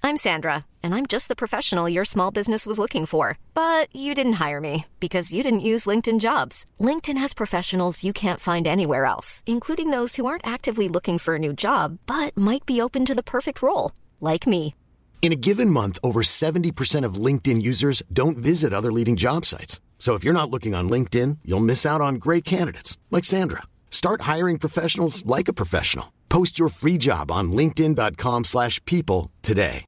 I'm Sandra, and I'm just the professional your small business was looking for. But you didn't hire me because you didn't use LinkedIn Jobs. LinkedIn has professionals you can't find anywhere else, including those who aren't actively looking for a new job, but might be open to the perfect role, like me. In a given month, over 70% of LinkedIn users don't visit other leading job sites. So if you're not looking on LinkedIn, you'll miss out on great candidates like Sandra. Start hiring professionals like a professional. Post your free job on linkedin.com/people today.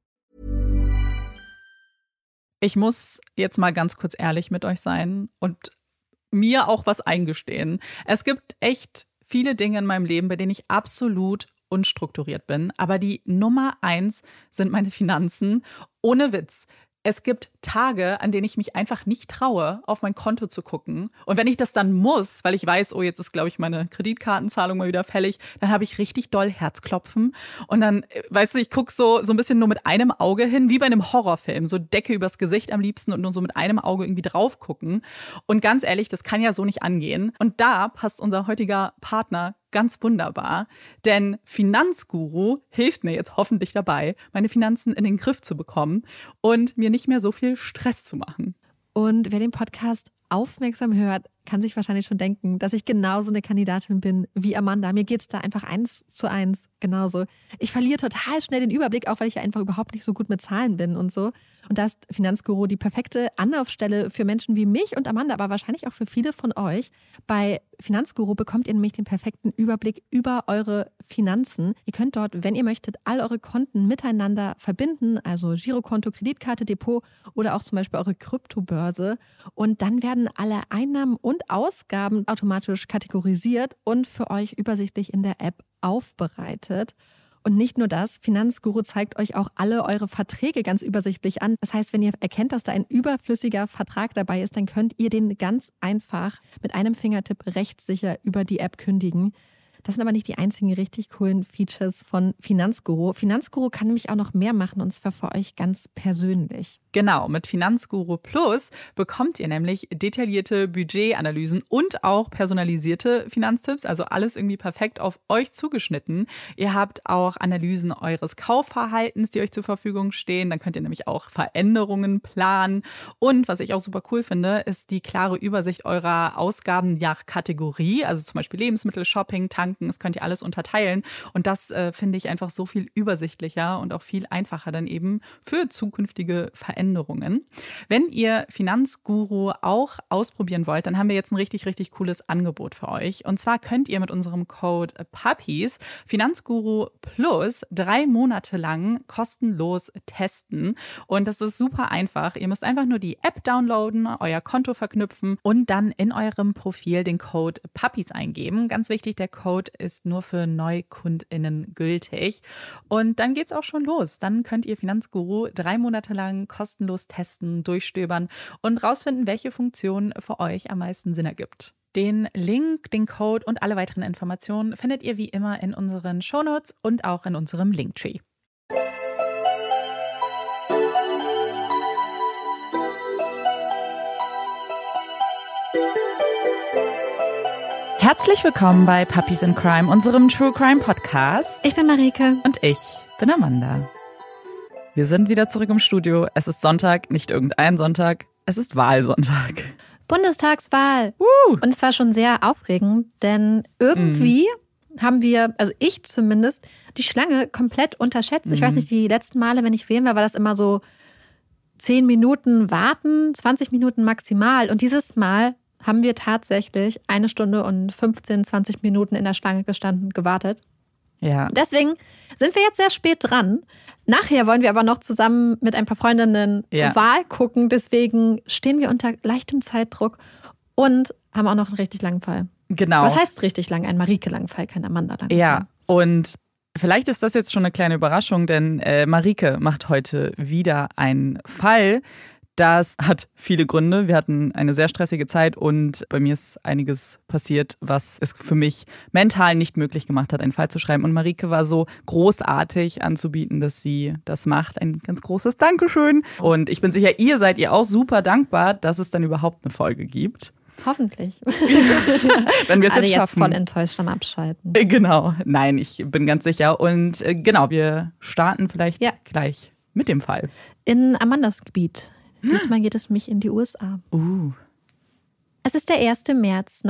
Ich muss jetzt mal ganz kurz ehrlich mit euch sein und mir auch was eingestehen. Es gibt echt viele Dinge in meinem Leben, bei denen ich absolut unstrukturiert bin. Aber die Nummer 1 sind meine Finanzen. Ohne Witz. Es gibt Tage, an denen ich mich einfach nicht traue, auf mein Konto zu gucken. Und wenn ich das dann muss, weil ich weiß, oh, jetzt ist, glaube ich, meine Kreditkartenzahlung mal wieder fällig, dann habe ich richtig doll Herzklopfen. Und dann, weißt du, ich gucke so ein bisschen nur mit einem Auge hin, wie bei einem Horrorfilm. So Decke übers Gesicht am liebsten und nur so mit einem Auge irgendwie drauf gucken. Und ganz ehrlich, das kann ja so nicht angehen. Und da passt unser heutiger Partner ganz wunderbar, denn Finanzguru hilft mir jetzt hoffentlich dabei, meine Finanzen in den Griff zu bekommen und mir nicht mehr so viel Stress zu machen. Und wer den Podcast aufmerksam hört, kann sich wahrscheinlich schon denken, dass ich genauso eine Kandidatin bin wie Amanda. Mir geht es da einfach 1:1 genauso. Ich verliere total schnell den Überblick, auch weil ich ja einfach überhaupt nicht so gut mit Zahlen bin und so. Und da ist Finanzguru die perfekte Anlaufstelle für Menschen wie mich und Amanda, aber wahrscheinlich auch für viele von euch. Bei Finanzguru bekommt ihr nämlich den perfekten Überblick über eure Finanzen. Ihr könnt dort, wenn ihr möchtet, all eure Konten miteinander verbinden, also Girokonto, Kreditkarte, Depot oder auch zum Beispiel eure Kryptobörse. Und dann werden alle Einnahmen und Ausgaben automatisch kategorisiert und für euch übersichtlich in der App aufbereitet. Und nicht nur das, Finanzguru zeigt euch auch alle eure Verträge ganz übersichtlich an. Das heißt, wenn ihr erkennt, dass da ein überflüssiger Vertrag dabei ist, dann könnt ihr den ganz einfach mit einem Fingertipp rechtssicher über die App kündigen. Das sind aber nicht die einzigen richtig coolen Features von Finanzguru. Finanzguru kann nämlich auch noch mehr machen, und zwar für euch ganz persönlich. Genau, mit Finanzguru Plus bekommt ihr nämlich detaillierte Budgetanalysen und auch personalisierte Finanztipps, also alles irgendwie perfekt auf euch zugeschnitten. Ihr habt auch Analysen eures Kaufverhaltens, die euch zur Verfügung stehen. Dann könnt ihr nämlich auch Veränderungen planen. Und was ich auch super cool finde, ist die klare Übersicht eurer Ausgaben nach Kategorie, also zum Beispiel Lebensmittel, Shopping, Tanken, das könnt ihr alles unterteilen. Und das finde ich einfach so viel übersichtlicher und auch viel einfacher dann eben für zukünftige Veränderungen. Wenn ihr Finanzguru auch ausprobieren wollt, dann haben wir jetzt ein richtig, richtig cooles Angebot für euch. Und zwar könnt ihr mit unserem Code PUPPIES Finanzguru Plus 3 Monate lang kostenlos testen. Und das ist super einfach. Ihr müsst einfach nur die App downloaden, euer Konto verknüpfen und dann in eurem Profil den Code PUPPIES eingeben. Ganz wichtig, der Code ist nur für NeukundInnen gültig. Und dann geht's auch schon los. Dann könnt ihr Finanzguru 3 Monate lang kostenlos testen, durchstöbern und rausfinden, welche Funktion für euch am meisten Sinn ergibt. Den Link, den Code und alle weiteren Informationen findet ihr wie immer in unseren Shownotes und auch in unserem Linktree. Herzlich willkommen bei Puppies in Crime, unserem True Crime Podcast. Ich bin Marike. Und ich bin Amanda. Wir sind wieder zurück im Studio. Es ist Sonntag, nicht irgendein Sonntag. Es ist Wahlsonntag. Bundestagswahl. Und es war schon sehr aufregend, denn irgendwie haben wir, also ich zumindest, die Schlange komplett unterschätzt. Ich weiß nicht, die letzten Male, wenn ich wählen war das immer so 10 Minuten warten, 20 Minuten maximal. Und dieses Mal haben wir tatsächlich 1 Stunde und 15, 20 Minuten in der Schlange gestanden, gewartet. Ja. Deswegen sind wir jetzt sehr spät dran. Nachher wollen wir aber noch zusammen mit ein paar Freundinnen Wahl gucken. Deswegen stehen wir unter leichtem Zeitdruck und haben auch noch einen richtig langen Fall. Genau. Was heißt richtig lang? Ein Marike-langen Fall, kein Amanda-langen Fall. Ja, und vielleicht ist das jetzt schon eine kleine Überraschung, denn Marike macht heute wieder einen Fall. Das hat viele Gründe. Wir hatten eine sehr stressige Zeit und bei mir ist einiges passiert, was es für mich mental nicht möglich gemacht hat, einen Fall zu schreiben. Und Marike war so großartig anzubieten, dass sie das macht. Ein ganz großes Dankeschön. Und ich bin sicher, ihr seid ihr auch super dankbar, dass es dann überhaupt eine Folge gibt. Hoffentlich. Wenn wir es alle jetzt jetzt schaffen. voll enttäuscht am Abschalten. Genau. Nein, ich bin ganz sicher. Und genau, wir starten vielleicht gleich mit dem Fall? In Amandas Gebiet. Diesmal geht es mich in die USA. Es ist der 1. März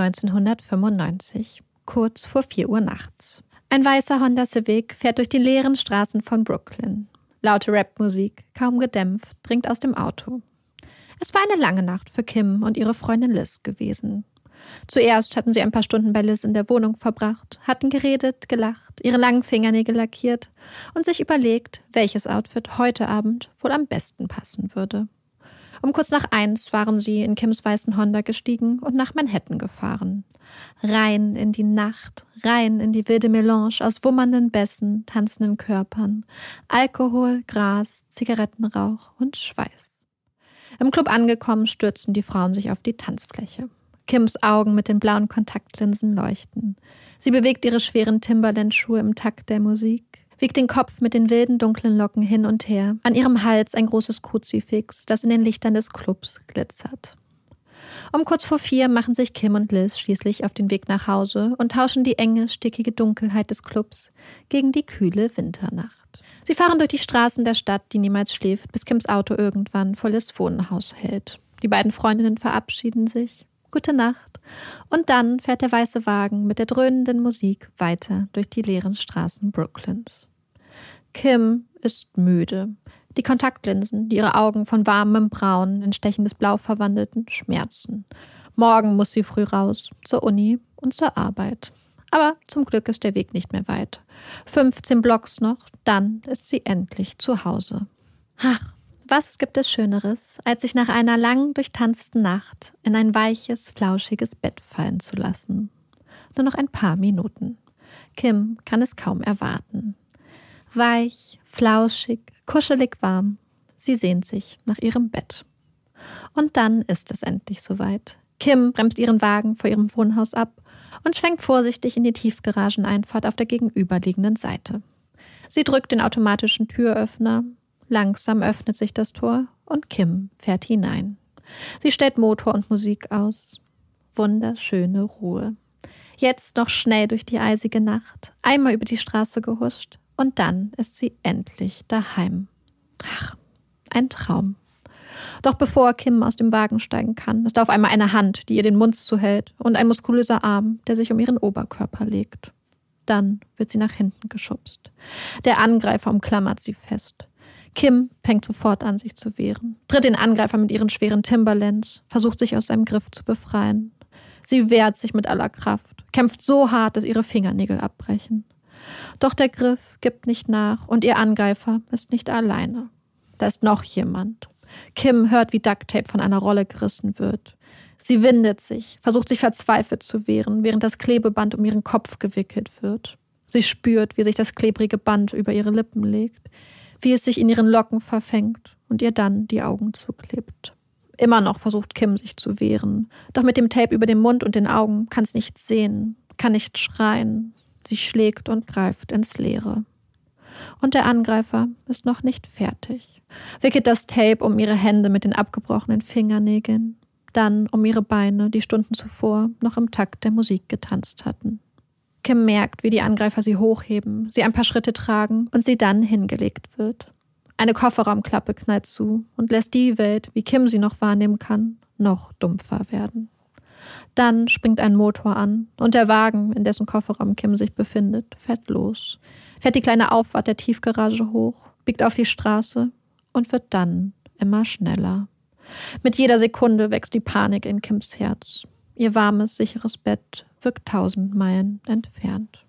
1995, kurz vor 4 Uhr nachts. Ein weißer Honda Civic fährt durch die leeren Straßen von Brooklyn. Laute Rapmusik, kaum gedämpft, dringt aus dem Auto. Es war eine lange Nacht für Kim und ihre Freundin Liz gewesen. Zuerst hatten sie ein paar Stunden bei Liz in der Wohnung verbracht, hatten geredet, gelacht, ihre langen Fingernägel lackiert und sich überlegt, welches Outfit heute Abend wohl am besten passen würde. Um kurz nach 1 waren sie in Kims weißen Honda gestiegen und nach Manhattan gefahren. Rein in die Nacht, rein in die wilde Melange aus wummernden Bässen, tanzenden Körpern, Alkohol, Gras, Zigarettenrauch und Schweiß. Im Club angekommen, stürzten die Frauen sich auf die Tanzfläche. Kims Augen mit den blauen Kontaktlinsen leuchten. Sie bewegt ihre schweren Timberland-Schuhe im Takt der Musik, wiegt den Kopf mit den wilden, dunklen Locken hin und her, an ihrem Hals ein großes Kruzifix, das in den Lichtern des Clubs glitzert. Um kurz vor 4 machen sich Kim und Liz schließlich auf den Weg nach Hause und tauschen die enge, stickige Dunkelheit des Clubs gegen die kühle Winternacht. Sie fahren durch die Straßen der Stadt, die niemals schläft, bis Kims Auto irgendwann vor Liz' Wohnhaus hält. Die beiden Freundinnen verabschieden sich. Gute Nacht. Und dann fährt der weiße Wagen mit der dröhnenden Musik weiter durch die leeren Straßen Brooklyns. Kim ist müde. Die Kontaktlinsen, die ihre Augen von warmem Braun in stechendes Blau verwandelten, schmerzen. Morgen muss sie früh raus, zur Uni und zur Arbeit. Aber zum Glück ist der Weg nicht mehr weit. 15 Blocks noch, dann ist sie endlich zu Hause. Ach, was gibt es Schöneres, als sich nach einer lang durchtanzten Nacht in ein weiches, flauschiges Bett fallen zu lassen? Nur noch ein paar Minuten. Kim kann es kaum erwarten. Weich, flauschig, kuschelig warm. Sie sehnt sich nach ihrem Bett. Und dann ist es endlich soweit. Kim bremst ihren Wagen vor ihrem Wohnhaus ab und schwenkt vorsichtig in die Tiefgarageneinfahrt auf der gegenüberliegenden Seite. Sie drückt den automatischen Türöffner. Langsam öffnet sich das Tor und Kim fährt hinein. Sie stellt Motor und Musik aus. Wunderschöne Ruhe. Jetzt noch schnell durch die eisige Nacht, einmal über die Straße gehuscht und dann ist sie endlich daheim. Ach, ein Traum. Doch bevor Kim aus dem Wagen steigen kann, ist auf einmal eine Hand, die ihr den Mund zuhält und ein muskulöser Arm, der sich um ihren Oberkörper legt. Dann wird sie nach hinten geschubst. Der Angreifer umklammert sie fest. Kim fängt sofort an, sich zu wehren, tritt den Angreifer mit ihren schweren Timberlands, versucht sich aus seinem Griff zu befreien. Sie wehrt sich mit aller Kraft, kämpft so hart, dass ihre Fingernägel abbrechen. Doch der Griff gibt nicht nach und ihr Angreifer ist nicht alleine. Da ist noch jemand. Kim hört, wie Ducktape von einer Rolle gerissen wird. Sie windet sich, versucht sich verzweifelt zu wehren, während das Klebeband um ihren Kopf gewickelt wird. Sie spürt, wie sich das klebrige Band über ihre Lippen legt, wie es sich in ihren Locken verfängt und ihr dann die Augen zuklebt. Immer noch versucht Kim, sich zu wehren. Doch mit dem Tape über dem Mund und den Augen kann es nichts sehen, kann nicht schreien. Sie schlägt und greift ins Leere. Und der Angreifer ist noch nicht fertig. Wickelt das Tape um ihre Hände mit den abgebrochenen Fingernägeln, dann um ihre Beine, die Stunden zuvor noch im Takt der Musik getanzt hatten. Kim merkt, wie die Angreifer sie hochheben, sie ein paar Schritte tragen und sie dann hingelegt wird. Eine Kofferraumklappe knallt zu und lässt die Welt, wie Kim sie noch wahrnehmen kann, noch dumpfer werden. Dann springt ein Motor an und der Wagen, in dessen Kofferraum Kim sich befindet, fährt los, fährt die kleine Auffahrt der Tiefgarage hoch, biegt auf die Straße und wird dann immer schneller. Mit jeder Sekunde wächst die Panik in Kims Herz. Ihr warmes, sicheres Bett wirkt 1000 Meilen entfernt.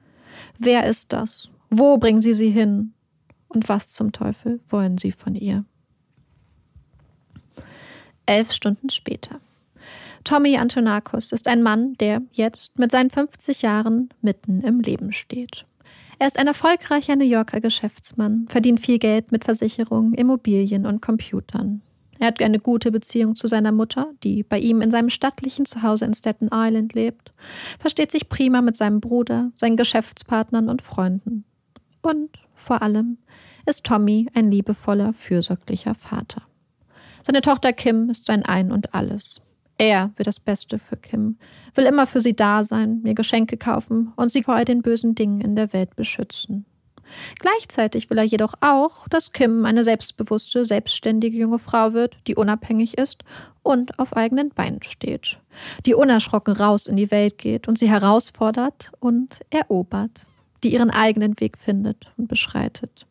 Wer ist das? Wo bringen sie hin? Und was zum Teufel wollen sie von ihr? 11 Stunden später. Tommy Antonakos ist ein Mann, der jetzt mit seinen 50 Jahren mitten im Leben steht. Er ist ein erfolgreicher New Yorker Geschäftsmann, verdient viel Geld mit Versicherungen, Immobilien und Computern. Er hat eine gute Beziehung zu seiner Mutter, die bei ihm in seinem stattlichen Zuhause in Staten Island lebt, versteht sich prima mit seinem Bruder, seinen Geschäftspartnern und Freunden. Und vor allem ist Tommy ein liebevoller, fürsorglicher Vater. Seine Tochter Kim ist sein Ein und Alles. Er will das Beste für Kim, will immer für sie da sein, ihr Geschenke kaufen und sie vor all den bösen Dingen in der Welt beschützen. Gleichzeitig will er jedoch auch, dass Kim eine selbstbewusste, selbstständige junge Frau wird, die unabhängig ist und auf eigenen Beinen steht, die unerschrocken raus in die Welt geht und sie herausfordert und erobert, die ihren eigenen Weg findet und beschreitet.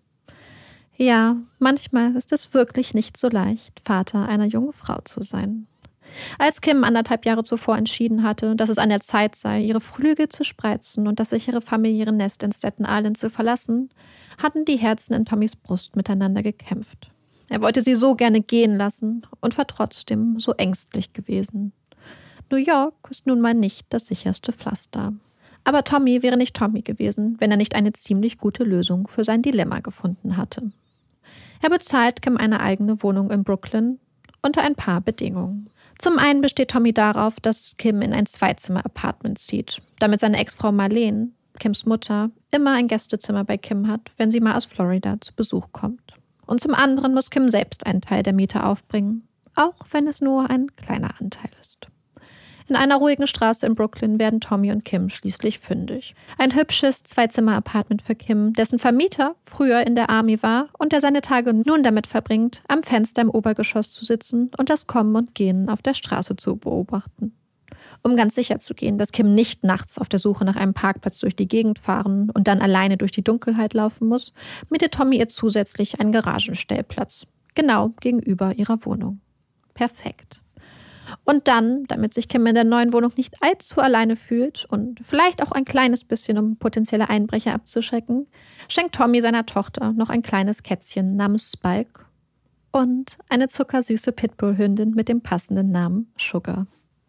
Ja, manchmal ist es wirklich nicht so leicht, Vater einer jungen Frau zu sein. Als Kim 1,5 Jahre zuvor entschieden hatte, dass es an der Zeit sei, ihre Flügel zu spreizen und das sichere familiäre Nest in Staten Island zu verlassen, hatten die Herzen in Tommys Brust miteinander gekämpft. Er wollte sie so gerne gehen lassen und war trotzdem so ängstlich gewesen. New York ist nun mal nicht das sicherste Pflaster. Aber Tommy wäre nicht Tommy gewesen, wenn er nicht eine ziemlich gute Lösung für sein Dilemma gefunden hatte. Er bezahlt Kim eine eigene Wohnung in Brooklyn unter ein paar Bedingungen. Zum einen besteht Tommy darauf, dass Kim in ein 2-Zimmer-Apartment zieht, damit seine Ex-Frau Marlene, Kims Mutter, immer ein Gästezimmer bei Kim hat, wenn sie mal aus Florida zu Besuch kommt. Und zum anderen muss Kim selbst einen Teil der Miete aufbringen, auch wenn es nur ein kleiner Anteil ist. In einer ruhigen Straße in Brooklyn werden Tommy und Kim schließlich fündig. Ein hübsches 2-Zimmer-Apartment für Kim, dessen Vermieter früher in der Army war und der seine Tage nun damit verbringt, am Fenster im Obergeschoss zu sitzen und das Kommen und Gehen auf der Straße zu beobachten. Um ganz sicher zu gehen, dass Kim nicht nachts auf der Suche nach einem Parkplatz durch die Gegend fahren und dann alleine durch die Dunkelheit laufen muss, mietet Tommy ihr zusätzlich einen Garagenstellplatz, genau gegenüber ihrer Wohnung. Perfekt. Und dann, damit sich Kim in der neuen Wohnung nicht allzu alleine fühlt und vielleicht auch ein kleines bisschen, um potenzielle Einbrecher abzuschrecken, schenkt Tommy seiner Tochter noch ein kleines Kätzchen namens Spike und eine zuckersüße Pitbull-Hündin mit dem passenden Namen Sugar.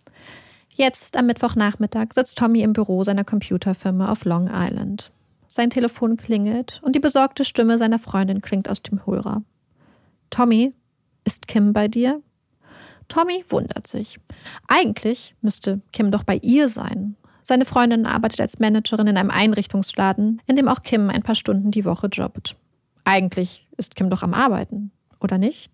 Jetzt am Mittwochnachmittag sitzt Tommy im Büro seiner Computerfirma auf Long Island. Sein Telefon klingelt und die besorgte Stimme seiner Freundin klingt aus dem Hörer. »Tommy, ist Kim bei dir?« Tommy wundert sich. Eigentlich müsste Kim doch bei ihr sein. Seine Freundin arbeitet als Managerin in einem Einrichtungsladen, in dem auch Kim ein paar Stunden die Woche jobbt. Eigentlich ist Kim doch am Arbeiten, oder nicht?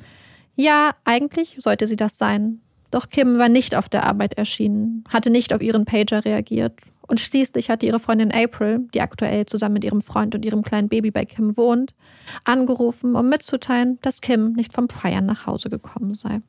Ja, eigentlich sollte sie das sein. Doch Kim war nicht auf der Arbeit erschienen, hatte nicht auf ihren Pager reagiert und schließlich hatte ihre Freundin April, die aktuell zusammen mit ihrem Freund und ihrem kleinen Baby bei Kim wohnt, angerufen, um mitzuteilen, dass Kim nicht vom Feiern nach Hause gekommen sei.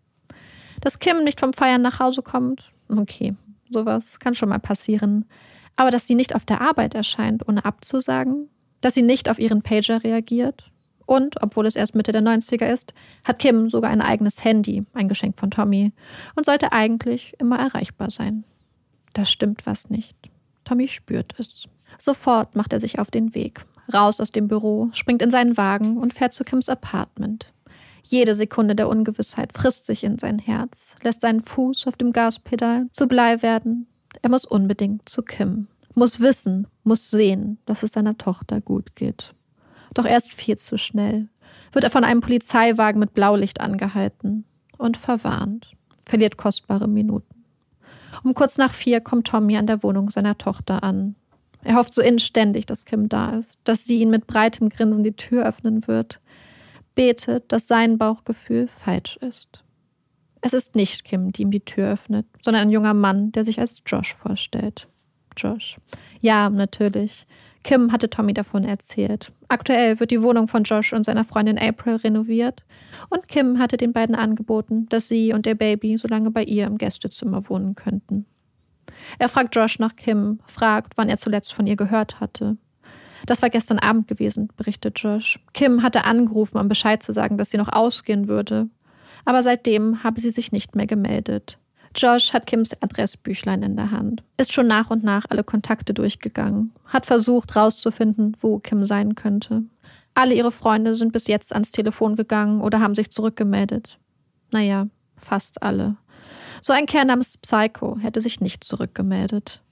Dass Kim nicht vom Feiern nach Hause kommt, okay, sowas kann schon mal passieren. Aber dass sie nicht auf der Arbeit erscheint, ohne abzusagen, dass sie nicht auf ihren Pager reagiert und, obwohl es erst Mitte der 90er ist, hat Kim sogar ein eigenes Handy, ein Geschenk von Tommy, und sollte eigentlich immer erreichbar sein. Da stimmt was nicht. Tommy spürt es. Sofort macht er sich auf den Weg, raus aus dem Büro, springt in seinen Wagen und fährt zu Kims Apartment. Jede Sekunde der Ungewissheit frisst sich in sein Herz, lässt seinen Fuß auf dem Gaspedal zu Blei werden. Er muss unbedingt zu Kim. Muss wissen, muss sehen, dass es seiner Tochter gut geht. Doch erst viel zu schnell wird er von einem Polizeiwagen mit Blaulicht angehalten und verwarnt, verliert kostbare Minuten. Um kurz nach 4 kommt Tommy an der Wohnung seiner Tochter an. Er hofft so inständig, dass Kim da ist, dass sie ihn mit breitem Grinsen die Tür öffnen wird. Betet, dass sein Bauchgefühl falsch ist. Es ist nicht Kim, die ihm die Tür öffnet, sondern ein junger Mann, der sich als Josh vorstellt. Josh. Ja, natürlich. Kim hatte Tommy davon erzählt. Aktuell wird die Wohnung von Josh und seiner Freundin April renoviert und Kim hatte den beiden angeboten, dass sie und ihr Baby so lange bei ihr im Gästezimmer wohnen könnten. Er fragt Josh nach Kim, fragt, wann er zuletzt von ihr gehört hatte. Das war gestern Abend gewesen, berichtet Josh. Kim hatte angerufen, um Bescheid zu sagen, dass sie noch ausgehen würde. Aber seitdem habe sie sich nicht mehr gemeldet. Josh hat Kims Adressbüchlein in der Hand, ist schon nach und nach alle Kontakte durchgegangen, hat versucht rauszufinden, wo Kim sein könnte. Alle ihre Freunde sind bis jetzt ans Telefon gegangen oder haben sich zurückgemeldet. Naja, fast alle. So ein Kerl namens Psycho hätte sich nicht zurückgemeldet.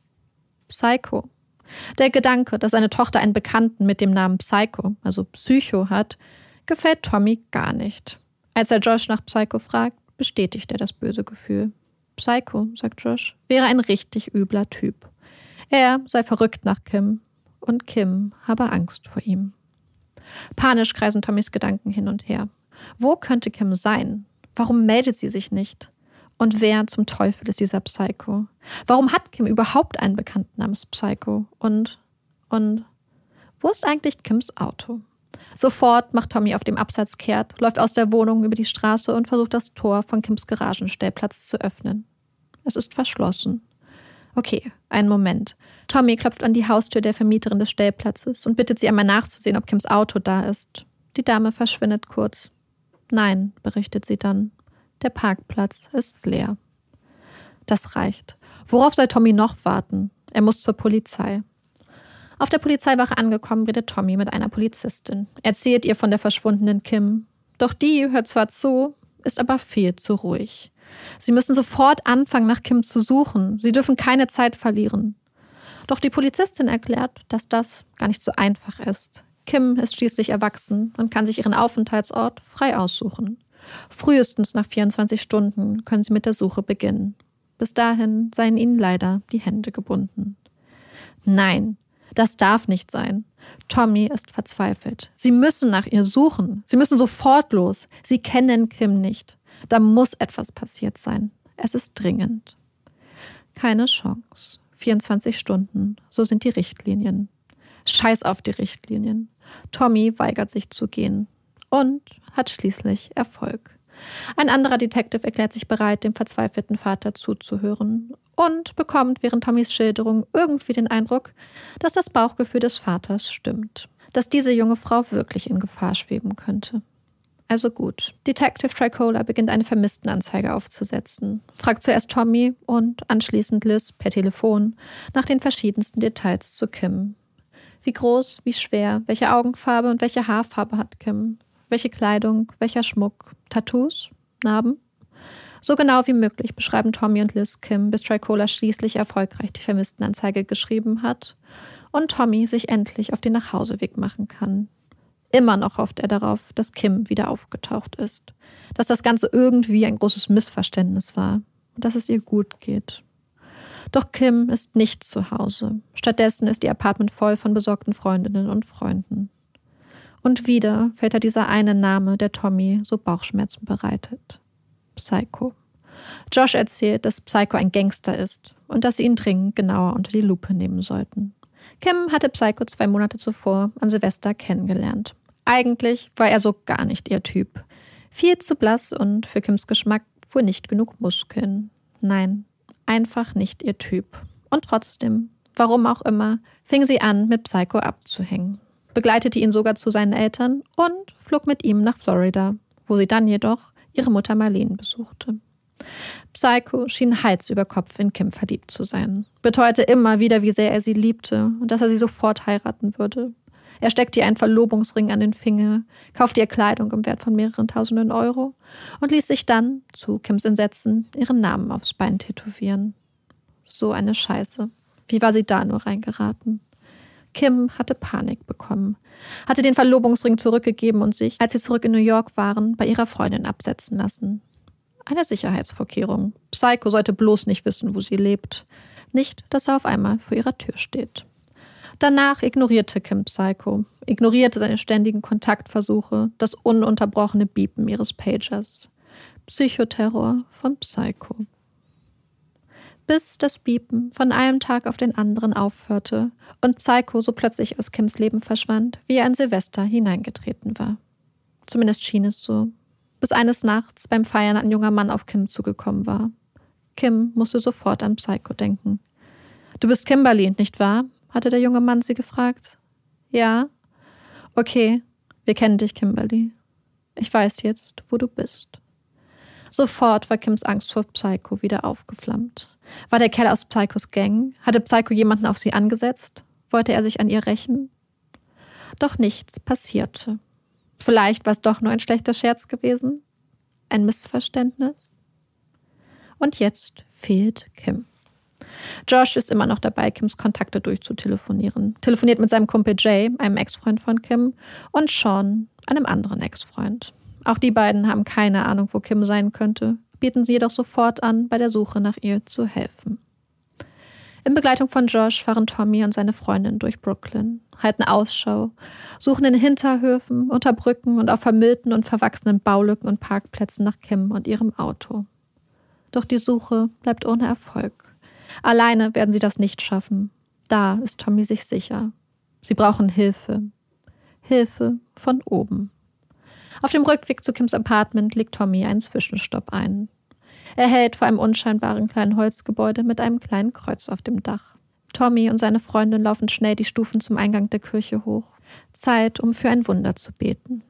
Psycho. Der Gedanke, dass seine Tochter einen Bekannten mit dem Namen Psycho, also Psycho, hat, gefällt Tommy gar nicht. Als er Josh nach Psycho fragt, bestätigt er das böse Gefühl. Psycho, sagt Josh, wäre ein richtig übler Typ. Er sei verrückt nach Kim und Kim habe Angst vor ihm. Panisch kreisen Tommys Gedanken hin und her. Wo könnte Kim sein? Warum meldet sie sich nicht? Und wer zum Teufel ist dieser Psycho? Warum hat Kim überhaupt einen Bekannten namens Psycho? Und Wo ist eigentlich Kims Auto? Sofort macht Tommy auf dem Absatz kehrt, läuft aus der Wohnung über die Straße und versucht das Tor von Kims Garagenstellplatz zu öffnen. Es ist verschlossen. Okay, einen Moment. Tommy klopft an die Haustür der Vermieterin des Stellplatzes und bittet sie einmal nachzusehen, ob Kims Auto da ist. Die Dame verschwindet kurz. Nein, berichtet sie dann. Der Parkplatz ist leer. Das reicht. Worauf soll Tommy noch warten? Er muss zur Polizei. Auf der Polizeiwache angekommen, redet Tommy mit einer Polizistin. Erzählt ihr von der verschwundenen Kim. Doch die hört zwar zu, ist aber viel zu ruhig. Sie müssen sofort anfangen, nach Kim zu suchen. Sie dürfen keine Zeit verlieren. Doch die Polizistin erklärt, dass das gar nicht so einfach ist. Kim ist schließlich erwachsen und kann sich ihren Aufenthaltsort frei aussuchen. Frühestens nach 24 Stunden können sie mit der Suche beginnen. Bis dahin seien ihnen leider die Hände gebunden. Nein, das darf nicht sein. Tommy ist verzweifelt. Sie müssen nach ihr suchen. Sie müssen sofort los. Sie kennen Kim nicht. Da muss etwas passiert sein. Es ist dringend. Keine Chance. 24 Stunden. So sind die Richtlinien. Scheiß auf die Richtlinien. Tommy weigert sich zu gehen. Und hat schließlich Erfolg. Ein anderer Detective erklärt sich bereit, dem verzweifelten Vater zuzuhören und bekommt während Tommys Schilderung irgendwie den Eindruck, dass das Bauchgefühl des Vaters stimmt. Dass diese junge Frau wirklich in Gefahr schweben könnte. Also gut, Detective Tricola beginnt eine Vermisstenanzeige aufzusetzen, fragt zuerst Tommy und anschließend Liz per Telefon nach den verschiedensten Details zu Kim. Wie groß, wie schwer, welche Augenfarbe und welche Haarfarbe hat Kim? Welche Kleidung, welcher Schmuck, Tattoos, Narben? So genau wie möglich beschreiben Tommy und Liz Kim, bis Tricola schließlich erfolgreich die Vermisstenanzeige geschrieben hat und Tommy sich endlich auf den Nachhauseweg machen kann. Immer noch hofft er darauf, dass Kim wieder aufgetaucht ist, dass das Ganze irgendwie ein großes Missverständnis war und dass es ihr gut geht. Doch Kim ist nicht zu Hause. Stattdessen ist ihr Apartment voll von besorgten Freundinnen und Freunden. Und wieder fällt da dieser eine Name, der Tommy so Bauchschmerzen bereitet. Psycho. Josh erzählt, dass Psycho ein Gangster ist und dass sie ihn dringend genauer unter die Lupe nehmen sollten. Kim hatte Psycho 2 Monate zuvor an Silvester kennengelernt. Eigentlich war er so gar nicht ihr Typ. Viel zu blass und für Kims Geschmack wohl nicht genug Muskeln. Nein, einfach nicht ihr Typ. Und trotzdem, warum auch immer, fing sie an, mit Psycho abzuhängen. Begleitete ihn sogar zu seinen Eltern und flog mit ihm nach Florida, wo sie dann jedoch ihre Mutter Marlene besuchte. Psycho schien Hals über Kopf in Kim verliebt zu sein, beteuerte immer wieder, wie sehr er sie liebte und dass er sie sofort heiraten würde. Er steckte ihr einen Verlobungsring an den Finger, kaufte ihr Kleidung im Wert von mehreren tausenden Euro und ließ sich dann, zu Kims Entsetzen, ihren Namen aufs Bein tätowieren. So eine Scheiße. Wie war sie da nur reingeraten? Kim hatte Panik bekommen, hatte den Verlobungsring zurückgegeben und sich, als sie zurück in New York waren, bei ihrer Freundin absetzen lassen. Eine Sicherheitsvorkehrung. Psycho sollte bloß nicht wissen, wo sie lebt. Nicht, dass er auf einmal vor ihrer Tür steht. Danach ignorierte Kim Psycho, ignorierte seine ständigen Kontaktversuche, das ununterbrochene Biepen ihres Pagers. Psychoterror von Psycho. Bis das Biepen von einem Tag auf den anderen aufhörte und Psycho so plötzlich aus Kims Leben verschwand, wie er an Silvester hineingetreten war. Zumindest schien es so. Bis eines Nachts beim Feiern ein junger Mann auf Kim zugekommen war. Kim musste sofort an Psycho denken. »Du bist Kimberly, nicht wahr?« hatte der junge Mann sie gefragt. »Ja.« »Okay, wir kennen dich, Kimberly. Ich weiß jetzt, wo du bist.« Sofort war Kims Angst vor Psycho wieder aufgeflammt. War der Kerl aus Psychos Gang? Hatte Psycho jemanden auf sie angesetzt? Wollte er sich an ihr rächen? Doch nichts passierte. Vielleicht war es doch nur ein schlechter Scherz gewesen? Ein Missverständnis? Und jetzt fehlt Kim. Josh ist immer noch dabei, Kims Kontakte durchzutelefonieren. Telefoniert mit seinem Kumpel Jay, einem Ex-Freund von Kim, und Sean, einem anderen Ex-Freund. Auch die beiden haben keine Ahnung, wo Kim sein könnte, bieten sie jedoch sofort an, bei der Suche nach ihr zu helfen. In Begleitung von Josh fahren Tommy und seine Freundin durch Brooklyn, halten Ausschau, suchen in Hinterhöfen, unter Brücken und auf vermüllten und verwachsenen Baulücken und Parkplätzen nach Kim und ihrem Auto. Doch die Suche bleibt ohne Erfolg. Alleine werden sie das nicht schaffen. Da ist Tommy sich sicher. Sie brauchen Hilfe. Hilfe von oben. Auf dem Rückweg zu Kims Apartment legt Tommy einen Zwischenstopp ein. Er hält vor einem unscheinbaren kleinen Holzgebäude mit einem kleinen Kreuz auf dem Dach. Tommy und seine Freundin laufen schnell die Stufen zum Eingang der Kirche hoch. Zeit, um für ein Wunder zu beten.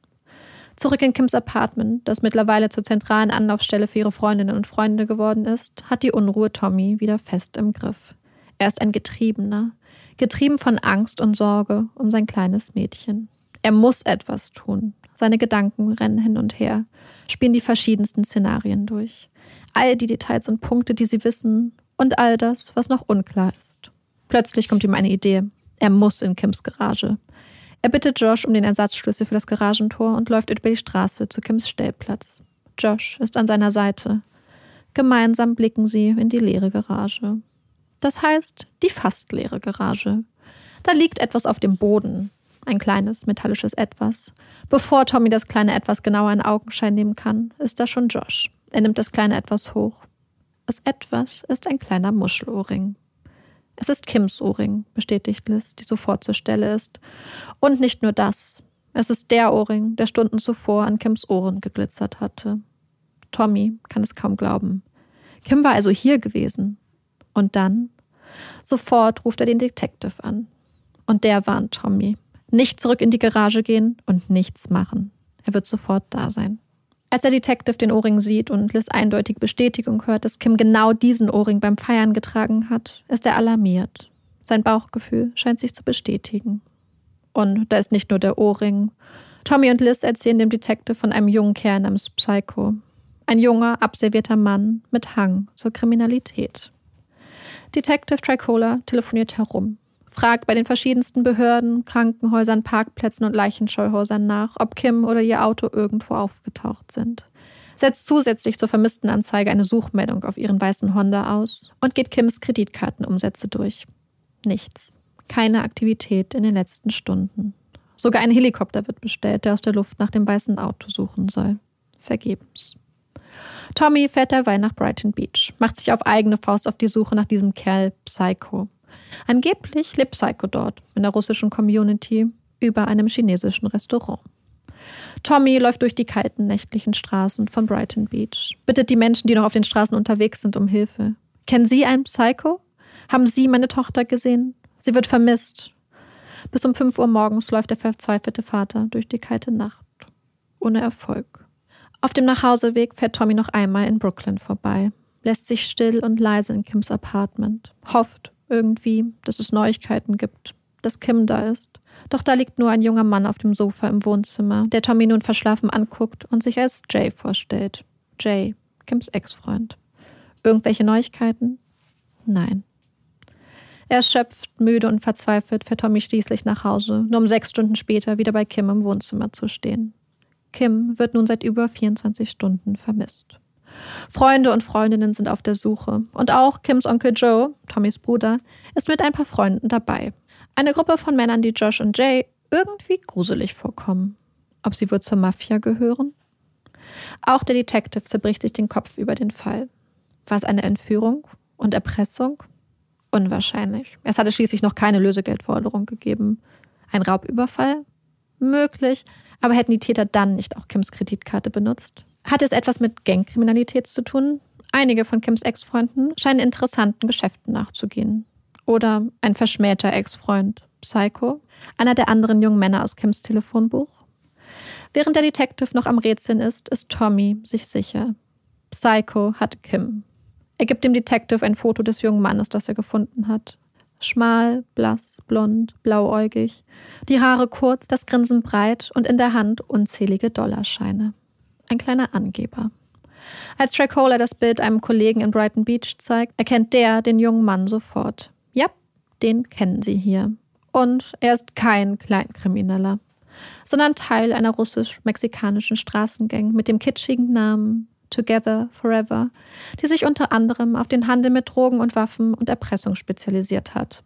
Zurück in Kims Apartment, das mittlerweile zur zentralen Anlaufstelle für ihre Freundinnen und Freunde geworden ist, hat die Unruhe Tommy wieder fest im Griff. Er ist ein Getriebener, getrieben von Angst und Sorge um sein kleines Mädchen. Er muss etwas tun. Seine Gedanken rennen hin und her, spielen die verschiedensten Szenarien durch. All die Details und Punkte, die sie wissen und all das, was noch unklar ist. Plötzlich kommt ihm eine Idee. Er muss in Kims Garage. Er bittet Josh um den Ersatzschlüssel für das Garagentor und läuft über die Straße zu Kims Stellplatz. Josh ist an seiner Seite. Gemeinsam blicken sie in die leere Garage. Das heißt, die fast leere Garage. Da liegt etwas auf dem Boden. Ein kleines, metallisches Etwas. Bevor Tommy das kleine Etwas genauer in Augenschein nehmen kann, ist da schon Josh. Er nimmt das kleine Etwas hoch. Das Etwas ist ein kleiner Muschelohrring. Es ist Kims Ohrring, bestätigt Liz, die sofort zur Stelle ist. Und nicht nur das. Es ist der Ohrring, der Stunden zuvor an Kims Ohren geglitzert hatte. Tommy kann es kaum glauben. Kim war also hier gewesen. Und dann? Sofort ruft er den Detective an. Und der warnt Tommy. Nicht zurück in die Garage gehen und nichts machen. Er wird sofort da sein. Als der Detective den Ohrring sieht und Liz eindeutig Bestätigung hört, dass Kim genau diesen Ohrring beim Feiern getragen hat, ist er alarmiert. Sein Bauchgefühl scheint sich zu bestätigen. Und da ist nicht nur der Ohrring. Tommy und Liz erzählen dem Detective von einem jungen Kerl namens Psycho. Ein junger, abservierter Mann mit Hang zur Kriminalität. Detective Tricola telefoniert herum. Fragt bei den verschiedensten Behörden, Krankenhäusern, Parkplätzen und Leichenschauhäusern nach, ob Kim oder ihr Auto irgendwo aufgetaucht sind. Setzt zusätzlich zur vermissten Anzeige eine Suchmeldung auf ihren weißen Honda aus und geht Kims Kreditkartenumsätze durch. Nichts. Keine Aktivität in den letzten Stunden. Sogar ein Helikopter wird bestellt, der aus der Luft nach dem weißen Auto suchen soll. Vergebens. Tommy fährt derweil nach Brighton Beach, macht sich auf eigene Faust auf die Suche nach diesem Kerl Psycho. Angeblich lebt Psycho dort, in der russischen Community, über einem chinesischen Restaurant. Tommy läuft durch die kalten nächtlichen Straßen von Brighton Beach, bittet die Menschen, die noch auf den Straßen unterwegs sind, um Hilfe. Kennen Sie einen Psycho? Haben Sie meine Tochter gesehen? Sie wird vermisst. Bis um 5 Uhr morgens läuft der verzweifelte Vater durch die kalte Nacht. Ohne Erfolg. Auf dem Nachhauseweg fährt Tommy noch einmal in Brooklyn vorbei, lässt sich still und leise in Kims Apartment, hofft irgendwie, dass es Neuigkeiten gibt, dass Kim da ist. Doch da liegt nur ein junger Mann auf dem Sofa im Wohnzimmer, der Tommy nun verschlafen anguckt und sich als Jay vorstellt. Jay, Kims Ex-Freund. Irgendwelche Neuigkeiten? Nein. Erschöpft, müde und verzweifelt fährt Tommy schließlich nach Hause, nur um 6 Stunden später wieder bei Kim im Wohnzimmer zu stehen. Kim wird nun seit über 24 Stunden vermisst. Freunde und Freundinnen sind auf der Suche. Und auch Kims Onkel Joe, Tommys Bruder, ist mit ein paar Freunden dabei. Eine Gruppe von Männern, die Josh und Jay irgendwie gruselig vorkommen. Ob sie wohl zur Mafia gehören? Auch der Detective zerbricht sich den Kopf über den Fall. War es eine Entführung und Erpressung? Unwahrscheinlich. Es hatte schließlich noch keine Lösegeldforderung gegeben. Ein Raubüberfall? Möglich. Aber hätten die Täter dann nicht auch Kims Kreditkarte benutzt? Hat es etwas mit Gangkriminalität zu tun? Einige von Kims Ex-Freunden scheinen interessanten Geschäften nachzugehen. Oder ein verschmähter Ex-Freund, Psycho, einer der anderen jungen Männer aus Kims Telefonbuch. Während der Detective noch am Rätseln ist Tommy sich sicher. Psycho hat Kim. Er gibt dem Detective ein Foto des jungen Mannes, das er gefunden hat. Schmal, blass, blond, blauäugig, die Haare kurz, das Grinsen breit und in der Hand unzählige Dollarscheine. Ein kleiner Angeber. Als Tricola das Bild einem Kollegen in Brighton Beach zeigt, erkennt der den jungen Mann sofort. Ja, den kennen sie hier. Und er ist kein Kleinkrimineller, sondern Teil einer russisch-mexikanischen Straßengang mit dem kitschigen Namen Together Forever, die sich unter anderem auf den Handel mit Drogen und Waffen und Erpressung spezialisiert hat.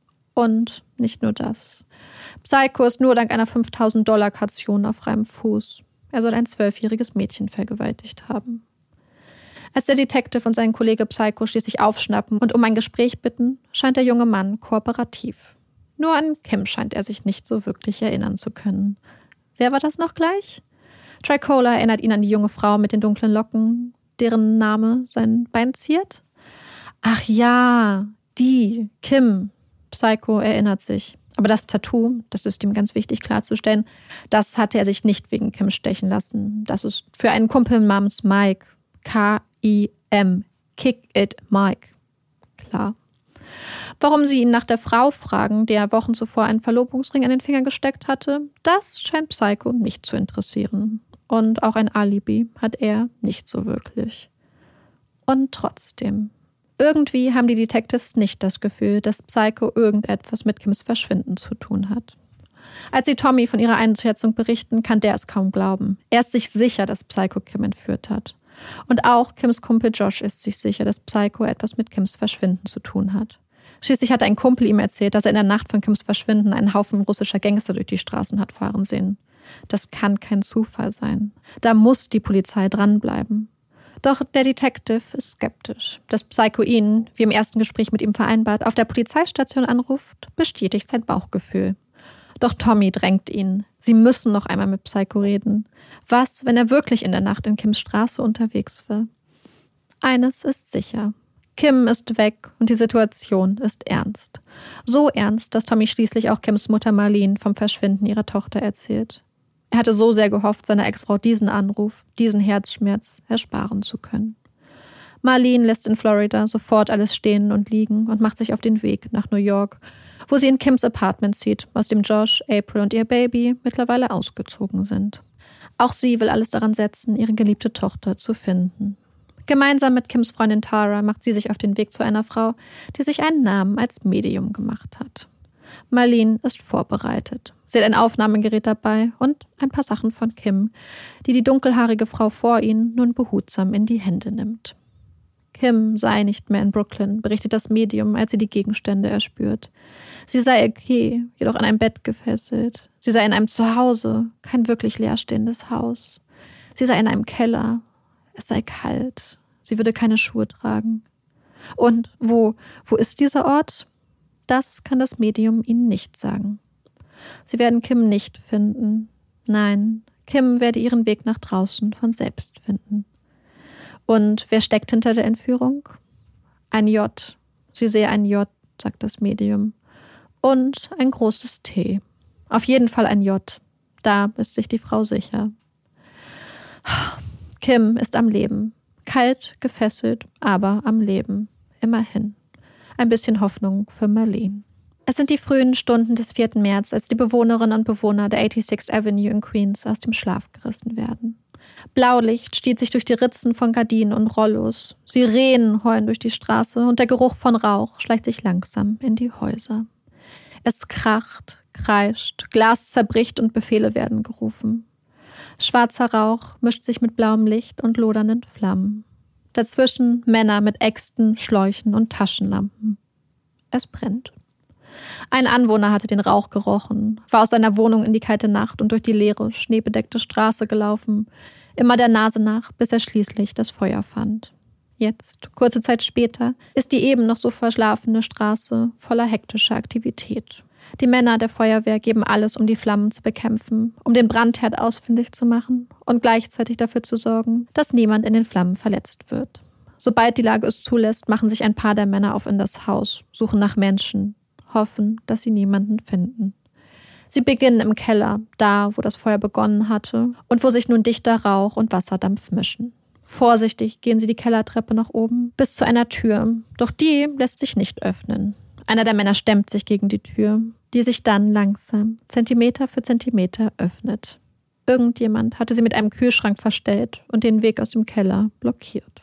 Und nicht nur das. Psycho ist nur dank einer $5.000 auf freiem Fuß. Er soll ein 12-jähriges Mädchen vergewaltigt haben. Als der Detective und sein Kollege Psycho schließlich aufschnappen und um ein Gespräch bitten, scheint der junge Mann kooperativ. Nur an Kim scheint er sich nicht so wirklich erinnern zu können. Wer war das noch gleich? Tricola erinnert ihn an die junge Frau mit den dunklen Locken, deren Name sein Bein ziert. Ach ja, die, Kim. Psycho erinnert sich. Aber das Tattoo, das ist ihm ganz wichtig klarzustellen, das hatte er sich nicht wegen Kim stechen lassen. Das ist für einen Kumpel namens Mike. K-I-M. Kick it, Mike. Klar. Warum sie ihn nach der Frau fragen, der Wochen zuvor einen Verlobungsring an den Finger gesteckt hatte, das scheint Psycho nicht zu interessieren. Und auch ein Alibi hat er nicht so wirklich. Und trotzdem. Irgendwie haben die Detectives nicht das Gefühl, dass Psycho irgendetwas mit Kims Verschwinden zu tun hat. Als sie Tommy von ihrer Einschätzung berichten, kann der es kaum glauben. Er ist sich sicher, dass Psycho Kim entführt hat. Und auch Kims Kumpel Josh ist sich sicher, dass Psycho etwas mit Kims Verschwinden zu tun hat. Schließlich hat ein Kumpel ihm erzählt, dass er in der Nacht von Kims Verschwinden einen Haufen russischer Gangster durch die Straßen hat fahren sehen. Das kann kein Zufall sein. Da muss die Polizei dranbleiben. Doch der Detective ist skeptisch. Dass Psycho ihn, wie im ersten Gespräch mit ihm vereinbart, auf der Polizeistation anruft, bestätigt sein Bauchgefühl. Doch Tommy drängt ihn. Sie müssen noch einmal mit Psycho reden. Was, wenn er wirklich in der Nacht in Kims Straße unterwegs war? Eines ist sicher. Kim ist weg und die Situation ist ernst. So ernst, dass Tommy schließlich auch Kims Mutter Marlene vom Verschwinden ihrer Tochter erzählt. Er hatte so sehr gehofft, seiner Ex-Frau diesen Anruf, diesen Herzschmerz ersparen zu können. Marlene lässt in Florida sofort alles stehen und liegen und macht sich auf den Weg nach New York, wo sie in Kims Apartment zieht, aus dem Josh, April und ihr Baby mittlerweile ausgezogen sind. Auch sie will alles daran setzen, ihre geliebte Tochter zu finden. Gemeinsam mit Kims Freundin Tara macht sie sich auf den Weg zu einer Frau, die sich einen Namen als Medium gemacht hat. Marlene ist vorbereitet. Sie hat ein Aufnahmegerät dabei und ein paar Sachen von Kim, die die dunkelhaarige Frau vor ihnen nun behutsam in die Hände nimmt. Kim sei nicht mehr in Brooklyn, berichtet das Medium, als sie die Gegenstände erspürt. Sie sei okay, jedoch an einem Bett gefesselt. Sie sei in einem Zuhause, kein wirklich leerstehendes Haus. Sie sei in einem Keller. Es sei kalt. Sie würde keine Schuhe tragen. Und wo ist dieser Ort? Das kann das Medium ihnen nicht sagen. Sie werden Kim nicht finden. Nein, Kim werde ihren Weg nach draußen von selbst finden. Und wer steckt hinter der Entführung? Ein J. Sie sehe ein J, sagt das Medium. Und ein großes T. Auf jeden Fall ein J. Da ist sich die Frau sicher. Kim ist am Leben. Kalt, gefesselt, aber am Leben. Immerhin. Ein bisschen Hoffnung für Marlene. Es sind die frühen Stunden des 4. März, als die Bewohnerinnen und Bewohner der 86th Avenue in Queens aus dem Schlaf gerissen werden. Blaulicht stiehlt sich durch die Ritzen von Gardinen und Rollos. Sirenen heulen durch die Straße und der Geruch von Rauch schleicht sich langsam in die Häuser. Es kracht, kreischt, Glas zerbricht und Befehle werden gerufen. Schwarzer Rauch mischt sich mit blauem Licht und lodernden Flammen. Dazwischen Männer mit Äxten, Schläuchen und Taschenlampen. Es brennt. Ein Anwohner hatte den Rauch gerochen, war aus seiner Wohnung in die kalte Nacht und durch die leere, schneebedeckte Straße gelaufen, immer der Nase nach, bis er schließlich das Feuer fand. Jetzt, kurze Zeit später, ist die eben noch so verschlafene Straße voller hektischer Aktivität. Die Männer der Feuerwehr geben alles, um die Flammen zu bekämpfen, um den Brandherd ausfindig zu machen und gleichzeitig dafür zu sorgen, dass niemand in den Flammen verletzt wird. Sobald die Lage es zulässt, machen sich ein paar der Männer auf in das Haus, suchen nach Menschen, hoffen, dass sie niemanden finden. Sie beginnen im Keller, da, wo das Feuer begonnen hatte und wo sich nun dichter Rauch und Wasserdampf mischen. Vorsichtig gehen sie die Kellertreppe nach oben bis zu einer Tür, doch die lässt sich nicht öffnen. Einer der Männer stemmt sich gegen die Tür, die sich dann langsam, Zentimeter für Zentimeter öffnet. Irgendjemand hatte sie mit einem Kühlschrank verstellt und den Weg aus dem Keller blockiert.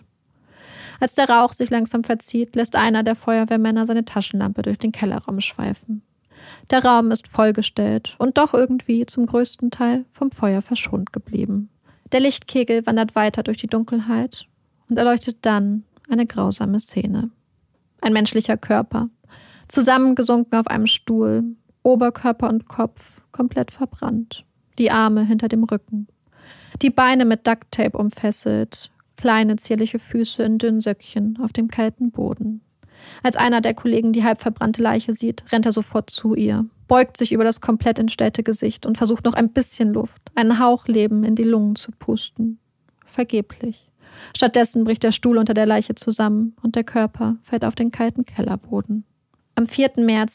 Als der Rauch sich langsam verzieht, lässt einer der Feuerwehrmänner seine Taschenlampe durch den Kellerraum schweifen. Der Raum ist vollgestellt und doch irgendwie zum größten Teil vom Feuer verschont geblieben. Der Lichtkegel wandert weiter durch die Dunkelheit und erleuchtet dann eine grausame Szene. Ein menschlicher Körper, zusammengesunken auf einem Stuhl, Oberkörper und Kopf komplett verbrannt, die Arme hinter dem Rücken, die Beine mit Ducktape umfesselt, kleine zierliche Füße in dünnen Söckchen auf dem kalten Boden. Als einer der Kollegen die halb verbrannte Leiche sieht, rennt er sofort zu ihr, beugt sich über das komplett entstellte Gesicht und versucht noch ein bisschen Luft, einen Hauch Leben in die Lungen zu pusten. Vergeblich. Stattdessen bricht der Stuhl unter der Leiche zusammen und der Körper fällt auf den kalten Kellerboden. Am 4. März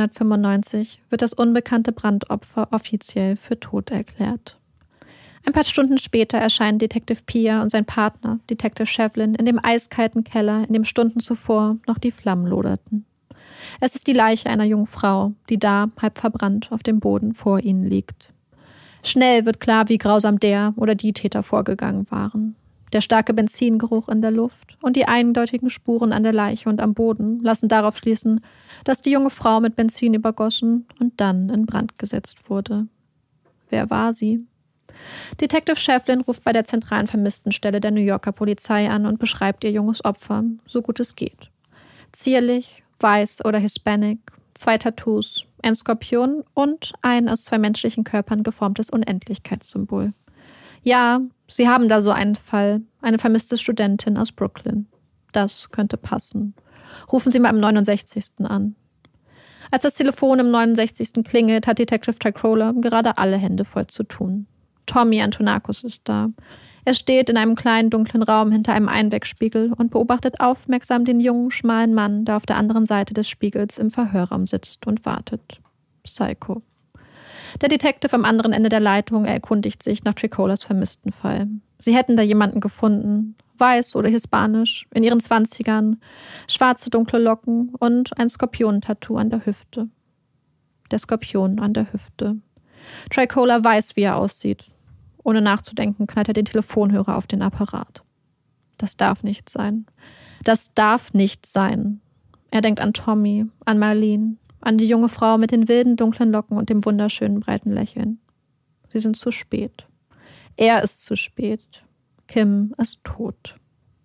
1995 wird das unbekannte Brandopfer offiziell für tot erklärt. Ein paar Stunden später erscheinen Detective Pia und sein Partner, Detective Shevlin, in dem eiskalten Keller, in dem Stunden zuvor noch die Flammen loderten. Es ist die Leiche einer jungen Frau, die da, halb verbrannt, auf dem Boden vor ihnen liegt. Schnell wird klar, wie grausam der oder die Täter vorgegangen waren. Der starke Benzingeruch in der Luft und die eindeutigen Spuren an der Leiche und am Boden lassen darauf schließen, dass die junge Frau mit Benzin übergossen und dann in Brand gesetzt wurde. Wer war sie? Detective Shevlin ruft bei der zentralen Vermisstenstelle der New Yorker Polizei an und beschreibt ihr junges Opfer, so gut es geht. Zierlich, weiß oder Hispanic, 2 Tattoos, ein Skorpion und ein aus 2 menschlichen Körpern geformtes Unendlichkeitssymbol. Ja, sie haben da so einen Fall, eine vermisste Studentin aus Brooklyn. Das könnte passen. Rufen Sie mal am 69. an. Als das Telefon im 69. klingelt, hat Detective Tricola gerade alle Hände voll zu tun. Tommy Antonakos ist da. Er steht in einem kleinen dunklen Raum hinter einem Einwegspiegel und beobachtet aufmerksam den jungen, schmalen Mann, der auf der anderen Seite des Spiegels im Verhörraum sitzt und wartet. Psycho. Der Detective am anderen Ende der Leitung erkundigt sich nach Tricolas vermissten Fall. Sie hätten da jemanden gefunden, weiß oder hispanisch, in ihren 20ern, schwarze dunkle Locken und ein Skorpion-Tattoo an der Hüfte. Der Skorpion an der Hüfte. Tricola weiß, wie er aussieht. Ohne nachzudenken knallt er den Telefonhörer auf den Apparat. Das darf nicht sein. Das darf nicht sein. Er denkt an Tommy, an Marlene, an die junge Frau mit den wilden, dunklen Locken und dem wunderschönen, breiten Lächeln. Sie sind zu spät. Er ist zu spät. Kim ist tot.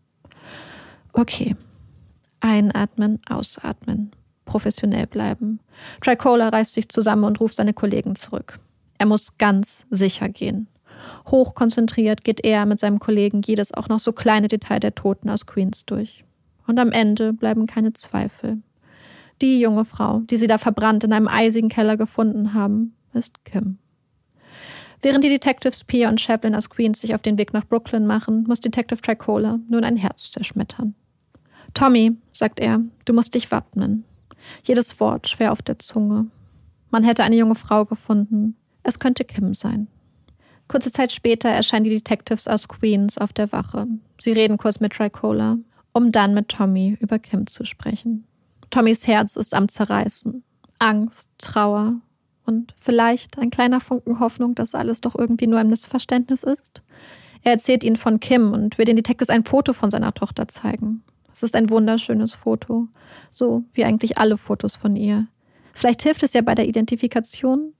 Okay. Einatmen, ausatmen. Professionell bleiben. Tricola reißt sich zusammen und ruft seine Kollegen zurück. Er muss ganz sicher gehen. Hochkonzentriert geht er mit seinem Kollegen jedes auch noch so kleine Detail der Toten aus Queens durch. Und am Ende bleiben keine Zweifel. Die junge Frau, die sie da verbrannt in einem eisigen Keller gefunden haben, ist Kim. Während die Detectives Pia und Shevlin aus Queens sich auf den Weg nach Brooklyn machen, muss Detective Tricola nun ein Herz zerschmettern. Tommy, sagt er, du musst dich wappnen. Jedes Wort schwer auf der Zunge. Man hätte eine junge Frau gefunden. Es könnte Kim sein. Kurze Zeit später erscheinen die Detectives aus Queens auf der Wache. Sie reden kurz mit Tricola, um dann mit Tommy über Kim zu sprechen. Tommys Herz ist am Zerreißen. Angst, Trauer und vielleicht ein kleiner Funken Hoffnung, dass alles doch irgendwie nur ein Missverständnis ist. Er erzählt ihnen von Kim und will den Detectives ein Foto von seiner Tochter zeigen. Es ist ein wunderschönes Foto, so wie eigentlich alle Fotos von ihr. Vielleicht hilft es ja bei der Identifikation.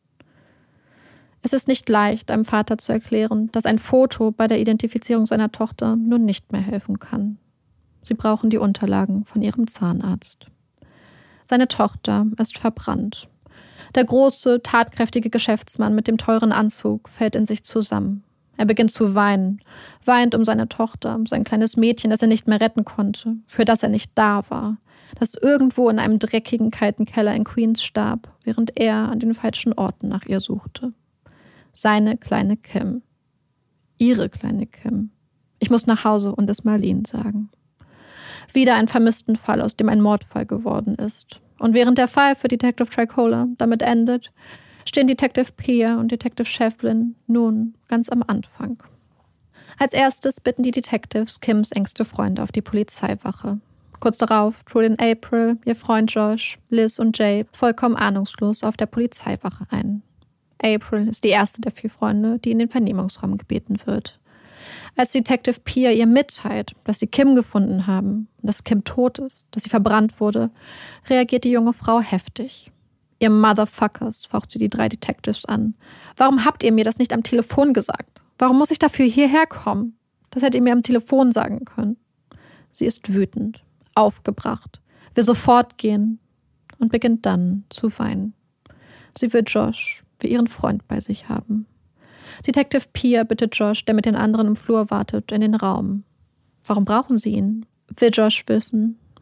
Es ist nicht leicht, einem Vater zu erklären, dass ein Foto bei der Identifizierung seiner Tochter nun nicht mehr helfen kann. Sie brauchen die Unterlagen von ihrem Zahnarzt. Seine Tochter ist verbrannt. Der große, tatkräftige Geschäftsmann mit dem teuren Anzug fällt in sich zusammen. Er beginnt zu weinen, weint um seine Tochter, sein kleines Mädchen, das er nicht mehr retten konnte, für das er nicht da war, das irgendwo in einem dreckigen, kalten Keller in Queens starb, während er an den falschen Orten nach ihr suchte. Seine kleine Kim. Ihre kleine Kim. Ich muss nach Hause und es Marlene sagen. Wieder ein Vermisstenfall, aus dem ein Mordfall geworden ist. Und während der Fall für Detective Tricola damit endet, stehen Detective Pia und Detective Shevlin nun ganz am Anfang. Als erstes bitten die Detectives Kims engste Freunde auf die Polizeiwache. Kurz darauf trudeln April, ihr Freund Josh, Liz und Jay vollkommen ahnungslos auf der Polizeiwache ein. April ist die erste der 4 Freunde, die in den Vernehmungsraum gebeten wird. Als Detective Pia ihr mitteilt, dass sie Kim gefunden haben und dass Kim tot ist, dass sie verbrannt wurde, reagiert die junge Frau heftig. Ihr Motherfuckers, faucht sie die 3 Detectives an. Warum habt ihr mir das nicht am Telefon gesagt? Warum muss ich dafür hierher kommen? Das hättet ihr mir am Telefon sagen können. Sie ist wütend, aufgebracht, will sofort gehen und beginnt dann zu weinen. Sie will Josh, will ihren Freund bei sich haben. Detective Pia bittet Josh, der mit den anderen im Flur wartet, in den Raum. Warum brauchen sie ihn? Will Josh wissen.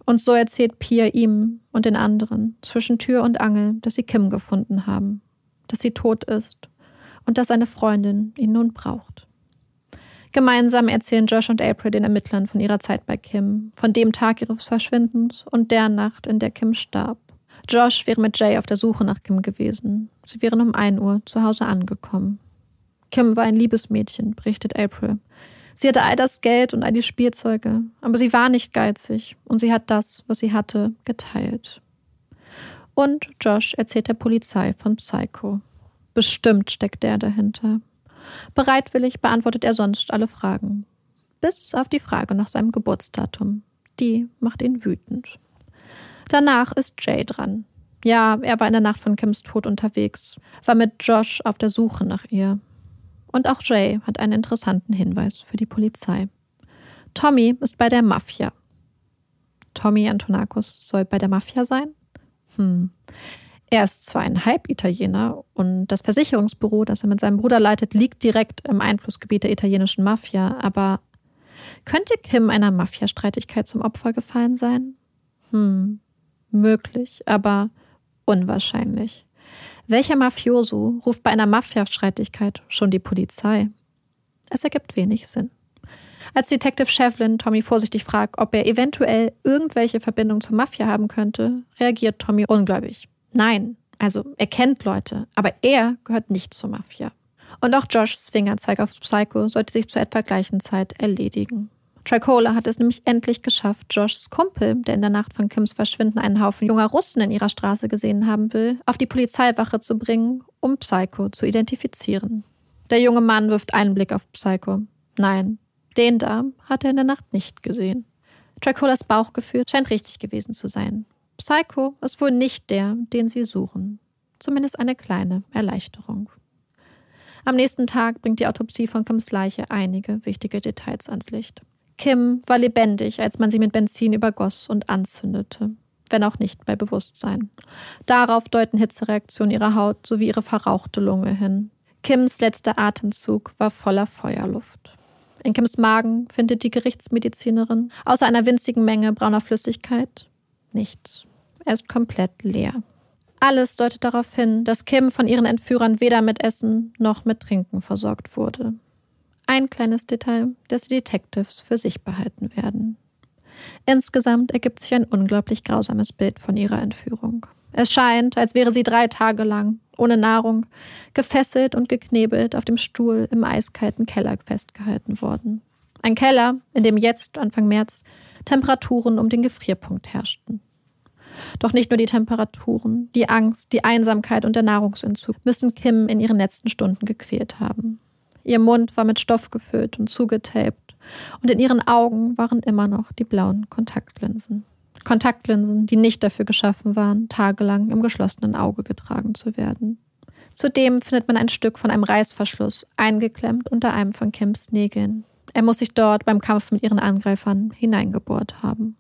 Und so erzählt Pia ihm und den anderen zwischen Tür und Angel, dass sie Kim gefunden haben, dass sie tot ist und dass seine Freundin ihn nun braucht. Gemeinsam erzählen Josh und April den Ermittlern von ihrer Zeit bei Kim, von dem Tag ihres Verschwindens und der Nacht, in der Kim starb. Josh wäre mit Jay auf der Suche nach Kim gewesen. Sie wären um 1 Uhr zu Hause angekommen. Kim war ein liebes Mädchen, berichtet April. Sie hatte all das Geld und all die Spielzeuge, aber sie war nicht geizig und sie hat das, was sie hatte, geteilt. Und Josh erzählt der Polizei von Psycho. Bestimmt steckt er dahinter. Bereitwillig beantwortet er sonst alle Fragen. Bis auf die Frage nach seinem Geburtsdatum. Die macht ihn wütend. Danach ist Jay dran. Ja, er war in der Nacht von Kims Tod unterwegs, war mit Josh auf der Suche nach ihr. Und auch Jay hat einen interessanten Hinweis für die Polizei. Tommy ist bei der Mafia. Tommy Antonakos soll bei der Mafia sein? Er ist zwar ein Halb-Italiener und das Versicherungsbüro, das er mit seinem Bruder leitet, liegt direkt im Einflussgebiet der italienischen Mafia, aber könnte Kim einer Mafia-Streitigkeit zum Opfer gefallen sein? Möglich, aber unwahrscheinlich. Welcher Mafioso ruft bei einer Mafia-Streitigkeit schon die Polizei? Es ergibt wenig Sinn. Als Detective Shevlin Tommy vorsichtig fragt, ob er eventuell irgendwelche Verbindung zur Mafia haben könnte, reagiert Tommy ungläubig. Nein, also er kennt Leute, aber er gehört nicht zur Mafia. Und auch Joshs Fingerzeig auf Psycho sollte sich zur etwa gleichen Zeit erledigen. Tricola hat es nämlich endlich geschafft, Joshs Kumpel, der in der Nacht von Kims Verschwinden einen Haufen junger Russen in ihrer Straße gesehen haben will, auf die Polizeiwache zu bringen, um Psycho zu identifizieren. Der junge Mann wirft einen Blick auf Psycho. Nein, den da hat er in der Nacht nicht gesehen. Tricolas Bauchgefühl scheint richtig gewesen zu sein. Psycho ist wohl nicht der, den sie suchen. Zumindest eine kleine Erleichterung. Am nächsten Tag bringt die Autopsie von Kims Leiche einige wichtige Details ans Licht. Kim war lebendig, als man sie mit Benzin übergoss und anzündete, wenn auch nicht bei Bewusstsein. Darauf deuten Hitzereaktionen ihrer Haut sowie ihre verrauchte Lunge hin. Kims letzter Atemzug war voller Feuerluft. In Kims Magen findet die Gerichtsmedizinerin außer einer winzigen Menge brauner Flüssigkeit nichts. Er ist komplett leer. Alles deutet darauf hin, dass Kim von ihren Entführern weder mit Essen noch mit Trinken versorgt wurde. Ein kleines Detail, das die Detectives für sich behalten werden. Insgesamt ergibt sich ein unglaublich grausames Bild von ihrer Entführung. Es scheint, als wäre sie 3 Tage lang, ohne Nahrung, gefesselt und geknebelt auf dem Stuhl im eiskalten Keller festgehalten worden. Ein Keller, in dem jetzt, Anfang März, Temperaturen um den Gefrierpunkt herrschten. Doch nicht nur die Temperaturen, die Angst, die Einsamkeit und der Nahrungsentzug müssen Kim in ihren letzten Stunden gequält haben. Ihr Mund war mit Stoff gefüllt und zugetaped und in ihren Augen waren immer noch die blauen Kontaktlinsen. Kontaktlinsen, die nicht dafür geschaffen waren, tagelang im geschlossenen Auge getragen zu werden. Zudem findet man ein Stück von einem Reißverschluss, eingeklemmt unter einem von Kims Nägeln. Er muss sich dort beim Kampf mit ihren Angreifern hineingebohrt haben.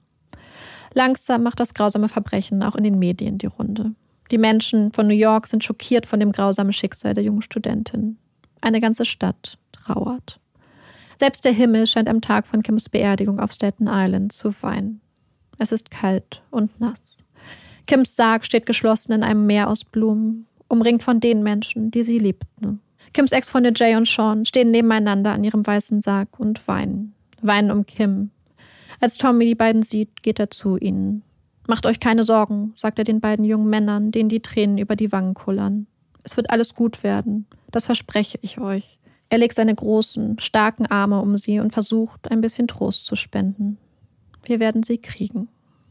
Langsam macht das grausame Verbrechen auch in den Medien die Runde. Die Menschen von New York sind schockiert von dem grausamen Schicksal der jungen Studentin. Eine ganze Stadt trauert. Selbst der Himmel scheint am Tag von Kims Beerdigung auf Staten Island zu weinen. Es ist kalt und nass. Kims Sarg steht geschlossen in einem Meer aus Blumen, umringt von den Menschen, die sie liebten. Kims Ex-Freunde Jay und Sean stehen nebeneinander an ihrem weißen Sarg und weinen. Weinen um Kim. Als Tommy die beiden sieht, geht er zu ihnen. »Macht euch keine Sorgen«, sagt er den beiden jungen Männern, denen die Tränen über die Wangen kullern. »Es wird alles gut werden. Das verspreche ich euch.« Er legt seine großen, starken Arme um sie und versucht, ein bisschen Trost zu spenden. Wir werden sie kriegen.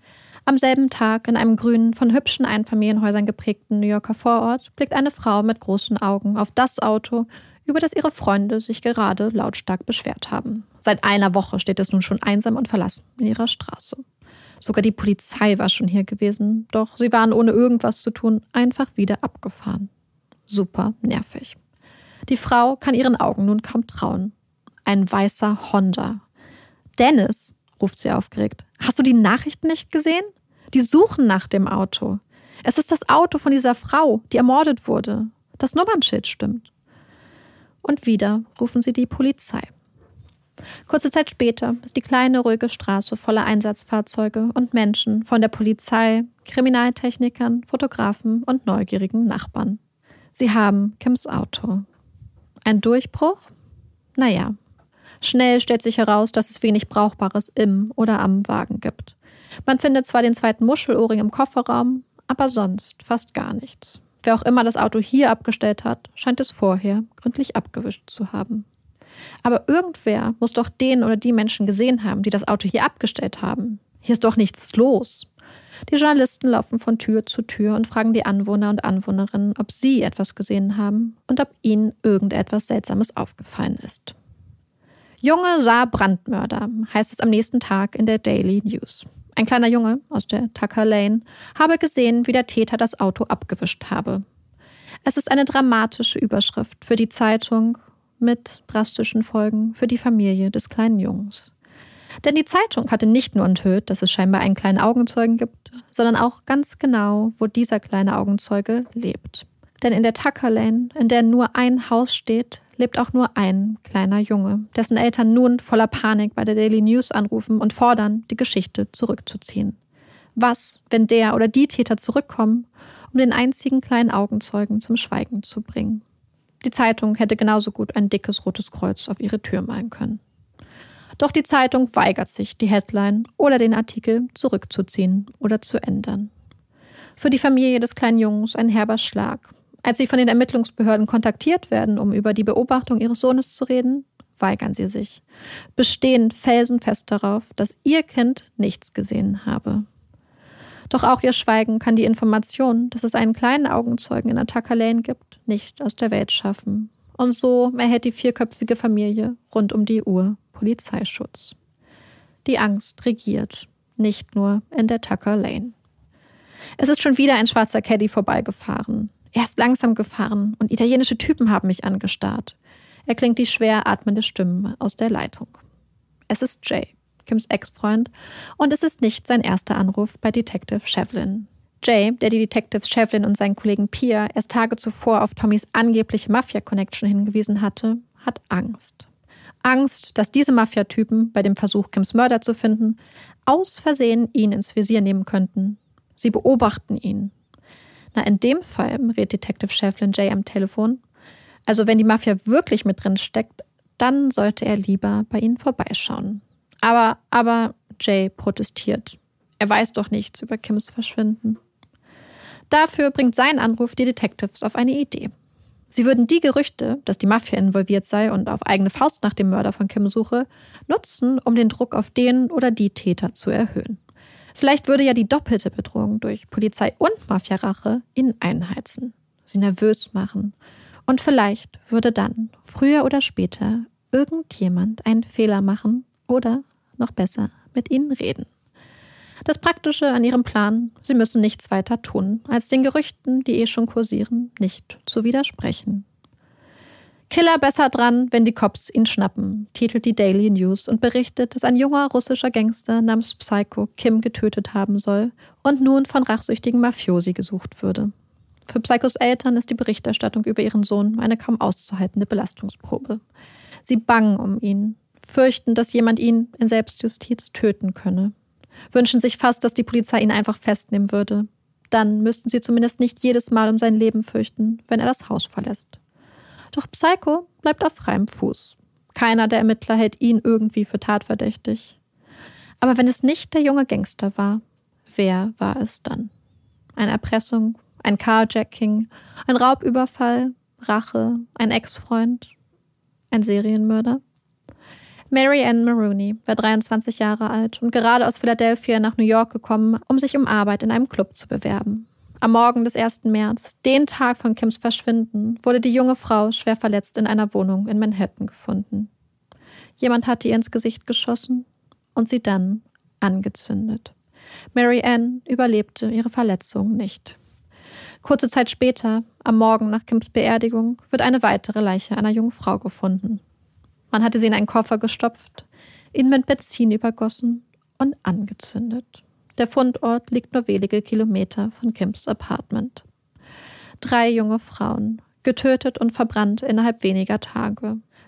Am selben Tag, in einem grünen, von hübschen Einfamilienhäusern geprägten New Yorker Vorort, blickt eine Frau mit großen Augen auf das Auto, über das ihre Freunde sich gerade lautstark beschwert haben. Seit einer Woche steht es nun schon einsam und verlassen in ihrer Straße. Sogar die Polizei war schon hier gewesen, doch sie waren ohne irgendwas zu tun einfach wieder abgefahren. Super nervig. Die Frau kann ihren Augen nun kaum trauen. Ein weißer Honda. »Dennis«, ruft sie aufgeregt, »hast du die Nachrichten nicht gesehen? Die suchen nach dem Auto. Es ist das Auto von dieser Frau, die ermordet wurde. Das Nummernschild stimmt.« Und wieder rufen sie die Polizei. Kurze Zeit später ist die kleine, ruhige Straße voller Einsatzfahrzeuge und Menschen von der Polizei, Kriminaltechnikern, Fotografen und neugierigen Nachbarn. Sie haben Kims Auto. Ein Durchbruch? Naja. Schnell stellt sich heraus, dass es wenig Brauchbares im oder am Wagen gibt. Man findet zwar den zweiten Muschelohrring im Kofferraum, aber sonst fast gar nichts. Wer auch immer das Auto hier abgestellt hat, scheint es vorher gründlich abgewischt zu haben. Aber irgendwer muss doch den oder die Menschen gesehen haben, die das Auto hier abgestellt haben. Hier ist doch nichts los. Die Journalisten laufen von Tür zu Tür und fragen die Anwohner und Anwohnerinnen, ob sie etwas gesehen haben und ob ihnen irgendetwas Seltsames aufgefallen ist. Junge sah Brandmörder, heißt es am nächsten Tag in der Daily News. Ein kleiner Junge aus der Tucker Lane habe gesehen, wie der Täter das Auto abgewischt habe. Es ist eine dramatische Überschrift für die Zeitung mit drastischen Folgen für die Familie des kleinen Jungs. Denn die Zeitung hatte nicht nur enthüllt, dass es scheinbar einen kleinen Augenzeugen gibt, sondern auch ganz genau, wo dieser kleine Augenzeuge lebt. Denn in der Tucker Lane, in der nur ein Haus steht, lebt auch nur ein kleiner Junge, dessen Eltern nun voller Panik bei der Daily News anrufen und fordern, die Geschichte zurückzuziehen. Was, wenn der oder die Täter zurückkommen, um den einzigen kleinen Augenzeugen zum Schweigen zu bringen? Die Zeitung hätte genauso gut ein dickes rotes Kreuz auf ihre Tür malen können. Doch die Zeitung weigert sich, die Headline oder den Artikel zurückzuziehen oder zu ändern. Für die Familie des kleinen Jungs ein herber Schlag. Als sie von den Ermittlungsbehörden kontaktiert werden, um über die Beobachtung ihres Sohnes zu reden, weigern sie sich, bestehen felsenfest darauf, dass ihr Kind nichts gesehen habe. Doch auch ihr Schweigen kann die Information, dass es einen kleinen Augenzeugen in der Tucker Lane gibt, nicht aus der Welt schaffen. Und so erhält die vierköpfige Familie rund um die Uhr Polizeischutz. Die Angst regiert, nicht nur in der Tucker Lane. Es ist schon wieder ein schwarzer Caddy vorbeigefahren. Er ist langsam gefahren und italienische Typen haben mich angestarrt. Erklingt die schwer atmende Stimme aus der Leitung. Es ist Jay, Kims Ex-Freund, und es ist nicht sein erster Anruf bei Detective Shevlin. Jay, der die Detectives Shevlin und seinen Kollegen Pierre erst Tage zuvor auf Tommys angebliche Mafia-Connection hingewiesen hatte, hat Angst. Angst, dass diese Mafia-Typen bei dem Versuch, Kims Mörder zu finden, aus Versehen ihn ins Visier nehmen könnten. Sie beobachten ihn. Na, in dem Fall, rät Detective Shevlin Jay am Telefon, also wenn die Mafia wirklich mit drin steckt, dann sollte er lieber bei ihnen vorbeischauen. Aber Jay protestiert. Er weiß doch nichts über Kims Verschwinden. Dafür bringt sein Anruf die Detectives auf eine Idee. Sie würden die Gerüchte, dass die Mafia involviert sei und auf eigene Faust nach dem Mörder von Kim suche, nutzen, um den Druck auf den oder die Täter zu erhöhen. Vielleicht würde ja die doppelte Bedrohung durch Polizei und Mafia-Rache ihn einheizen, sie nervös machen. Und vielleicht würde dann, früher oder später, irgendjemand einen Fehler machen oder, noch besser, mit ihnen reden. Das Praktische an ihrem Plan, sie müssen nichts weiter tun, als den Gerüchten, die schon kursieren, nicht zu widersprechen. Killer besser dran, wenn die Cops ihn schnappen, titelt die Daily News und berichtet, dass ein junger russischer Gangster namens Psycho Kim getötet haben soll und nun von rachsüchtigen Mafiosi gesucht würde. Für Psychos Eltern ist die Berichterstattung über ihren Sohn eine kaum auszuhaltende Belastungsprobe. Sie bangen um ihn, fürchten, dass jemand ihn in Selbstjustiz töten könne, wünschen sich fast, dass die Polizei ihn einfach festnehmen würde. Dann müssten sie zumindest nicht jedes Mal um sein Leben fürchten, wenn er das Haus verlässt. Doch Psycho bleibt auf freiem Fuß. Keiner der Ermittler hält ihn irgendwie für tatverdächtig. Aber wenn es nicht der junge Gangster war, wer war es dann? Eine Erpressung, ein Carjacking, ein Raubüberfall, Rache, ein Ex-Freund, ein Serienmörder? Mary Ann Maroney war 23 Jahre alt und gerade aus Philadelphia nach New York gekommen, um sich um Arbeit in einem Club zu bewerben. Am Morgen des 1. März, den Tag von Kims Verschwinden, wurde die junge Frau schwer verletzt in einer Wohnung in Manhattan gefunden. Jemand hatte ihr ins Gesicht geschossen und sie dann angezündet. Mary Ann überlebte ihre Verletzung nicht. Kurze Zeit später, am Morgen nach Kims Beerdigung, wird eine weitere Leiche einer jungen Frau gefunden. Man hatte sie in einen Koffer gestopft, ihn mit Benzin übergossen und angezündet. Der Fundort liegt nur wenige Kilometer von Kims Apartment. 3 junge Frauen, getötet und verbrannt innerhalb weniger Tage.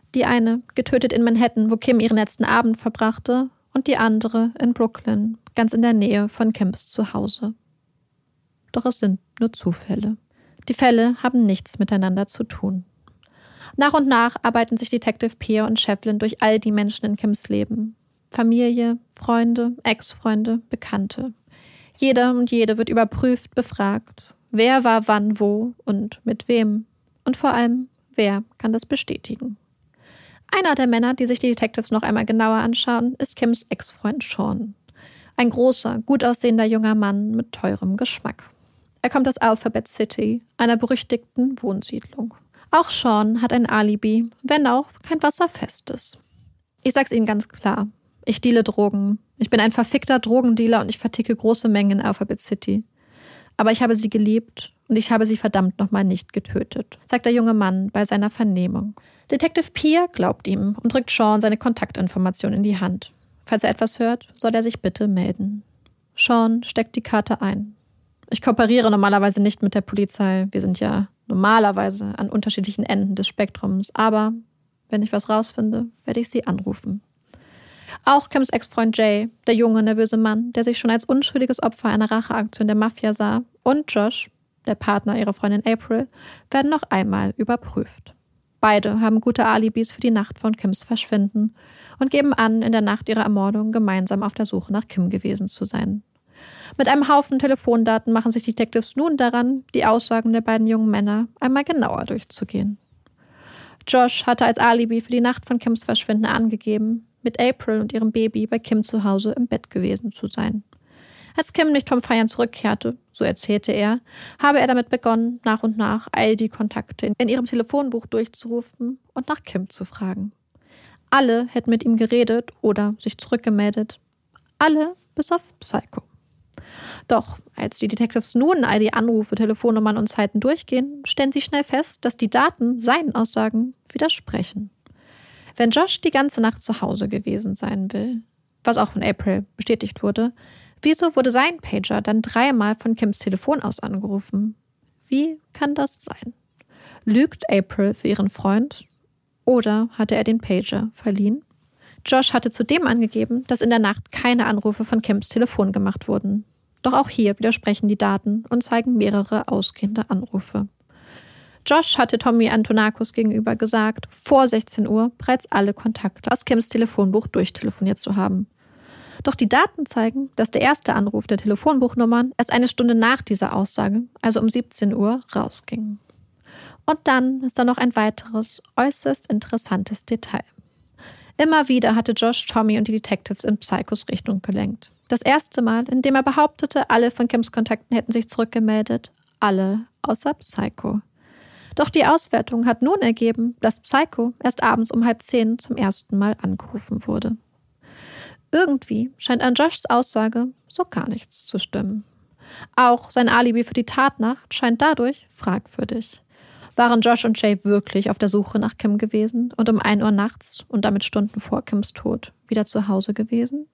Die eine getötet in Manhattan, wo Kim ihren letzten Abend verbrachte, und die andere in Brooklyn, ganz in der Nähe von Kims Zuhause. Doch es sind nur Zufälle. Die Fälle haben nichts miteinander zu tun. Nach und nach arbeiten sich Detective Peer und Shevlin durch all die Menschen in Kims Leben. Familie, Freunde, Ex-Freunde, Bekannte. Jeder und jede wird überprüft, befragt. Wer war wann wo und mit wem? Und vor allem, wer kann das bestätigen? Einer der Männer, die sich die Detectives noch einmal genauer anschauen, ist Kims Ex-Freund Sean. Ein großer, gut aussehender junger Mann mit teurem Geschmack. Er kommt aus Alphabet City, einer berüchtigten Wohnsiedlung. Auch Sean hat ein Alibi, wenn auch kein wasserfestes. Ich sag's Ihnen ganz klar. Ich deale Drogen. Ich bin ein verfickter Drogendealer und ich verticke große Mengen in Alphabet City. Aber ich habe sie geliebt und ich habe sie verdammt nochmal nicht getötet, sagt der junge Mann bei seiner Vernehmung. Detective Peer glaubt ihm und drückt Sean seine Kontaktinformation in die Hand. Falls er etwas hört, soll er sich bitte melden. Sean steckt die Karte ein. Ich kooperiere normalerweise nicht mit der Polizei. Wir sind ja normalerweise an unterschiedlichen Enden des Spektrums. Aber wenn ich was rausfinde, werde ich sie anrufen. Auch Kims Ex-Freund Jay, der junge, nervöse Mann, der sich schon als unschuldiges Opfer einer Racheaktion der Mafia sah, und Josh, der Partner ihrer Freundin April, werden noch einmal überprüft. Beide haben gute Alibis für die Nacht von Kims Verschwinden und geben an, in der Nacht ihrer Ermordung gemeinsam auf der Suche nach Kim gewesen zu sein. Mit einem Haufen Telefondaten machen sich Detectives nun daran, die Aussagen der beiden jungen Männer einmal genauer durchzugehen. Josh hatte als Alibi für die Nacht von Kims Verschwinden angegeben, mit April und ihrem Baby bei Kim zu Hause im Bett gewesen zu sein. Als Kim nicht vom Feiern zurückkehrte, so erzählte er, habe er damit begonnen, nach und nach all die Kontakte in ihrem Telefonbuch durchzurufen und nach Kim zu fragen. Alle hätten mit ihm geredet oder sich zurückgemeldet. Alle bis auf Psycho. Doch als die Detectives nun all die Anrufe, Telefonnummern und Zeiten durchgehen, stellen sie schnell fest, dass die Daten seinen Aussagen widersprechen. Wenn Josh die ganze Nacht zu Hause gewesen sein will, was auch von April bestätigt wurde, wieso wurde sein Pager dann 3-mal von Kims Telefon aus angerufen? Wie kann das sein? Lügt April für ihren Freund? Oder hatte er den Pager verliehen? Josh hatte zudem angegeben, dass in der Nacht keine Anrufe von Kims Telefon gemacht wurden. Doch auch hier widersprechen die Daten und zeigen mehrere ausgehende Anrufe. Josh hatte Tommy Antonakos gegenüber gesagt, vor 16 Uhr bereits alle Kontakte aus Kims Telefonbuch durchtelefoniert zu haben. Doch die Daten zeigen, dass der erste Anruf der Telefonbuchnummern erst eine Stunde nach dieser Aussage, also um 17 Uhr, rausging. Und dann ist da noch ein weiteres, äußerst interessantes Detail. Immer wieder hatte Josh Tommy und die Detectives in Psychos Richtung gelenkt. Das erste Mal, in dem er behauptete, alle von Kims Kontakten hätten sich zurückgemeldet, alle außer Psycho. Doch die Auswertung hat nun ergeben, dass Psycho erst abends um 9:30 zum ersten Mal angerufen wurde. Irgendwie scheint an Joshs Aussage so gar nichts zu stimmen. Auch sein Alibi für die Tatnacht scheint dadurch fragwürdig. Waren Josh und Jay wirklich auf der Suche nach Kim gewesen und um 1 Uhr nachts und damit Stunden vor Kims Tod wieder zu Hause gewesen?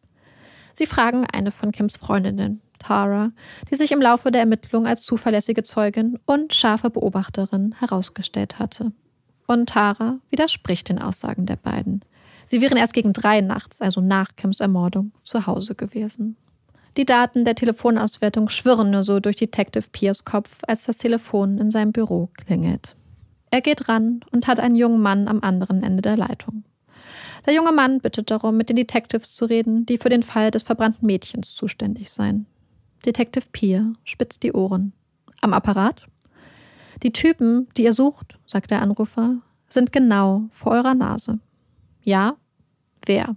Sie fragen eine von Kims Freundinnen, Tara, die sich im Laufe der Ermittlung als zuverlässige Zeugin und scharfe Beobachterin herausgestellt hatte. Und Tara widerspricht den Aussagen der beiden. Sie wären erst gegen 3 nachts, also nach Kims Ermordung, zu Hause gewesen. Die Daten der Telefonauswertung schwirren nur so durch Detective Peers Kopf, als das Telefon in seinem Büro klingelt. Er geht ran und hat einen jungen Mann am anderen Ende der Leitung. Der junge Mann bittet darum, mit den Detectives zu reden, die für den Fall des verbrannten Mädchens zuständig seien. Detective Peer spitzt die Ohren. Am Apparat? Die Typen, die ihr sucht, sagt der Anrufer, sind genau vor eurer Nase. Ja? Wer?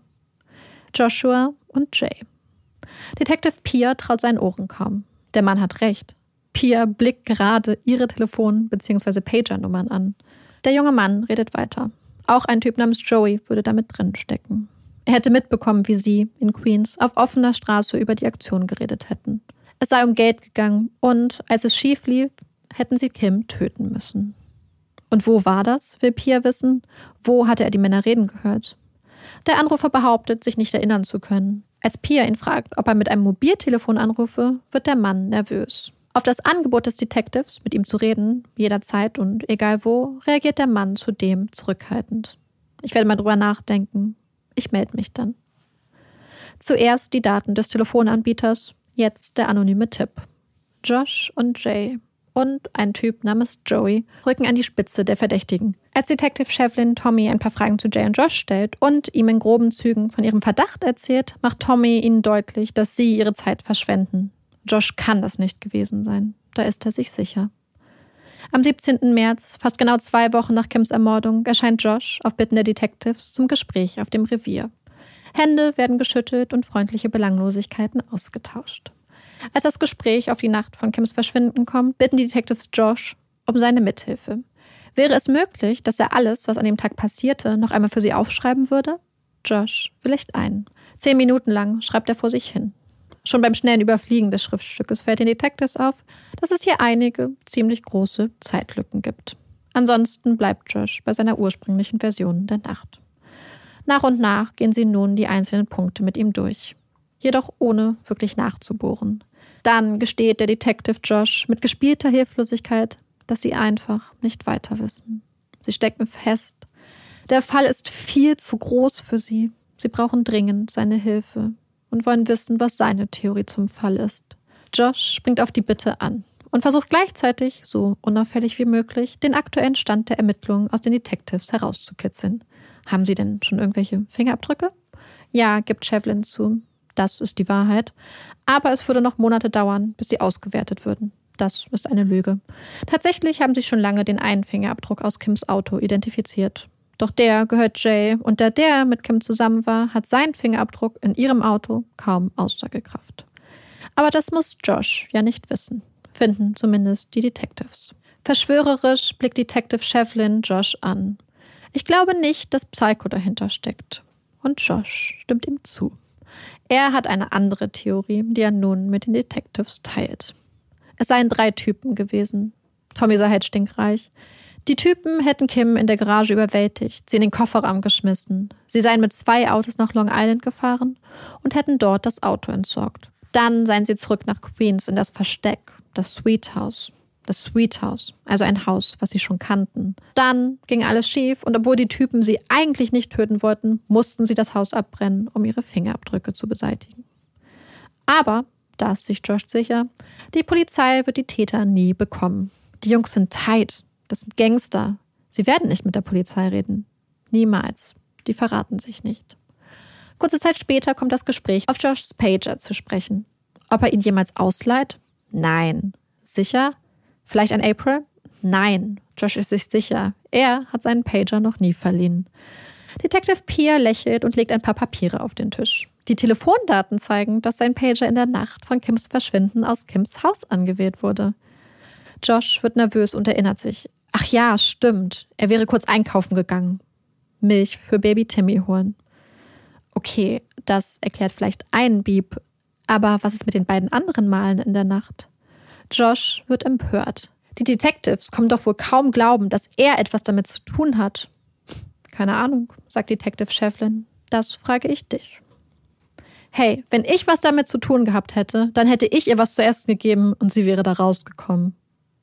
Joshua und Jay. Detective Peer traut seinen Ohren kaum. Der Mann hat recht. Peer blickt gerade ihre Telefon- bzw. Pager-Nummern an. Der junge Mann redet weiter. Auch ein Typ namens Joey würde damit drinstecken. Er hätte mitbekommen, wie sie in Queens auf offener Straße über die Aktion geredet hätten. Es sei um Geld gegangen und, als es schief lief, hätten sie Kim töten müssen. Und wo war das, will Peer wissen? Wo hatte er die Männer reden gehört? Der Anrufer behauptet, sich nicht erinnern zu können. Als Peer ihn fragt, ob er mit einem Mobiltelefon anrufe, wird der Mann nervös. Auf das Angebot des Detectives, mit ihm zu reden, jederzeit und egal wo, reagiert der Mann zudem zurückhaltend. Ich werde mal drüber nachdenken. Ich melde mich dann. Zuerst die Daten des Telefonanbieters, jetzt der anonyme Tipp. Josh und Jay und ein Typ namens Joey rücken an die Spitze der Verdächtigen. Als Detective Shevlin Tommy ein paar Fragen zu Jay und Josh stellt und ihm in groben Zügen von ihrem Verdacht erzählt, macht Tommy ihnen deutlich, dass sie ihre Zeit verschwenden. Josh kann das nicht gewesen sein. Da ist er sich sicher. Am 17. März, fast genau 2 Wochen nach Kims Ermordung, erscheint Josh auf Bitten der Detectives zum Gespräch auf dem Revier. Hände werden geschüttelt und freundliche Belanglosigkeiten ausgetauscht. Als das Gespräch auf die Nacht von Kims Verschwinden kommt, bitten die Detectives Josh um seine Mithilfe. Wäre es möglich, dass er alles, was an dem Tag passierte, noch einmal für sie aufschreiben würde? Josh willigt ein. 10 Minuten lang schreibt er vor sich hin. Schon beim schnellen Überfliegen des Schriftstückes fällt den Detectives auf, dass es hier einige ziemlich große Zeitlücken gibt. Ansonsten bleibt Josh bei seiner ursprünglichen Version der Nacht. Nach und nach gehen sie nun die einzelnen Punkte mit ihm durch. Jedoch ohne wirklich nachzubohren. Dann gesteht der Detective Josh mit gespielter Hilflosigkeit, dass sie einfach nicht weiter wissen. Sie stecken fest. Der Fall ist viel zu groß für sie. Sie brauchen dringend seine Hilfe und wollen wissen, was seine Theorie zum Fall ist. Josh springt auf die Bitte an und versucht gleichzeitig, so unauffällig wie möglich, den aktuellen Stand der Ermittlungen aus den Detectives herauszukitzeln. Haben sie denn schon irgendwelche Fingerabdrücke? Ja, gibt Shevlin zu. Das ist die Wahrheit. Aber es würde noch Monate dauern, bis sie ausgewertet würden. Das ist eine Lüge. Tatsächlich haben sie schon lange den einen Fingerabdruck aus Kims Auto identifiziert. Doch der gehört Jay und da der mit Kim zusammen war, hat sein Fingerabdruck in ihrem Auto kaum Aussagekraft. Aber das muss Josh ja nicht wissen. Finden zumindest die Detectives. Verschwörerisch blickt Detective Shevlin Josh an. Ich glaube nicht, dass Psycho dahinter steckt. Und Josh stimmt ihm zu. Er hat eine andere Theorie, die er nun mit den Detectives teilt. Es seien 3 Typen gewesen. Tommy sei halt stinkreich. Die Typen hätten Kim in der Garage überwältigt, sie in den Kofferraum geschmissen. Sie seien mit 2 Autos nach Long Island gefahren und hätten dort das Auto entsorgt. Dann seien sie zurück nach Queens in das Versteck, das Sweet House. Das Sweet House, also ein Haus, was sie schon kannten. Dann ging alles schief und obwohl die Typen sie eigentlich nicht töten wollten, mussten sie das Haus abbrennen, um ihre Fingerabdrücke zu beseitigen. Aber, da ist sich Josh sicher, die Polizei wird die Täter nie bekommen. Die Jungs sind tight, das sind Gangster. Sie werden nicht mit der Polizei reden. Niemals. Die verraten sich nicht. Kurze Zeit später kommt das Gespräch auf Joshs Pager zu sprechen. Ob er ihn jemals ausleiht? Nein. Sicher? Vielleicht an April? Nein, Josh ist sich sicher. Er hat seinen Pager noch nie verliehen. Detective Pierre lächelt und legt ein paar Papiere auf den Tisch. Die Telefondaten zeigen, dass sein Pager in der Nacht von Kims Verschwinden aus Kims Haus angewählt wurde. Josh wird nervös und erinnert sich. Ach ja, stimmt. Er wäre kurz einkaufen gegangen. Milch für Baby Timmy holen. Okay, das erklärt vielleicht einen Beep. Aber was ist mit den beiden anderen Malen in der Nacht? Josh wird empört. Die Detectives können doch wohl kaum glauben, dass er etwas damit zu tun hat. Keine Ahnung, sagt Detective Shevlin. Das frage ich dich. Hey, wenn ich was damit zu tun gehabt hätte, dann hätte ich ihr was zu essen gegeben und sie wäre da rausgekommen.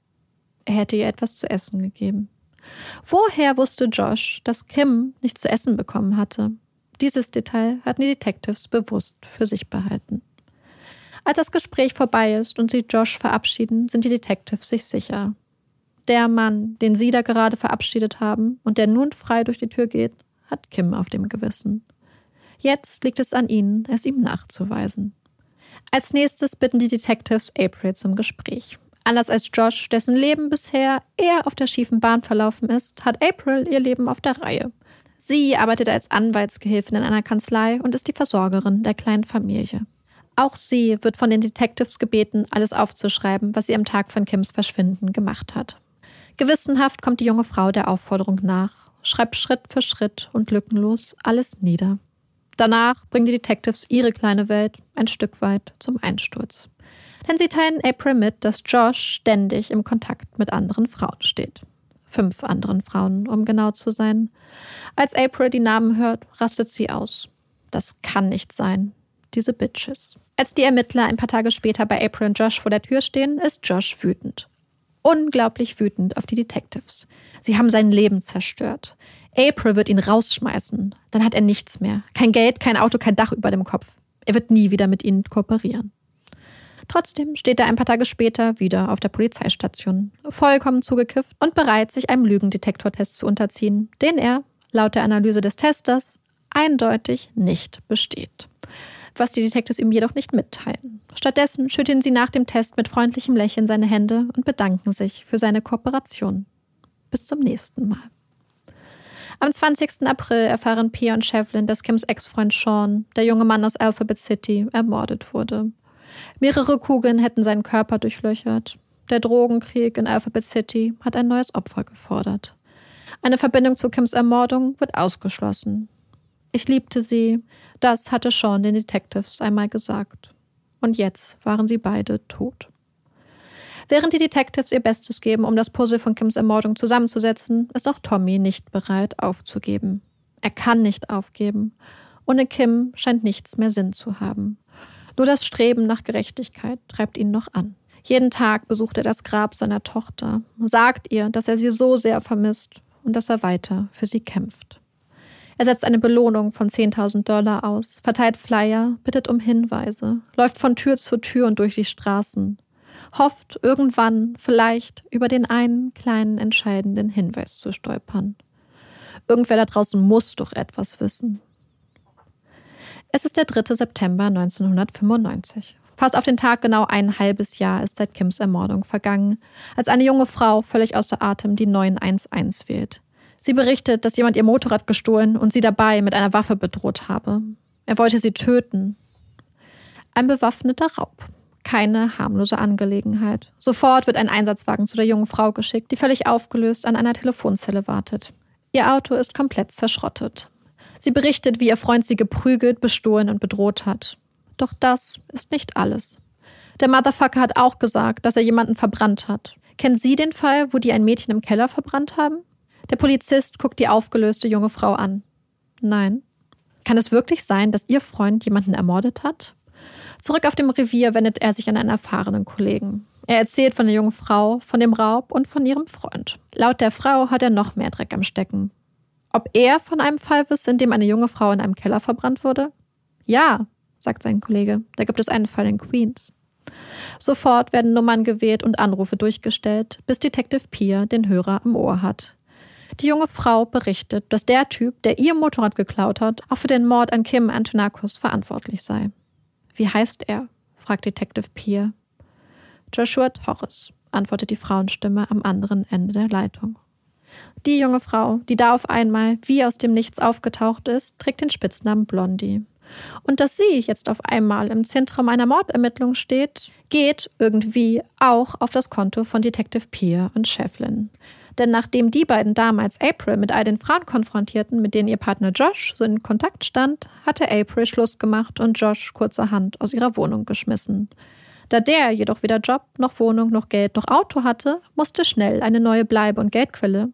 Er hätte ihr etwas zu essen gegeben. Woher wusste Josh, dass Kim nichts zu essen bekommen hatte? Dieses Detail hatten die Detectives bewusst für sich behalten. Als das Gespräch vorbei ist und sie Josh verabschieden, sind die Detectives sich sicher. Der Mann, den sie da gerade verabschiedet haben und der nun frei durch die Tür geht, hat Kim auf dem Gewissen. Jetzt liegt es an ihnen, es ihm nachzuweisen. Als nächstes bitten die Detectives April zum Gespräch. Anders als Josh, dessen Leben bisher eher auf der schiefen Bahn verlaufen ist, hat April ihr Leben auf der Reihe. Sie arbeitet als Anwaltsgehilfin in einer Kanzlei und ist die Versorgerin der kleinen Familie. Auch sie wird von den Detectives gebeten, alles aufzuschreiben, was sie am Tag von Kims Verschwinden gemacht hat. Gewissenhaft kommt die junge Frau der Aufforderung nach, schreibt Schritt für Schritt und lückenlos alles nieder. Danach bringen die Detectives ihre kleine Welt ein Stück weit zum Einsturz. Denn sie teilen April mit, dass Josh ständig im Kontakt mit anderen Frauen steht. 5 anderen Frauen, um genau zu sein. Als April die Namen hört, rastet sie aus. Das kann nicht sein. Diese Bitches. Als die Ermittler ein paar Tage später bei April und Josh vor der Tür stehen, ist Josh wütend. Unglaublich wütend auf die Detectives. Sie haben sein Leben zerstört. April wird ihn rausschmeißen. Dann hat er nichts mehr. Kein Geld, kein Auto, kein Dach über dem Kopf. Er wird nie wieder mit ihnen kooperieren. Trotzdem steht er ein paar Tage später wieder auf der Polizeistation, vollkommen zugekifft und bereit, sich einem Lügendetektortest zu unterziehen, den er, laut der Analyse des Testers, eindeutig nicht besteht. Was die Detectives ihm jedoch nicht mitteilen. Stattdessen schütteln sie nach dem Test mit freundlichem Lächeln seine Hände und bedanken sich für seine Kooperation. Bis zum nächsten Mal. Am 20. April erfahren Pia und Shevlin, dass Kims Ex-Freund Sean, der junge Mann aus Alphabet City, ermordet wurde. Mehrere Kugeln hätten seinen Körper durchlöchert. Der Drogenkrieg in Alphabet City hat ein neues Opfer gefordert. Eine Verbindung zu Kims Ermordung wird ausgeschlossen. Ich liebte sie, das hatte Sean den Detectives einmal gesagt. Und jetzt waren sie beide tot. Während die Detectives ihr Bestes geben, um das Puzzle von Kims Ermordung zusammenzusetzen, ist auch Tommy nicht bereit aufzugeben. Er kann nicht aufgeben. Ohne Kim scheint nichts mehr Sinn zu haben. Nur das Streben nach Gerechtigkeit treibt ihn noch an. Jeden Tag besucht er das Grab seiner Tochter, sagt ihr, dass er sie so sehr vermisst und dass er weiter für sie kämpft. Er setzt eine Belohnung von $10.000 aus, verteilt Flyer, bittet um Hinweise, läuft von Tür zu Tür und durch die Straßen, hofft irgendwann vielleicht über den einen kleinen entscheidenden Hinweis zu stolpern. Irgendwer da draußen muss doch etwas wissen. Es ist der 3. September 1995. Fast auf den Tag genau ein halbes Jahr ist seit Kims Ermordung vergangen, als eine junge Frau völlig außer Atem die 911 wählt. Sie berichtet, dass jemand ihr Motorrad gestohlen und sie dabei mit einer Waffe bedroht habe. Er wollte sie töten. Ein bewaffneter Raub. Keine harmlose Angelegenheit. Sofort wird ein Einsatzwagen zu der jungen Frau geschickt, die völlig aufgelöst an einer Telefonzelle wartet. Ihr Auto ist komplett zerschrottet. Sie berichtet, wie ihr Freund sie geprügelt, bestohlen und bedroht hat. Doch das ist nicht alles. Der Motherfucker hat auch gesagt, dass er jemanden verbrannt hat. Kennen Sie den Fall, wo die ein Mädchen im Keller verbrannt haben? Der Polizist guckt die aufgelöste junge Frau an. Nein. Kann es wirklich sein, dass Ihr Freund jemanden ermordet hat? Zurück auf dem Revier wendet er sich an einen erfahrenen Kollegen. Er erzählt von der jungen Frau, von dem Raub und von ihrem Freund. Laut der Frau hat er noch mehr Dreck am Stecken. Ob er von einem Fall wusste, in dem eine junge Frau in einem Keller verbrannt wurde? Ja, sagt sein Kollege. Da gibt es einen Fall in Queens. Sofort werden Nummern gewählt und Anrufe durchgestellt, bis Detective Pia den Hörer am Ohr hat. Die junge Frau berichtet, dass der Typ, der ihr Motorrad geklaut hat, auch für den Mord an Kim Antonakos verantwortlich sei. Wie heißt er? Fragt Detective Pia. Joshua Torres, antwortet die Frauenstimme am anderen Ende der Leitung. Die junge Frau, die da auf einmal wie aus dem Nichts aufgetaucht ist, trägt den Spitznamen Blondie. Und dass sie jetzt auf einmal im Zentrum einer Mordermittlung steht, geht irgendwie auch auf das Konto von Detective Pia und Shevlin. Denn nachdem die beiden damals April mit all den Frauen konfrontierten, mit denen ihr Partner Josh so in Kontakt stand, hatte April Schluss gemacht und Josh kurzerhand aus ihrer Wohnung geschmissen. Da der jedoch weder Job, noch Wohnung, noch Geld, noch Auto hatte, musste schnell eine neue Bleibe- und Geldquelle,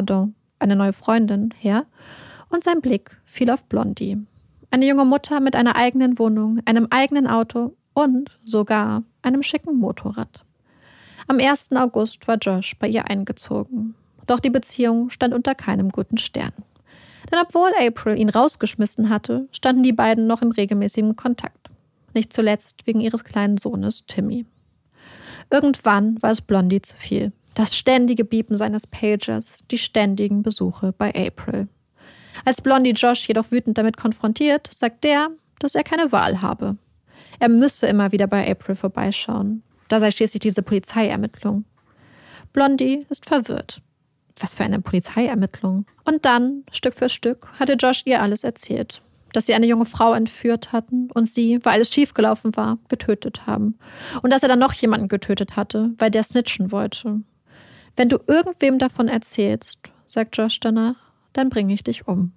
eine neue Freundin, her, und sein Blick fiel auf Blondie. Eine junge Mutter mit einer eigenen Wohnung, einem eigenen Auto und sogar einem schicken Motorrad. Am 1. August war Josh bei ihr eingezogen. Doch die Beziehung stand unter keinem guten Stern. Denn obwohl April ihn rausgeschmissen hatte, standen die beiden noch in regelmäßigem Kontakt. Nicht zuletzt wegen ihres kleinen Sohnes Timmy. Irgendwann war es Blondie zu viel. Das ständige Biepen seines Pagers, die ständigen Besuche bei April. Als Blondie Josh jedoch wütend damit konfrontiert, sagt der, dass er keine Wahl habe. Er müsse immer wieder bei April vorbeischauen. Da sei schließlich diese Polizeiermittlung. Blondie ist verwirrt. Was für eine Polizeiermittlung? Und dann, Stück für Stück, hatte Josh ihr alles erzählt. Dass sie eine junge Frau entführt hatten und sie, weil alles schiefgelaufen war, getötet haben. Und dass er dann noch jemanden getötet hatte, weil der snitchen wollte. Wenn du irgendwem davon erzählst, sagt Josh danach, dann bringe ich dich um.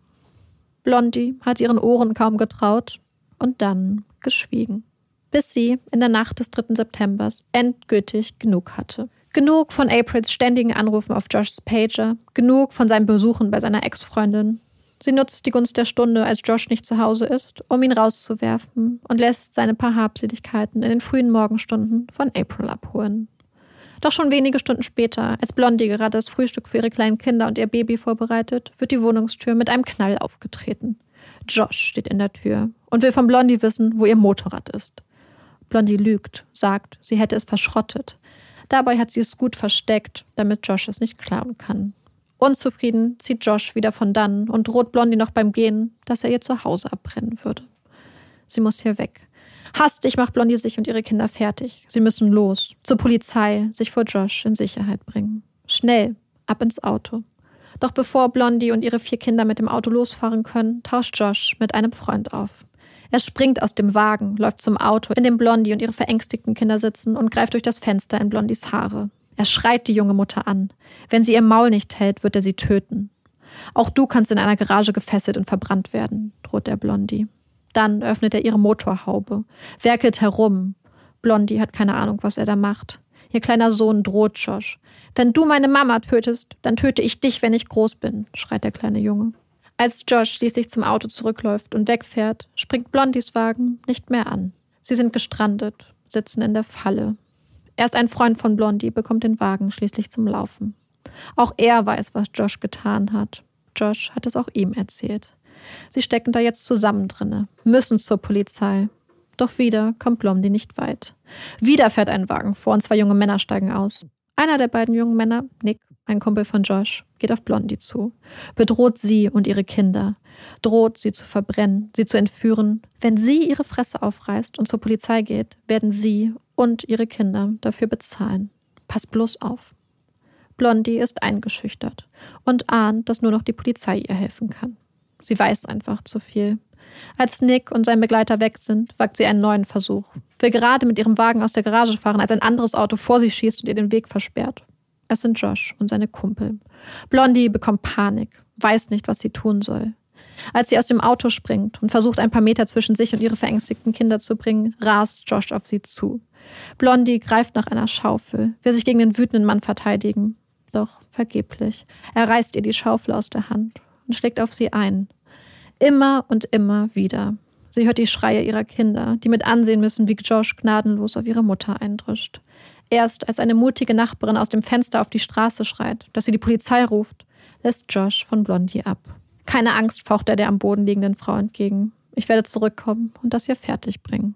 Blondie hat ihren Ohren kaum getraut und dann geschwiegen. Bis sie in der Nacht des 3. September endgültig genug hatte. Genug von Aprils ständigen Anrufen auf Joshs Pager, genug von seinen Besuchen bei seiner Ex-Freundin. Sie nutzt die Gunst der Stunde, als Josh nicht zu Hause ist, um ihn rauszuwerfen und lässt seine paar Habseligkeiten in den frühen Morgenstunden von April abholen. Doch schon wenige Stunden später, als Blondie gerade das Frühstück für ihre kleinen Kinder und ihr Baby vorbereitet, wird die Wohnungstür mit einem Knall aufgetreten. Josh steht in der Tür und will von Blondie wissen, wo ihr Motorrad ist. Blondie lügt, sagt, sie hätte es verschrottet. Dabei hat sie es gut versteckt, damit Josh es nicht klauen kann. Unzufrieden zieht Josh wieder von dann und droht Blondie noch beim Gehen, dass er ihr Zuhause abbrennen würde. Sie muss hier weg. Hastig macht Blondie sich und ihre Kinder fertig. Sie müssen los, zur Polizei, sich vor Josh in Sicherheit bringen. Schnell, ab ins Auto. Doch bevor Blondie und ihre 4 Kinder mit dem Auto losfahren können, tauscht Josh mit einem Freund auf. Er springt aus dem Wagen, läuft zum Auto, in dem Blondie und ihre verängstigten Kinder sitzen und greift durch das Fenster in Blondies Haare. Er schreit die junge Mutter an. Wenn sie ihr Maul nicht hält, wird er sie töten. Auch du kannst in einer Garage gefesselt und verbrannt werden, droht der Blondie. Dann öffnet er ihre Motorhaube, werkelt herum. Blondie hat keine Ahnung, was er da macht. Ihr kleiner Sohn droht Josh. Wenn du meine Mama tötest, dann töte ich dich, wenn ich groß bin, schreit der kleine Junge. Als Josh schließlich zum Auto zurückläuft und wegfährt, springt Blondies Wagen nicht mehr an. Sie sind gestrandet, sitzen in der Falle. Erst ein Freund von Blondie bekommt den Wagen schließlich zum Laufen. Auch er weiß, was Josh getan hat. Josh hat es auch ihm erzählt. Sie stecken da jetzt zusammen drinne, müssen zur Polizei. Doch wieder kommt Blondie nicht weit. Wieder fährt ein Wagen vor und 2 junge Männer steigen aus. Einer der beiden jungen Männer, Nick, ein Kumpel von Josh, geht auf Blondie zu, bedroht sie und ihre Kinder, droht sie zu verbrennen, sie zu entführen. Wenn sie ihre Fresse aufreißt und zur Polizei geht, werden sie und ihre Kinder dafür bezahlen. Pass bloß auf. Blondie ist eingeschüchtert und ahnt, dass nur noch die Polizei ihr helfen kann. Sie weiß einfach zu viel. Als Nick und sein Begleiter weg sind, wagt sie einen neuen Versuch. Will gerade mit ihrem Wagen aus der Garage fahren, als ein anderes Auto vor sie schießt und ihr den Weg versperrt. Es sind Josh und seine Kumpel. Blondie bekommt Panik, weiß nicht, was sie tun soll. Als sie aus dem Auto springt und versucht, ein paar Meter zwischen sich und ihre verängstigten Kinder zu bringen, rast Josh auf sie zu. Blondie greift nach einer Schaufel, will sich gegen den wütenden Mann verteidigen. Doch vergeblich. Er reißt ihr die Schaufel aus der Hand und schlägt auf sie ein. Immer und immer wieder. Sie hört die Schreie ihrer Kinder, die mit ansehen müssen, wie Josh gnadenlos auf ihre Mutter eindrischt. Erst als eine mutige Nachbarin aus dem Fenster auf die Straße schreit, dass sie die Polizei ruft, lässt Josh von Blondie ab. Keine Angst, faucht er der am Boden liegenden Frau entgegen. Ich werde zurückkommen und das hier fertig bringen.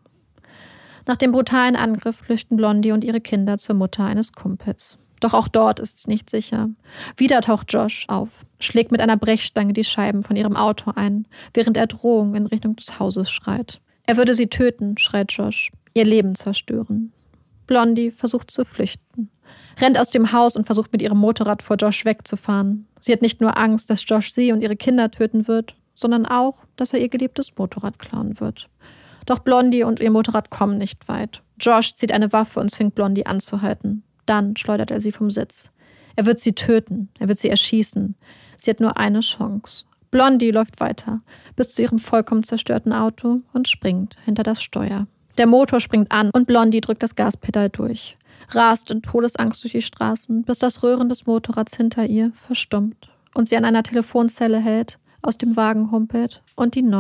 Nach dem brutalen Angriff flüchten Blondie und ihre Kinder zur Mutter eines Kumpels. Doch auch dort ist es nicht sicher. Wieder taucht Josh auf, schlägt mit einer Brechstange die Scheiben von ihrem Auto ein, während er Drohungen in Richtung des Hauses schreit. Er würde sie töten, schreit Josh, ihr Leben zerstören. Blondie versucht zu flüchten, rennt aus dem Haus und versucht mit ihrem Motorrad vor Josh wegzufahren. Sie hat nicht nur Angst, dass Josh sie und ihre Kinder töten wird, sondern auch, dass er ihr geliebtes Motorrad klauen wird. Doch Blondie und ihr Motorrad kommen nicht weit. Josh zieht eine Waffe und zwingt Blondie anzuhalten. Dann schleudert er sie vom Sitz. Er wird sie töten, er wird sie erschießen. Sie hat nur eine Chance. Blondie läuft weiter, bis zu ihrem vollkommen zerstörten Auto und springt hinter das Steuer. Der Motor springt an und Blondie drückt das Gaspedal durch, rast in Todesangst durch die Straßen, bis das Röhren des Motorrads hinter ihr verstummt und sie an einer Telefonzelle hält, aus dem Wagen humpelt und die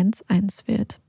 911 wählt.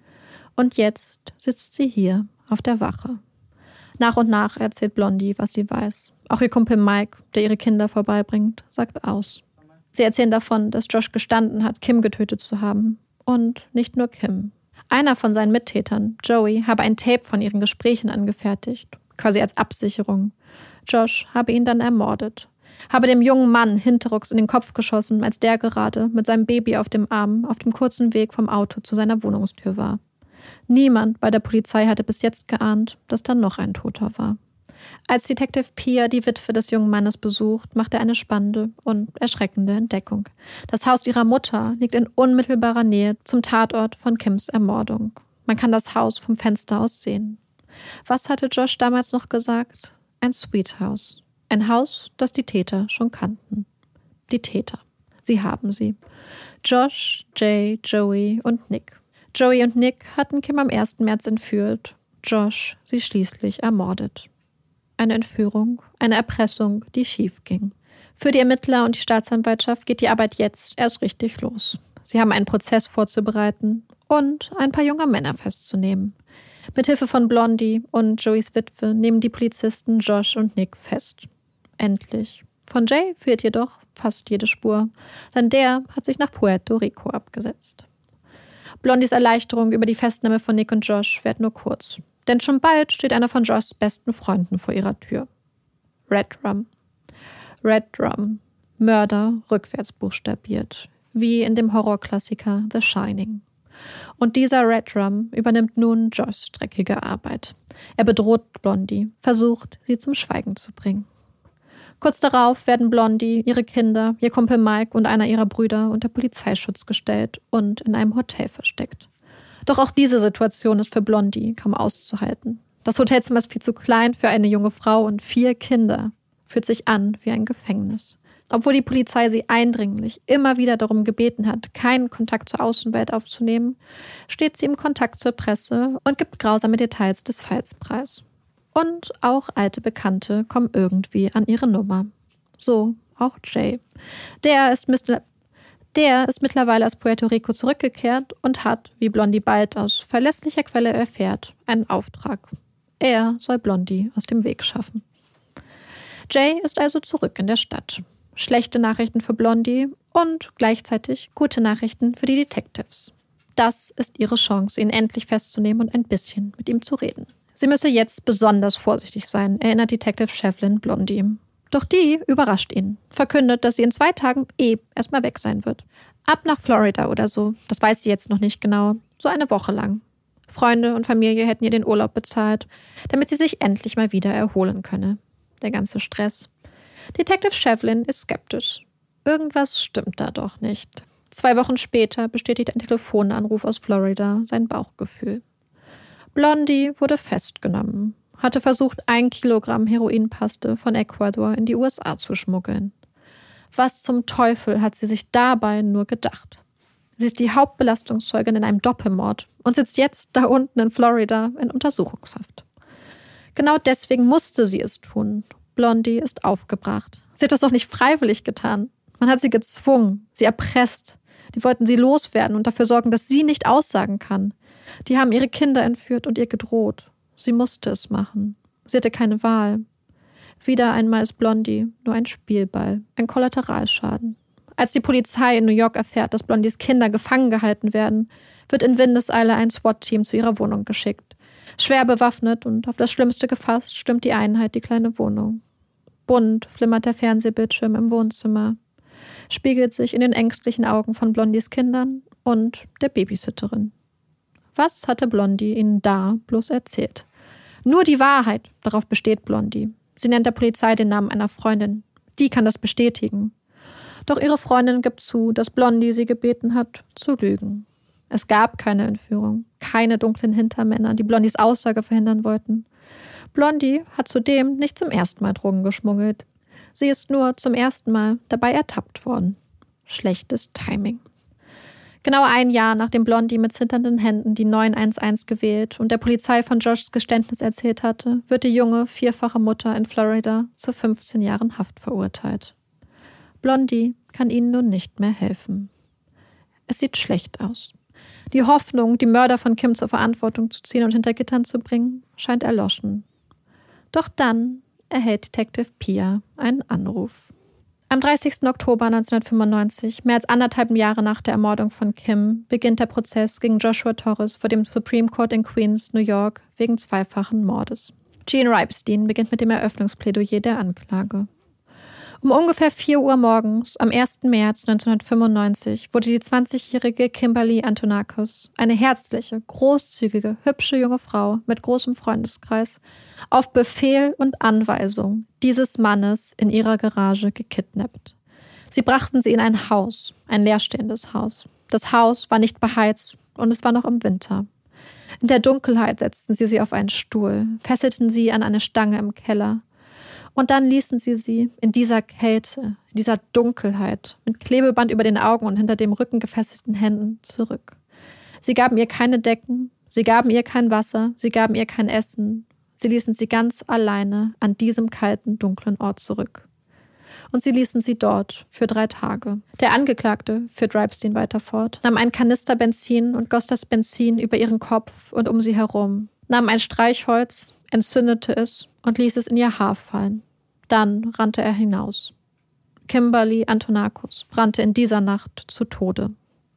Und jetzt sitzt sie hier auf der Wache. Nach und nach erzählt Blondie, was sie weiß. Auch ihr Kumpel Mike, der ihre Kinder vorbeibringt, sagt aus. Sie erzählen davon, dass Josh gestanden hat, Kim getötet zu haben. Und nicht nur Kim. Einer von seinen Mittätern, Joey, habe ein Tape von ihren Gesprächen angefertigt, quasi als Absicherung. Josh habe ihn dann ermordet. Habe dem jungen Mann hinterrucks in den Kopf geschossen, als der gerade mit seinem Baby auf dem Arm auf dem kurzen Weg vom Auto zu seiner Wohnungstür war. Niemand bei der Polizei hatte bis jetzt geahnt, dass da noch ein Toter war. Als Detective Pia die Witwe des jungen Mannes besucht, macht er eine spannende und erschreckende Entdeckung. Das Haus ihrer Mutter liegt in unmittelbarer Nähe zum Tatort von Kims Ermordung. Man kann das Haus vom Fenster aus sehen. Was hatte Josh damals noch gesagt? Ein Sweet House. Ein Haus, das die Täter schon kannten. Die Täter. Sie haben sie. Josh, Jay, Joey und Nick. Joey und Nick hatten Kim am 1. März entführt. Josh sie schließlich ermordet. Eine Entführung, eine Erpressung, die schief ging. Für die Ermittler und die Staatsanwaltschaft geht die Arbeit jetzt erst richtig los. Sie haben einen Prozess vorzubereiten und ein paar junge Männer festzunehmen. Mithilfe von Blondie und Joeys Witwe nehmen die Polizisten Josh und Nick fest. Endlich. Von Jay fehlt jedoch fast jede Spur, denn der hat sich nach Puerto Rico abgesetzt. Blondies Erleichterung über die Festnahme von Nick und Josh währt nur kurz, denn schon bald steht einer von Joshs besten Freunden vor ihrer Tür. Red Rum. Red Rum. Mörder rückwärts buchstabiert, wie in dem Horrorklassiker The Shining. Und dieser Red Rum übernimmt nun Joshs dreckige Arbeit. Er bedroht Blondie, versucht, sie zum Schweigen zu bringen. Kurz darauf werden Blondie, ihre Kinder, ihr Kumpel Mike und einer ihrer Brüder unter Polizeischutz gestellt und in einem Hotel versteckt. Doch auch diese Situation ist für Blondie kaum auszuhalten. Das Hotelzimmer ist viel zu klein für eine junge Frau und 4 Kinder. Fühlt sich an wie ein Gefängnis. Obwohl die Polizei sie eindringlich immer wieder darum gebeten hat, keinen Kontakt zur Außenwelt aufzunehmen, steht sie im Kontakt zur Presse und gibt grausame Details des Falls preis. Und auch alte Bekannte kommen irgendwie an ihre Nummer. So auch Jay. Der ist mittlerweile aus Puerto Rico zurückgekehrt und hat, wie Blondie bald aus verlässlicher Quelle erfährt, einen Auftrag. Er soll Blondie aus dem Weg schaffen. Jay ist also zurück in der Stadt. Schlechte Nachrichten für Blondie und gleichzeitig gute Nachrichten für die Detectives. Das ist ihre Chance, ihn endlich festzunehmen und ein bisschen mit ihm zu reden. Sie müsse jetzt besonders vorsichtig sein, erinnert Detective Shevlin Blondie. Doch die überrascht ihn, verkündet, dass sie in 2 Tagen erstmal weg sein wird. Ab nach Florida oder so, das weiß sie jetzt noch nicht genau, so eine Woche lang. Freunde und Familie hätten ihr den Urlaub bezahlt, damit sie sich endlich mal wieder erholen könne. Der ganze Stress. Detective Shevlin ist skeptisch. Irgendwas stimmt da doch nicht. 2 Wochen später bestätigt ein Telefonanruf aus Florida sein Bauchgefühl. Blondie wurde festgenommen, hatte versucht, 1 Kilogramm Heroinpaste von Ecuador in die USA zu schmuggeln. Was zum Teufel hat sie sich dabei nur gedacht? Sie ist die Hauptbelastungszeugin in einem Doppelmord und sitzt jetzt da unten in Florida in Untersuchungshaft. Genau deswegen musste sie es tun. Blondie ist aufgebracht. Sie hat das doch nicht freiwillig getan. Man hat sie gezwungen, sie erpresst. Die wollten sie loswerden und dafür sorgen, dass sie nicht aussagen kann. Die haben ihre Kinder entführt und ihr gedroht. Sie musste es machen. Sie hatte keine Wahl. Wieder einmal ist Blondie nur ein Spielball, ein Kollateralschaden. Als die Polizei in New York erfährt, dass Blondies Kinder gefangen gehalten werden, wird in Windeseile ein SWAT-Team zu ihrer Wohnung geschickt. Schwer bewaffnet und auf das Schlimmste gefasst, stürmt die Einheit die kleine Wohnung. Bunt flimmert der Fernsehbildschirm im Wohnzimmer, spiegelt sich in den ängstlichen Augen von Blondies Kindern und der Babysitterin. Was hatte Blondie ihnen da bloß erzählt? Nur die Wahrheit, darauf besteht Blondie. Sie nennt der Polizei den Namen einer Freundin. Die kann das bestätigen. Doch ihre Freundin gibt zu, dass Blondie sie gebeten hat, zu lügen. Es gab keine Entführung, keine dunklen Hintermänner, die Blondies Aussage verhindern wollten. Blondie hat zudem nicht zum ersten Mal Drogen geschmuggelt. Sie ist nur zum ersten Mal dabei ertappt worden. Schlechtes Timing. Genau 1 Jahr, nachdem Blondie mit zitternden Händen die 911 gewählt und der Polizei von Joshs Geständnis erzählt hatte, wird die junge, 4-fache Mutter in Florida zu 15 Jahren Haft verurteilt. Blondie kann ihnen nun nicht mehr helfen. Es sieht schlecht aus. Die Hoffnung, die Mörder von Kim zur Verantwortung zu ziehen und hinter Gittern zu bringen, scheint erloschen. Doch dann erhält Detective Pia einen Anruf. Am 30. Oktober 1995, mehr als 1,5 Jahre nach der Ermordung von Kim, beginnt der Prozess gegen Joshua Torres vor dem Supreme Court in Queens, New York, wegen 2-fachen Mordes. Gene Ripstein beginnt mit dem Eröffnungsplädoyer der Anklage. Um ungefähr 4 Uhr morgens, am 1. März 1995, wurde die 20-jährige Kimberly Antonakos, eine herzliche, großzügige, hübsche junge Frau mit großem Freundeskreis, auf Befehl und Anweisung dieses Mannes in ihrer Garage gekidnappt. Sie brachten sie in ein Haus, ein leerstehendes Haus. Das Haus war nicht beheizt und es war noch im Winter. In der Dunkelheit setzten sie auf einen Stuhl, fesselten sie an eine Stange im Keller. Und dann ließen sie in dieser Kälte, in dieser Dunkelheit, mit Klebeband über den Augen und hinter dem Rücken gefesselten Händen zurück. Sie gaben ihr keine Decken, sie gaben ihr kein Wasser, sie gaben ihr kein Essen. Sie ließen sie ganz alleine an diesem kalten, dunklen Ort zurück. Und sie ließen sie dort für 3 Tage. Der Angeklagte führt Ripstein weiter fort, nahm einen Kanister Benzin und goss das Benzin über ihren Kopf und um sie herum. nahm ein Streichholz, entzündete es und ließ es in ihr Haar fallen. Dann rannte er hinaus. Kimberly Antonakos brannte in dieser Nacht zu Tode.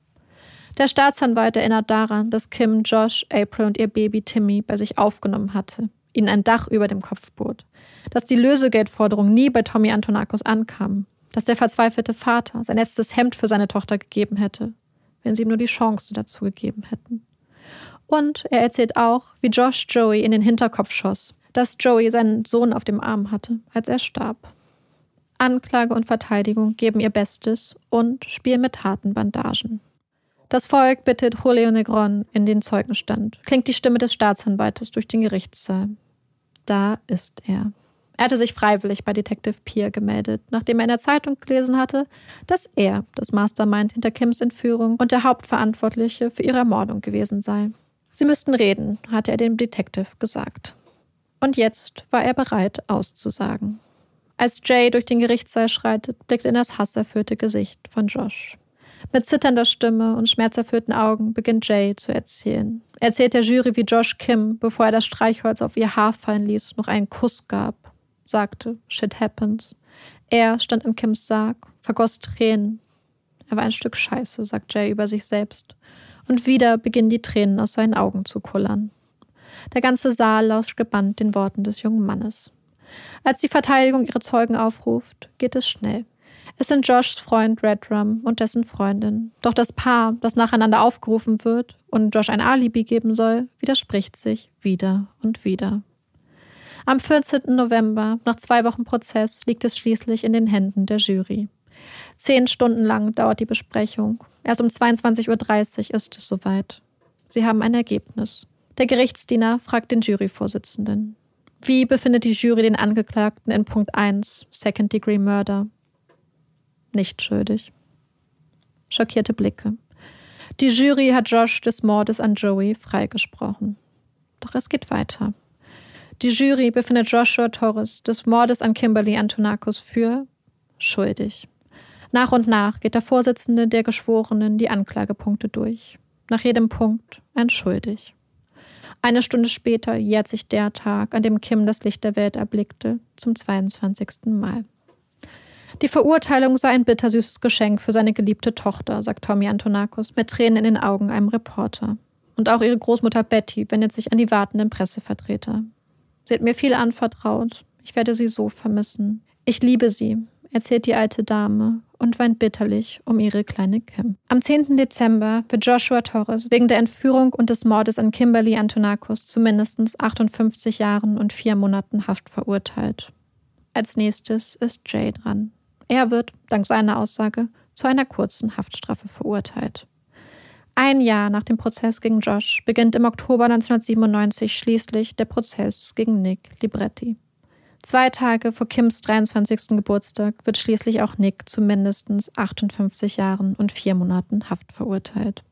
Der Staatsanwalt erinnert daran, dass Kim Josh, April und ihr Baby Timmy bei sich aufgenommen hatte, ihnen ein Dach über dem Kopf bot, dass die Lösegeldforderung nie bei Tommy Antonakos ankam, dass der verzweifelte Vater sein letztes Hemd für seine Tochter gegeben hätte, wenn sie ihm nur die Chance dazu gegeben hätten. Und er erzählt auch, wie Josh Joey in den Hinterkopf schoss, dass Joey seinen Sohn auf dem Arm hatte, als er starb. Anklage und Verteidigung geben ihr Bestes und spielen mit harten Bandagen. Das Volk bittet Julio Negron in den Zeugenstand. Klingt die Stimme des Staatsanwaltes durch den Gerichtssaal. Da ist er. Er hatte sich freiwillig bei Detective Peer gemeldet, nachdem er in der Zeitung gelesen hatte, dass er das Mastermind hinter Kims Entführung und der Hauptverantwortliche für ihre Ermordung gewesen sei. Sie müssten reden, hatte er dem Detective gesagt. Und jetzt war er bereit, auszusagen. Als Jay durch den Gerichtssaal schreitet, blickt er in das hasserfüllte Gesicht von Josh. Mit zitternder Stimme und schmerzerfüllten Augen beginnt Jay zu erzählen. Er erzählt der Jury, wie Josh Kim, bevor er das Streichholz auf ihr Haar fallen ließ, noch einen Kuss gab. Sagte, shit happens. Er stand in Kims Sarg, vergoss Tränen. Er war ein Stück Scheiße, sagt Jay über sich selbst. Und wieder beginnen die Tränen aus seinen Augen zu kullern. Der ganze Saal lauscht gebannt den Worten des jungen Mannes. Als die Verteidigung ihre Zeugen aufruft, geht es schnell. Es sind Joshs Freund Redrum und dessen Freundin. Doch das Paar, das nacheinander aufgerufen wird und Josh ein Alibi geben soll, widerspricht sich wieder und wieder. Am 14. November, nach 2 Wochen Prozess, liegt es schließlich in den Händen der Jury. 10 Stunden lang dauert die Besprechung. Erst um 22:30 Uhr ist es soweit. Sie haben ein Ergebnis. Der Gerichtsdiener fragt den Juryvorsitzenden. Wie befindet die Jury den Angeklagten in Punkt 1, Second Degree Murder? Nicht schuldig. Schockierte Blicke. Die Jury hat Josh des Mordes an Joey freigesprochen. Doch es geht weiter. Die Jury befindet Joshua Torres des Mordes an Kimberly Antonakos für schuldig. Nach und nach geht der Vorsitzende der Geschworenen die Anklagepunkte durch. Nach jedem Punkt ein schuldig. 1 Stunde später jährt sich der Tag, an dem Kim das Licht der Welt erblickte, zum 22. Mal. Die Verurteilung sei ein bittersüßes Geschenk für seine geliebte Tochter, sagt Tommy Antonakos mit Tränen in den Augen einem Reporter. Und auch ihre Großmutter Betty wendet sich an die wartenden Pressevertreter. Sie hat mir viel anvertraut. Ich werde sie so vermissen. Ich liebe sie, erzählt die alte Dame und weint bitterlich um ihre kleine Kim. Am 10. Dezember wird Joshua Torres wegen der Entführung und des Mordes an Kimberly Antonakos zu mindestens 58 Jahren und 4 Monaten Haft verurteilt. Als nächstes ist Jay dran. Er wird, dank seiner Aussage, zu einer kurzen Haftstrafe verurteilt. 1 Jahr nach dem Prozess gegen Josh beginnt im Oktober 1997 schließlich der Prozess gegen Nick Libretti. 2 Tage vor Kims 23. Geburtstag wird schließlich auch Nick zu mindestens 58 Jahren und 4 Monaten Haft verurteilt.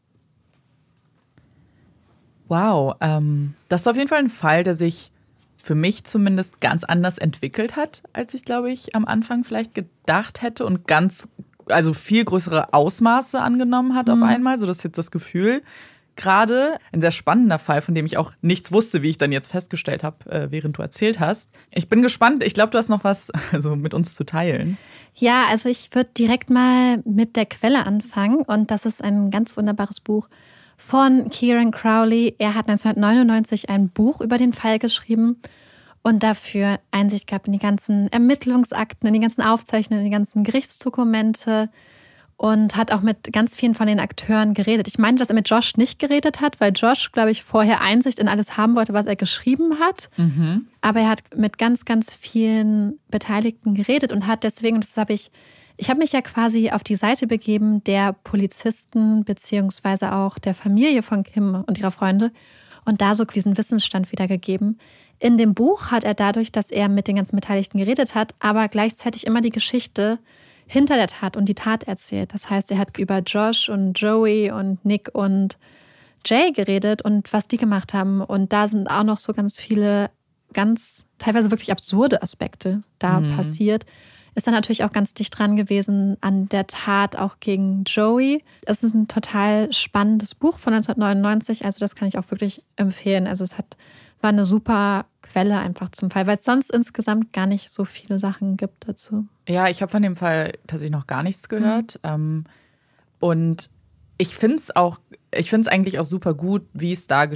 Wow, das ist auf jeden Fall ein Fall, der sich für mich zumindest ganz anders entwickelt hat, als ich, glaube ich, am Anfang vielleicht gedacht hätte und also viel größere Ausmaße angenommen hat auf einmal. So, das ist jetzt das Gefühl. Gerade ein sehr spannender Fall, von dem ich auch nichts wusste, wie ich dann jetzt festgestellt habe, während du erzählt hast. Ich bin gespannt. Ich glaube, du hast noch was mit uns zu teilen. Ja, also ich würde direkt mal mit der Quelle anfangen. Und das ist ein ganz wunderbares Buch von Kieran Crowley. Er hat 1999 ein Buch über den Fall geschrieben und dafür Einsicht gehabt in die ganzen Ermittlungsakten, in die ganzen Aufzeichnungen, in die ganzen Gerichtsdokumente und hat auch mit ganz vielen von den Akteuren geredet. Ich meine, dass er mit Josh nicht geredet hat, weil Josh, glaube ich, vorher Einsicht in alles haben wollte, was er geschrieben hat. Mhm. Aber er hat mit ganz, ganz vielen Beteiligten geredet und hat deswegen, und das habe ich habe mich ja quasi auf die Seite begeben der Polizisten beziehungsweise auch der Familie von Kim und ihrer Freunde und da so diesen Wissensstand wiedergegeben. In dem Buch hat er dadurch, dass er mit den ganzen Beteiligten geredet hat, aber gleichzeitig immer die Geschichte hinter der Tat und die Tat erzählt. Das heißt, er hat über Josh und Joey und Nick und Jay geredet und was die gemacht haben. Und da sind auch noch so ganz viele, ganz teilweise wirklich absurde Aspekte da passiert. Ist dann natürlich auch ganz dicht dran gewesen an der Tat auch gegen Joey. Es ist ein total spannendes Buch von 1999, also das kann ich auch wirklich empfehlen. Also es hat war eine super Quelle einfach zum Fall, weil es sonst insgesamt gar nicht so viele Sachen gibt dazu. Ja, ich habe von dem Fall tatsächlich noch gar nichts gehört. Und ich finde es eigentlich auch super gut, wie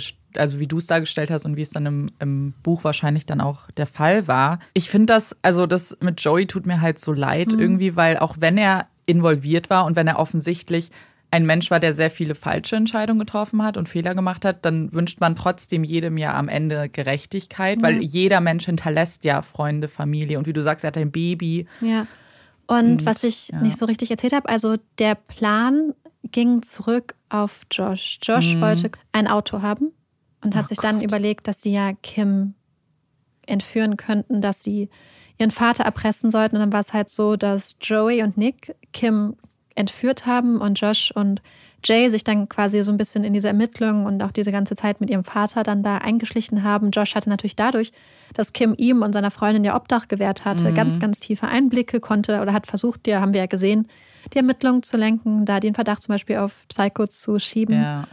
du es dargestellt hast und wie es dann im Buch wahrscheinlich dann auch der Fall war. Ich finde das mit Joey tut mir halt so leid irgendwie, weil auch wenn er involviert war und wenn er offensichtlich ein Mensch war, der sehr viele falsche Entscheidungen getroffen hat und Fehler gemacht hat, dann wünscht man trotzdem jedem ja am Ende Gerechtigkeit, weil jeder Mensch hinterlässt ja Freunde, Familie und wie du sagst, er hat ein Baby. Ja. Und was ich nicht so richtig erzählt habe, also der Plan ging zurück auf Josh. Josh wollte ein Auto haben und hat sich dann überlegt, dass sie ja Kim entführen könnten, dass sie ihren Vater erpressen sollten. Und dann war es halt so, dass Joey und Nick Kim entführt haben und Josh und Jay sich dann quasi so ein bisschen in diese Ermittlungen und auch diese ganze Zeit mit ihrem Vater dann da eingeschlichen haben. Josh hatte natürlich dadurch, dass Kim ihm und seiner Freundin ja Obdach gewährt hatte, ganz, ganz tiefe Einblicke konnte oder hat versucht, haben wir ja gesehen, die Ermittlungen zu lenken, da den Verdacht zum Beispiel auf Psycho zu schieben. Ja.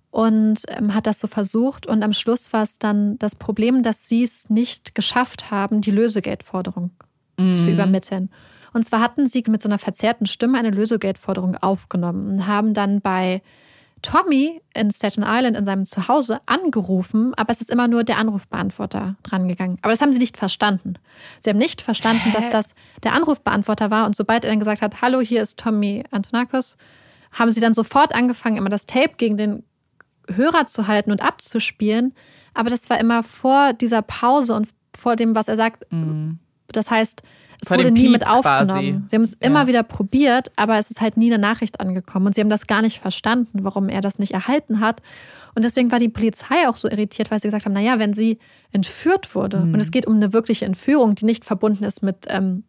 Und hat das so versucht. Und am Schluss war es dann das Problem, dass sie es nicht geschafft haben, die Lösegeldforderung zu übermitteln. Und zwar hatten sie mit so einer verzerrten Stimme eine Lösegeldforderung aufgenommen und haben dann bei Tommy in Staten Island in seinem Zuhause angerufen, aber es ist immer nur der Anrufbeantworter drangegangen. Aber das haben sie nicht verstanden. Sie haben nicht verstanden, dass das der Anrufbeantworter war. Und sobald er dann gesagt hat, hallo, hier ist Tommy Antonakos, haben sie dann sofort angefangen, immer das Tape gegen den Hörer zu halten und abzuspielen. Aber das war immer vor dieser Pause und vor dem, was er sagt. Das heißt, es wurde nie mit aufgenommen. Quasi. Sie haben es immer wieder probiert, aber es ist halt nie eine Nachricht angekommen. Und sie haben das gar nicht verstanden, warum er das nicht erhalten hat. Und deswegen war die Polizei auch so irritiert, weil sie gesagt haben, naja, wenn sie entführt wurde, und es geht um eine wirkliche Entführung, die nicht verbunden ist mit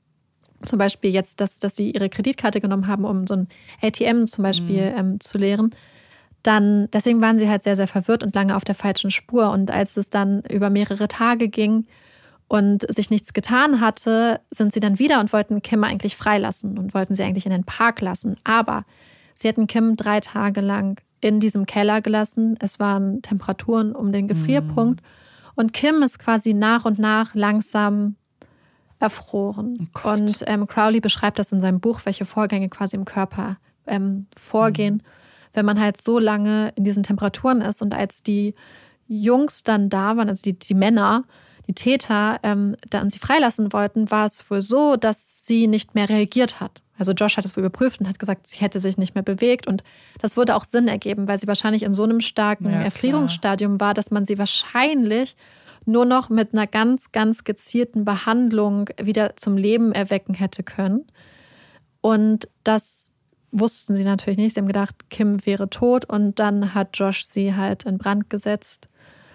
zum Beispiel jetzt, dass sie ihre Kreditkarte genommen haben, um so ein ATM zum Beispiel zu leeren, dann deswegen waren sie halt sehr, sehr verwirrt und lange auf der falschen Spur. Und als es dann über mehrere Tage ging, und sich nichts getan hatte, sind sie dann wieder und wollten Kim eigentlich freilassen und wollten sie eigentlich in den Park lassen. Aber sie hätten Kim 3 Tage lang in diesem Keller gelassen. Es waren Temperaturen um den Gefrierpunkt. Und Kim ist quasi nach und nach langsam erfroren. Und Crowley beschreibt das in seinem Buch, welche Vorgänge quasi im Körper vorgehen, wenn man halt so lange in diesen Temperaturen ist. Und als die Jungs dann da waren, also die Männer, die Täter dann sie freilassen wollten, war es wohl so, dass sie nicht mehr reagiert hat. Also Josh hat es wohl überprüft und hat gesagt, sie hätte sich nicht mehr bewegt. Und das würde auch Sinn ergeben, weil sie wahrscheinlich in so einem starken Erfrierungsstadium war, dass man sie wahrscheinlich nur noch mit einer ganz, ganz gezielten Behandlung wieder zum Leben erwecken hätte können. Und das wussten sie natürlich nicht. Sie haben gedacht, Kim wäre tot. Und dann hat Josh sie halt in Brand gesetzt.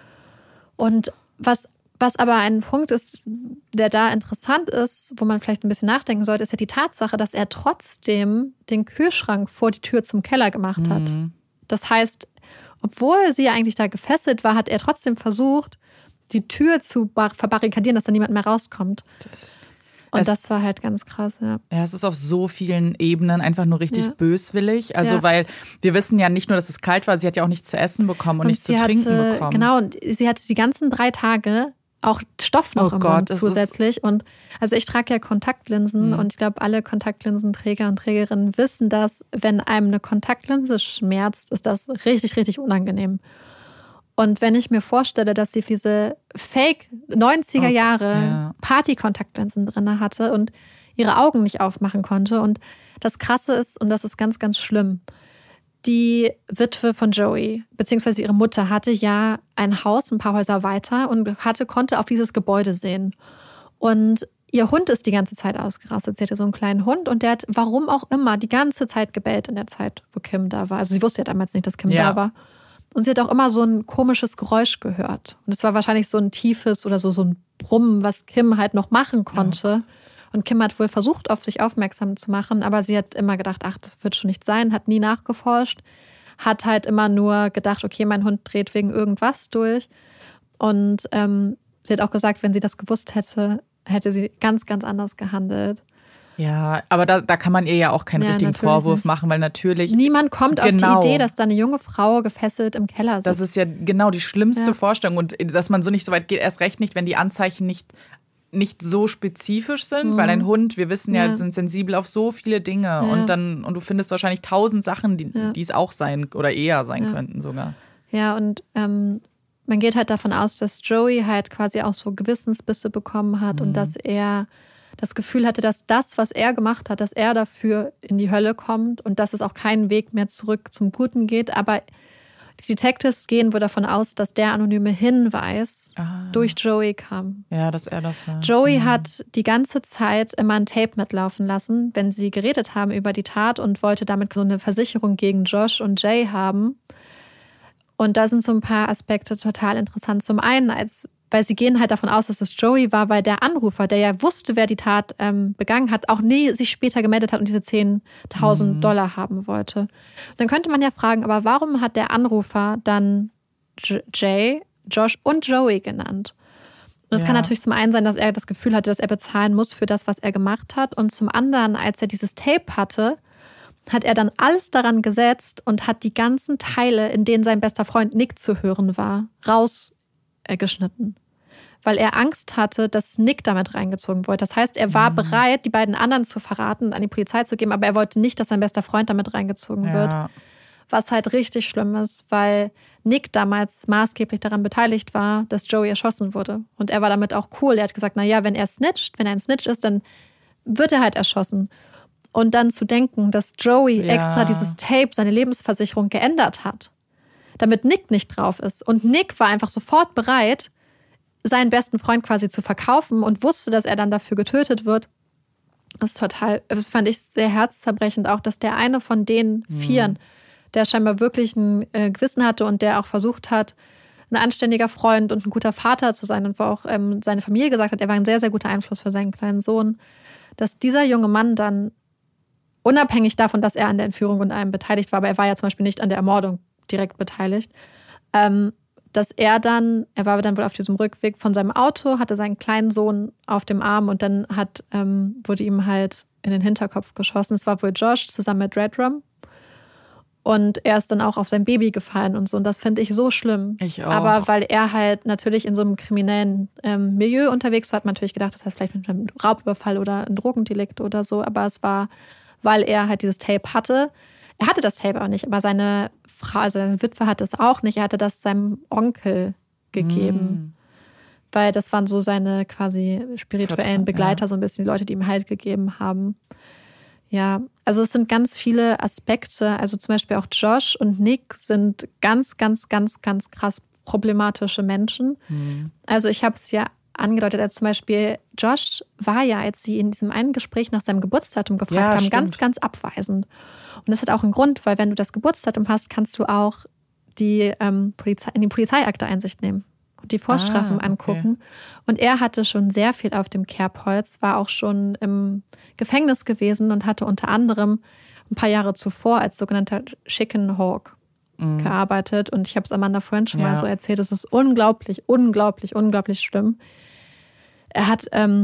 Und was aber ein Punkt ist, der da interessant ist, wo man vielleicht ein bisschen nachdenken sollte, ist ja die Tatsache, dass er trotzdem den Kühlschrank vor die Tür zum Keller gemacht hat. Das heißt, obwohl sie ja eigentlich da gefesselt war, hat er trotzdem versucht, die Tür zu verbarrikadieren, dass da niemand mehr rauskommt. Das war halt ganz krass, ja. Ja, es ist auf so vielen Ebenen einfach nur richtig böswillig. Also, weil wir wissen ja nicht nur, dass es kalt war, sie hat ja auch nichts zu essen bekommen und nichts zu trinken bekommen. Genau, und sie hatte die ganzen 3 Tage auch Stoff noch im Mund zusätzlich. Und also ich trage ja Kontaktlinsen und ich glaube, alle Kontaktlinsenträger und Trägerinnen wissen, dass wenn einem eine Kontaktlinse schmerzt, ist das richtig, richtig unangenehm. Und wenn ich mir vorstelle, dass sie diese Fake 90er Jahre Party-Kontaktlinsen drin hatte und ihre Augen nicht aufmachen konnte. Und das Krasse ist, und das ist ganz, ganz schlimm, die Witwe von Joey, beziehungsweise ihre Mutter, hatte ja ein Haus, ein paar Häuser weiter und konnte auf dieses Gebäude sehen. Und ihr Hund ist die ganze Zeit ausgerastet. Sie hatte so einen kleinen Hund und der hat, warum auch immer, die ganze Zeit gebellt in der Zeit, wo Kim da war. Also sie wusste ja damals nicht, dass Kim da war. Und sie hat auch immer so ein komisches Geräusch gehört. Und es war wahrscheinlich so ein tiefes oder so ein Brummen, was Kim halt noch machen konnte. Und Kim hat wohl versucht, auf sich aufmerksam zu machen, aber sie hat immer gedacht, ach, das wird schon nicht sein, hat nie nachgeforscht, hat halt immer nur gedacht, okay, mein Hund dreht wegen irgendwas durch. Und sie hat auch gesagt, wenn sie das gewusst hätte, hätte sie ganz, ganz anders gehandelt. Ja, aber da kann man ihr ja auch keinen richtigen Vorwurf machen, weil natürlich... Niemand kommt auf die Idee, dass da eine junge Frau gefesselt im Keller sitzt. Das ist ja genau die schlimmste Vorstellung. Und dass man so nicht so weit geht, erst recht nicht, wenn die Anzeichen nicht so spezifisch sind, weil ein Hund, wir wissen ja, sind sensibel auf so viele Dinge. Ja. Und du findest wahrscheinlich 1000 Sachen, die es auch sein oder eher sein könnten sogar. Ja, und man geht halt davon aus, dass Joey halt quasi auch so Gewissensbisse bekommen hat und dass er das Gefühl hatte, dass das, was er gemacht hat, dass er dafür in die Hölle kommt und dass es auch keinen Weg mehr zurück zum Guten geht. Aber die Detectives gehen wohl davon aus, dass der anonyme Hinweis durch Joey kam. Ja, dass er das war. Joey hat die ganze Zeit immer ein Tape mitlaufen lassen, wenn sie geredet haben über die Tat und wollte damit so eine Versicherung gegen Josh und Jay haben. Und da sind so ein paar Aspekte total interessant. Zum einen, weil sie gehen halt davon aus, dass es Joey war, weil der Anrufer, der ja wusste, wer die Tat begangen hat, auch nie sich später gemeldet hat und diese $10.000 haben wollte. Und dann könnte man ja fragen, aber warum hat der Anrufer dann Jay, Josh und Joey genannt? Und es kann natürlich zum einen sein, dass er das Gefühl hatte, dass er bezahlen muss für das, was er gemacht hat. Und zum anderen, als er dieses Tape hatte, hat er dann alles daran gesetzt und hat die ganzen Teile, in denen sein bester Freund Nick zu hören war, rausgeschnitten. Weil er Angst hatte, dass Nick damit reingezogen wurde. Das heißt, er war bereit, die beiden anderen zu verraten und an die Polizei zu geben, aber er wollte nicht, dass sein bester Freund damit reingezogen wird. Was halt richtig schlimm ist, weil Nick damals maßgeblich daran beteiligt war, dass Joey erschossen wurde. Und er war damit auch cool. Er hat gesagt, naja, wenn er ein Snitch ist, dann wird er halt erschossen. Und dann zu denken, dass Joey extra dieses Tape, seine Lebensversicherung geändert hat, damit Nick nicht drauf ist. Und Nick war einfach sofort bereit, seinen besten Freund quasi zu verkaufen und wusste, dass er dann dafür getötet wird. Das fand ich sehr herzzerbrechend auch, dass der eine von den Vieren, der scheinbar wirklich ein Gewissen hatte und der auch versucht hat, ein anständiger Freund und ein guter Vater zu sein und wo auch seine Familie gesagt hat, er war ein sehr, sehr guter Einfluss für seinen kleinen Sohn, dass dieser junge Mann dann unabhängig davon, dass er an der Entführung und allem beteiligt war, aber er war ja zum Beispiel nicht an der Ermordung direkt beteiligt, dass er war dann wohl auf diesem Rückweg von seinem Auto, hatte seinen kleinen Sohn auf dem Arm und dann wurde ihm halt in den Hinterkopf geschossen. Es war wohl Josh zusammen mit Redrum. Und er ist dann auch auf sein Baby gefallen und so. Und das finde ich so schlimm. Ich auch. Aber weil er halt natürlich in so einem kriminellen Milieu unterwegs war, hat man natürlich gedacht, das heißt vielleicht mit einem Raubüberfall oder ein Drogendelikt oder so. Aber es war, weil er halt dieses Tape hatte. Er hatte das Tape auch nicht, aber seine Frau, also seine Witwe hatte es auch nicht. Er hatte das seinem Onkel gegeben. Weil das waren so seine quasi spirituellen Begleiter, so ein bisschen die Leute, die ihm Halt gegeben haben. Ja, also es sind ganz viele Aspekte. Also zum Beispiel auch Josh und Nick sind ganz, ganz, ganz, ganz krass problematische Menschen. Also ich habe es ja angedeutet, als zum Beispiel Josh war ja, als sie in diesem einen Gespräch nach seinem Geburtsdatum gefragt haben, ganz, ganz abweisend. Und das hat auch einen Grund, weil wenn du das Geburtsdatum hast, kannst du auch in die Polizeiakte Einsicht nehmen und die Vorstrafen angucken. Und er hatte schon sehr viel auf dem Kerbholz, war auch schon im Gefängnis gewesen und hatte unter anderem ein paar Jahre zuvor als sogenannter Chicken Hawk gearbeitet. Und ich habe es Amanda vorhin schon mal so erzählt, es ist unglaublich, unglaublich, unglaublich schlimm. Er hat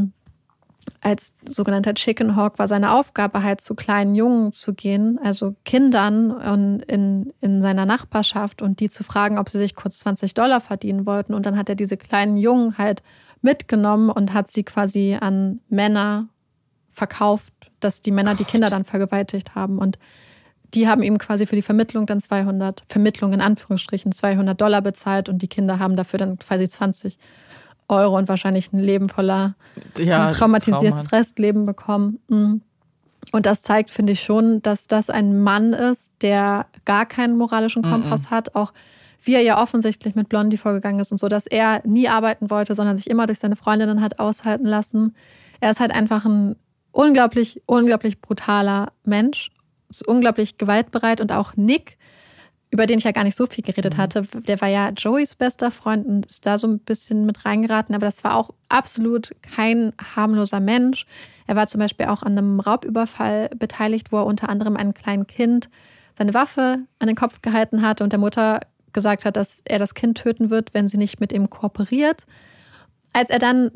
als sogenannter Chicken Hawk war seine Aufgabe halt zu kleinen Jungen zu gehen, also Kindern in seiner Nachbarschaft und die zu fragen, ob sie sich kurz $20 verdienen wollten. Und dann hat er diese kleinen Jungen halt mitgenommen und hat sie quasi an Männer verkauft, dass die Männer die Kinder dann vergewaltigt haben. Und die haben ihm quasi für die Vermittlung dann Vermittlung in Anführungsstrichen $200 bezahlt und die Kinder haben dafür dann quasi 20 Euro und wahrscheinlich ein Leben voller ein traumatisiertes Restleben bekommen. Und das zeigt, finde ich schon, dass das ein Mann ist, der gar keinen moralischen Kompass hat. Auch wie er ja offensichtlich mit Blondie vorgegangen ist und so, dass er nie arbeiten wollte, sondern sich immer durch seine Freundinnen hat aushalten lassen. Er ist halt einfach ein unglaublich, unglaublich brutaler Mensch, ist unglaublich gewaltbereit und auch Nick, über den ich ja gar nicht so viel geredet hatte, der war ja Joeys bester Freund und ist da so ein bisschen mit reingeraten, aber das war auch absolut kein harmloser Mensch. Er war zum Beispiel auch an einem Raubüberfall beteiligt, wo er unter anderem einem kleinen Kind seine Waffe an den Kopf gehalten hatte und der Mutter gesagt hat, dass er das Kind töten wird, wenn sie nicht mit ihm kooperiert. Als er dann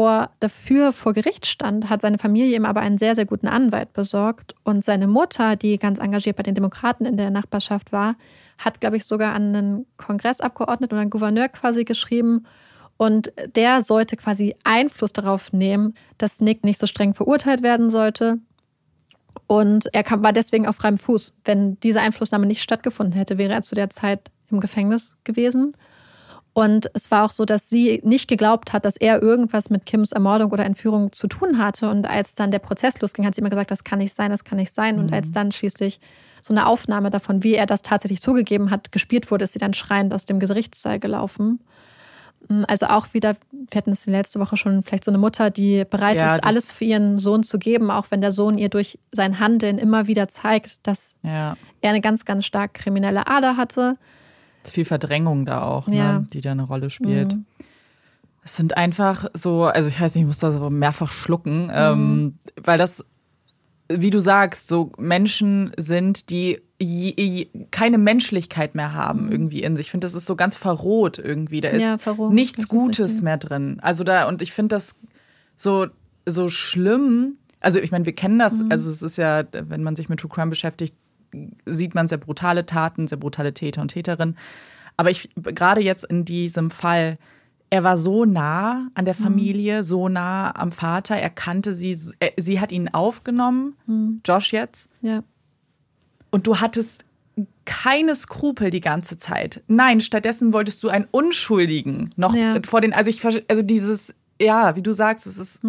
dafür vor Gericht stand, hat seine Familie ihm aber einen sehr, sehr guten Anwalt besorgt. Und seine Mutter, die ganz engagiert bei den Demokraten in der Nachbarschaft war, hat, glaube ich, sogar an einen Kongressabgeordneten oder einen Gouverneur quasi geschrieben. Und der sollte quasi Einfluss darauf nehmen, dass Nick nicht so streng verurteilt werden sollte. Und er war deswegen auf freiem Fuß. Wenn diese Einflussnahme nicht stattgefunden hätte, wäre er zu der Zeit im Gefängnis gewesen. Und es war auch so, dass sie nicht geglaubt hat, dass er irgendwas mit Kims Ermordung oder Entführung zu tun hatte. Und als dann der Prozess losging, hat sie immer gesagt, das kann nicht sein, das kann nicht sein. Und als dann schließlich so eine Aufnahme davon, wie er das tatsächlich zugegeben hat, gespielt wurde, ist sie dann schreiend aus dem Gerichtssaal gelaufen. Also auch wieder, wir hatten es letzte Woche schon, vielleicht so eine Mutter, die bereit ist, alles für ihren Sohn zu geben, auch wenn der Sohn ihr durch sein Handeln immer wieder zeigt, dass er eine ganz, ganz stark kriminelle Ader hatte. Es ist viel Verdrängung da auch, ne, die da eine Rolle spielt. Es sind einfach so, also ich weiß nicht, ich muss da so mehrfach schlucken, weil das, wie du sagst, so Menschen sind, die keine Menschlichkeit mehr haben irgendwie in sich. Ich finde, das ist so ganz verroht irgendwie. Da ist nichts Gutes mehr drin. Also und ich finde das so schlimm. Also ich meine, wir kennen das, also es ist ja, wenn man sich mit True Crime beschäftigt, sieht man sehr brutale Taten, sehr brutale Täter und Täterinnen. Aber gerade jetzt in diesem Fall, er war so nah an der Familie, so nah am Vater. Er kannte sie, sie hat ihn aufgenommen, Josh jetzt. Ja. Und du hattest keine Skrupel die ganze Zeit. Nein, stattdessen wolltest du einen Unschuldigen noch vor den, also dieses, wie du sagst, es ist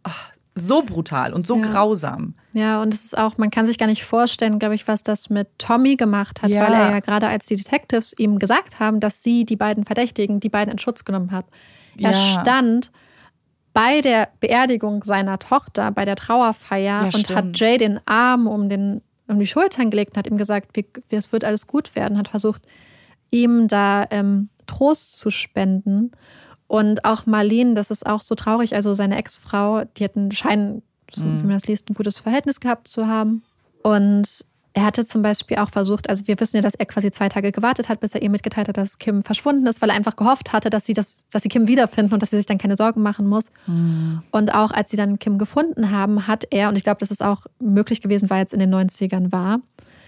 so brutal und so grausam. Ja, und es ist auch, man kann sich gar nicht vorstellen, glaube ich, was das mit Tommy gemacht hat, weil er ja gerade als die Detectives ihm gesagt haben, dass sie die beiden Verdächtigen, die beiden in Schutz genommen hat. Er stand bei der Beerdigung seiner Tochter, bei der Trauerfeier und hat Jay den Arm um die Schultern gelegt und hat ihm gesagt, es wird alles gut werden, hat versucht, ihm da Trost zu spenden. Und auch Marlene, das ist auch so traurig, also seine Ex-Frau, die hat scheinen, so wie man das liest, ein gutes Verhältnis gehabt zu haben. Und er hatte zum Beispiel auch versucht, also wir wissen ja, dass er quasi 2 Tage gewartet hat, bis er ihr mitgeteilt hat, dass Kim verschwunden ist, weil er einfach gehofft hatte, dass sie Kim wiederfinden und dass sie sich dann keine Sorgen machen muss. Und auch als sie dann Kim gefunden haben, hat er, und ich glaube, das ist auch möglich gewesen, weil es in den 90ern war,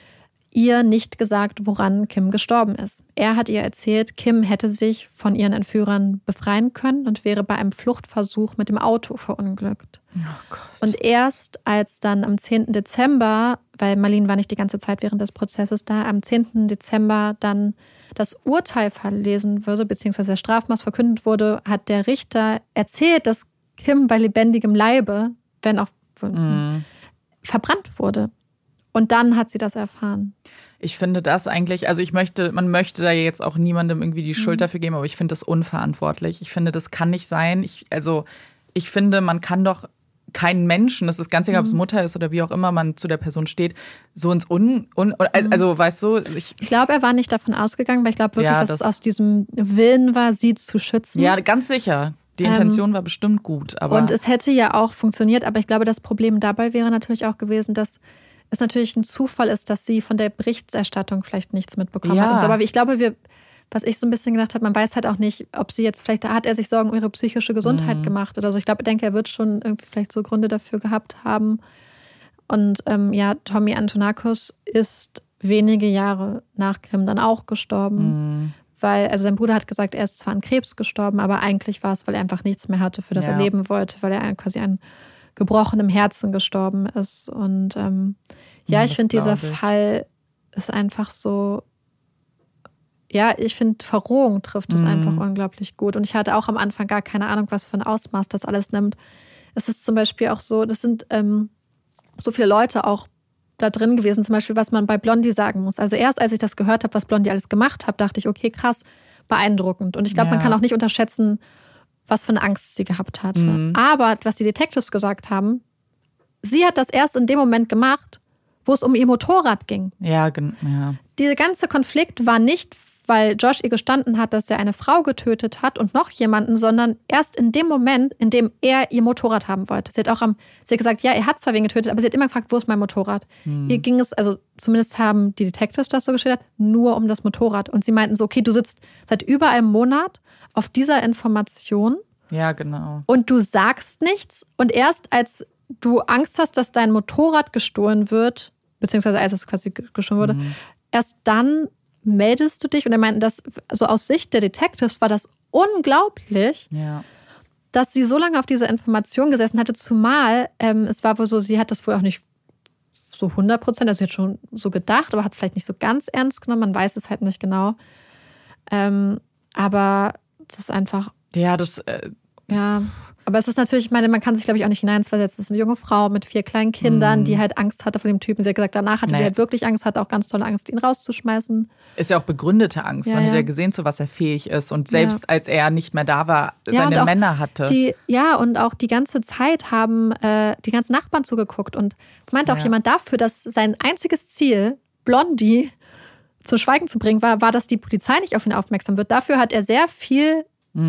ihr nicht gesagt, woran Kim gestorben ist. Er hat ihr erzählt, Kim hätte sich von ihren Entführern befreien können und wäre bei einem Fluchtversuch mit dem Auto verunglückt. Oh Gott. Und erst als dann am 10. Dezember, weil Marlene war nicht die ganze Zeit während des Prozesses da, am 10. Dezember dann das Urteil verlesen wurde, beziehungsweise der Strafmaß verkündet wurde, hat der Richter erzählt, dass Kim bei lebendigem Leibe, wenn auch verbrannt wurde. Und dann hat sie das erfahren. Ich finde das eigentlich, also man möchte da jetzt auch niemandem irgendwie die Schuld dafür geben, aber ich finde das unverantwortlich. Ich finde, das kann nicht sein. Ich finde, man kann doch keinen Menschen, das ist ganz egal, ob es Mutter ist oder wie auch immer man zu der Person steht, so ins also weißt du. Ich glaube, er war nicht davon ausgegangen, weil ich glaube wirklich, dass es aus diesem Willen war, sie zu schützen. Ja, ganz sicher. Die Intention war bestimmt gut. Und es hätte ja auch funktioniert, aber ich glaube, das Problem dabei wäre natürlich auch gewesen, dass es natürlich ein Zufall ist, dass sie von der Berichterstattung vielleicht nichts mitbekommen hat. Und so. Aber ich glaube, was ich so ein bisschen gedacht habe, man weiß halt auch nicht, ob sie jetzt, vielleicht hat er sich Sorgen um ihre psychische Gesundheit gemacht oder so. Ich denke, er wird schon irgendwie vielleicht so Gründe dafür gehabt haben. Und Tommy Antonakos ist wenige Jahre nach Kim dann auch gestorben. Weil, also sein Bruder hat gesagt, er ist zwar an Krebs gestorben, aber eigentlich war es, weil er einfach nichts mehr hatte, für das er leben wollte, weil er quasi an gebrochenem Herzen gestorben ist. Und ich finde, dieser Fall ist einfach so, ich finde, Verrohung trifft es einfach unglaublich gut. Und ich hatte auch am Anfang gar keine Ahnung, was für ein Ausmaß das alles nimmt. Es ist zum Beispiel auch so, das sind so viele Leute auch da drin gewesen, zum Beispiel, was man bei Blondie sagen muss. Also erst, als ich das gehört habe, was Blondie alles gemacht hat, dachte ich, okay, krass, beeindruckend. Und ich glaube, man kann auch nicht unterschätzen, was für eine Angst sie gehabt hatte. Aber was die Detectives gesagt haben, sie hat das erst in dem Moment gemacht, wo es um ihr Motorrad ging. Ja. Dieser ganze Konflikt war nicht, weil Josh ihr gestanden hat, dass er eine Frau getötet hat und noch jemanden, sondern erst in dem Moment, in dem er ihr Motorrad haben wollte. Sie hat gesagt, ja, er hat zwar wen getötet, aber sie hat immer gefragt, wo ist mein Motorrad? Ihr ging es, also zumindest haben die Detectives das so geschildert, nur um das Motorrad. Und sie meinten so, okay, du sitzt seit über einem Monat auf dieser Information Ja, genau. Und du sagst nichts. Und erst als du Angst hast, dass dein Motorrad gestohlen wird, beziehungsweise als es quasi gestohlen wurde, erst dann meldest du dich. Und er meinte, dass also aus Sicht der Detectives war das unglaublich, dass sie so lange auf diese Information gesessen hatte, zumal es war wohl so, sie hat das wohl auch nicht so 100%, also sie hat schon so gedacht, aber hat es vielleicht nicht so ganz ernst genommen, man weiß es halt nicht genau. Aber das ist einfach... Ja, das... Ja, aber es ist natürlich, ich meine, man kann sich, glaube ich, auch nicht hineinversetzen. Es ist eine junge Frau mit 4 kleinen Kindern, die halt Angst hatte vor dem Typen. Sie hat gesagt, danach hatte sie halt wirklich Angst, hatte auch ganz tolle Angst, ihn rauszuschmeißen. Ist ja auch begründete Angst. Man hat ja gesehen, zu was er fähig ist. Und selbst als er nicht mehr da war, seine Männer hatte. Und auch die ganze Zeit haben die ganzen Nachbarn zugeguckt. Und es meinte auch jemand dafür, dass sein einziges Ziel, Blondie zum Schweigen zu bringen, war, dass die Polizei nicht auf ihn aufmerksam wird. Dafür hat er sehr viel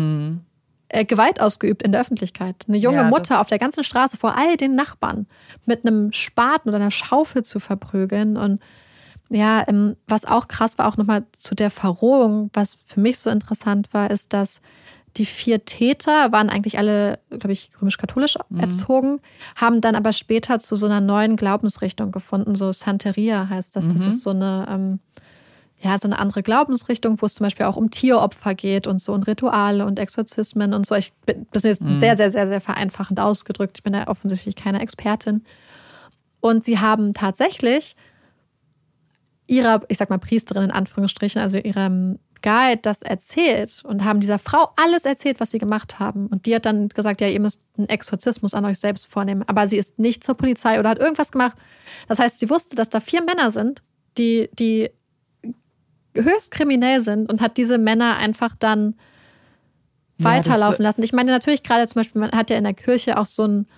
Gewalt ausgeübt in der Öffentlichkeit. Eine junge Mutter auf der ganzen Straße vor all den Nachbarn mit einem Spaten oder einer Schaufel zu verprügeln. Und ja, was auch krass war, auch nochmal zu der Verrohung, was für mich so interessant war, ist, dass die 4 Täter waren eigentlich alle, glaube ich, römisch-katholisch erzogen, haben dann aber später zu so einer neuen Glaubensrichtung gefunden. So Santeria heißt das. Das ist so eine... so eine andere Glaubensrichtung, wo es zum Beispiel auch um Tieropfer geht und so und Rituale und Exorzismen und so. Das ist jetzt sehr, sehr, sehr, sehr vereinfachend ausgedrückt. Ich bin da offensichtlich keine Expertin. Und sie haben tatsächlich ihrer, ich sag mal Priesterin in Anführungsstrichen, also ihrem Guide das erzählt und haben dieser Frau alles erzählt, was sie gemacht haben. Und die hat dann gesagt, ja, ihr müsst einen Exorzismus an euch selbst vornehmen. Aber sie ist nicht zur Polizei oder hat irgendwas gemacht. Das heißt, sie wusste, dass da 4 Männer sind, die höchst kriminell sind und hat diese Männer einfach dann weiterlaufen lassen. Ich meine natürlich gerade zum Beispiel, man hat ja in der Kirche auch so ein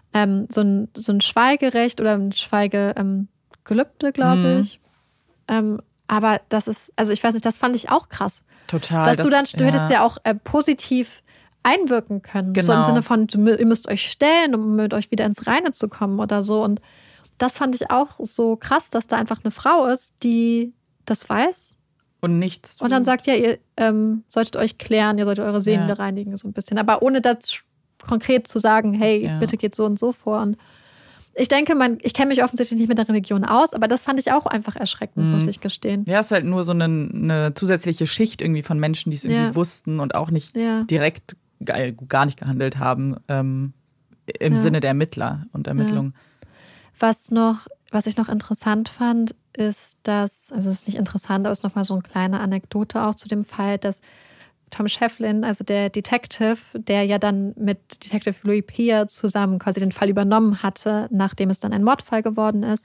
Schweigerecht oder ein Schweigegelübde, glaube ich. Aber das ist, also ich weiß nicht, das fand ich auch krass. Total. Du hättest ja auch positiv einwirken können. Genau. So im Sinne von, ihr müsst euch stellen, um mit euch wieder ins Reine zu kommen oder so. Und das fand ich auch so krass, dass da einfach eine Frau ist, die das weiß. Und nichts. Und dann sagt, ja, ihr solltet euch klären, ihr solltet eure Seelen reinigen, so ein bisschen. Aber ohne das konkret zu sagen, hey, bitte geht so und so vor. Und ich denke, ich kenne mich offensichtlich nicht mit der Religion aus, aber das fand ich auch einfach erschreckend, muss ich gestehen. Ja, es ist halt nur so eine zusätzliche Schicht irgendwie von Menschen, die es irgendwie wussten und auch nicht direkt gar nicht gehandelt haben im Sinne der Ermittler und Ermittlungen. Was ich noch interessant fand, ist, dass, also es ist nicht interessant, aber es ist nochmal so eine kleine Anekdote auch zu dem Fall, dass Tom Shevlin, also der Detective, der ja dann mit Detective Louis Peer zusammen quasi den Fall übernommen hatte, nachdem es dann ein Mordfall geworden ist,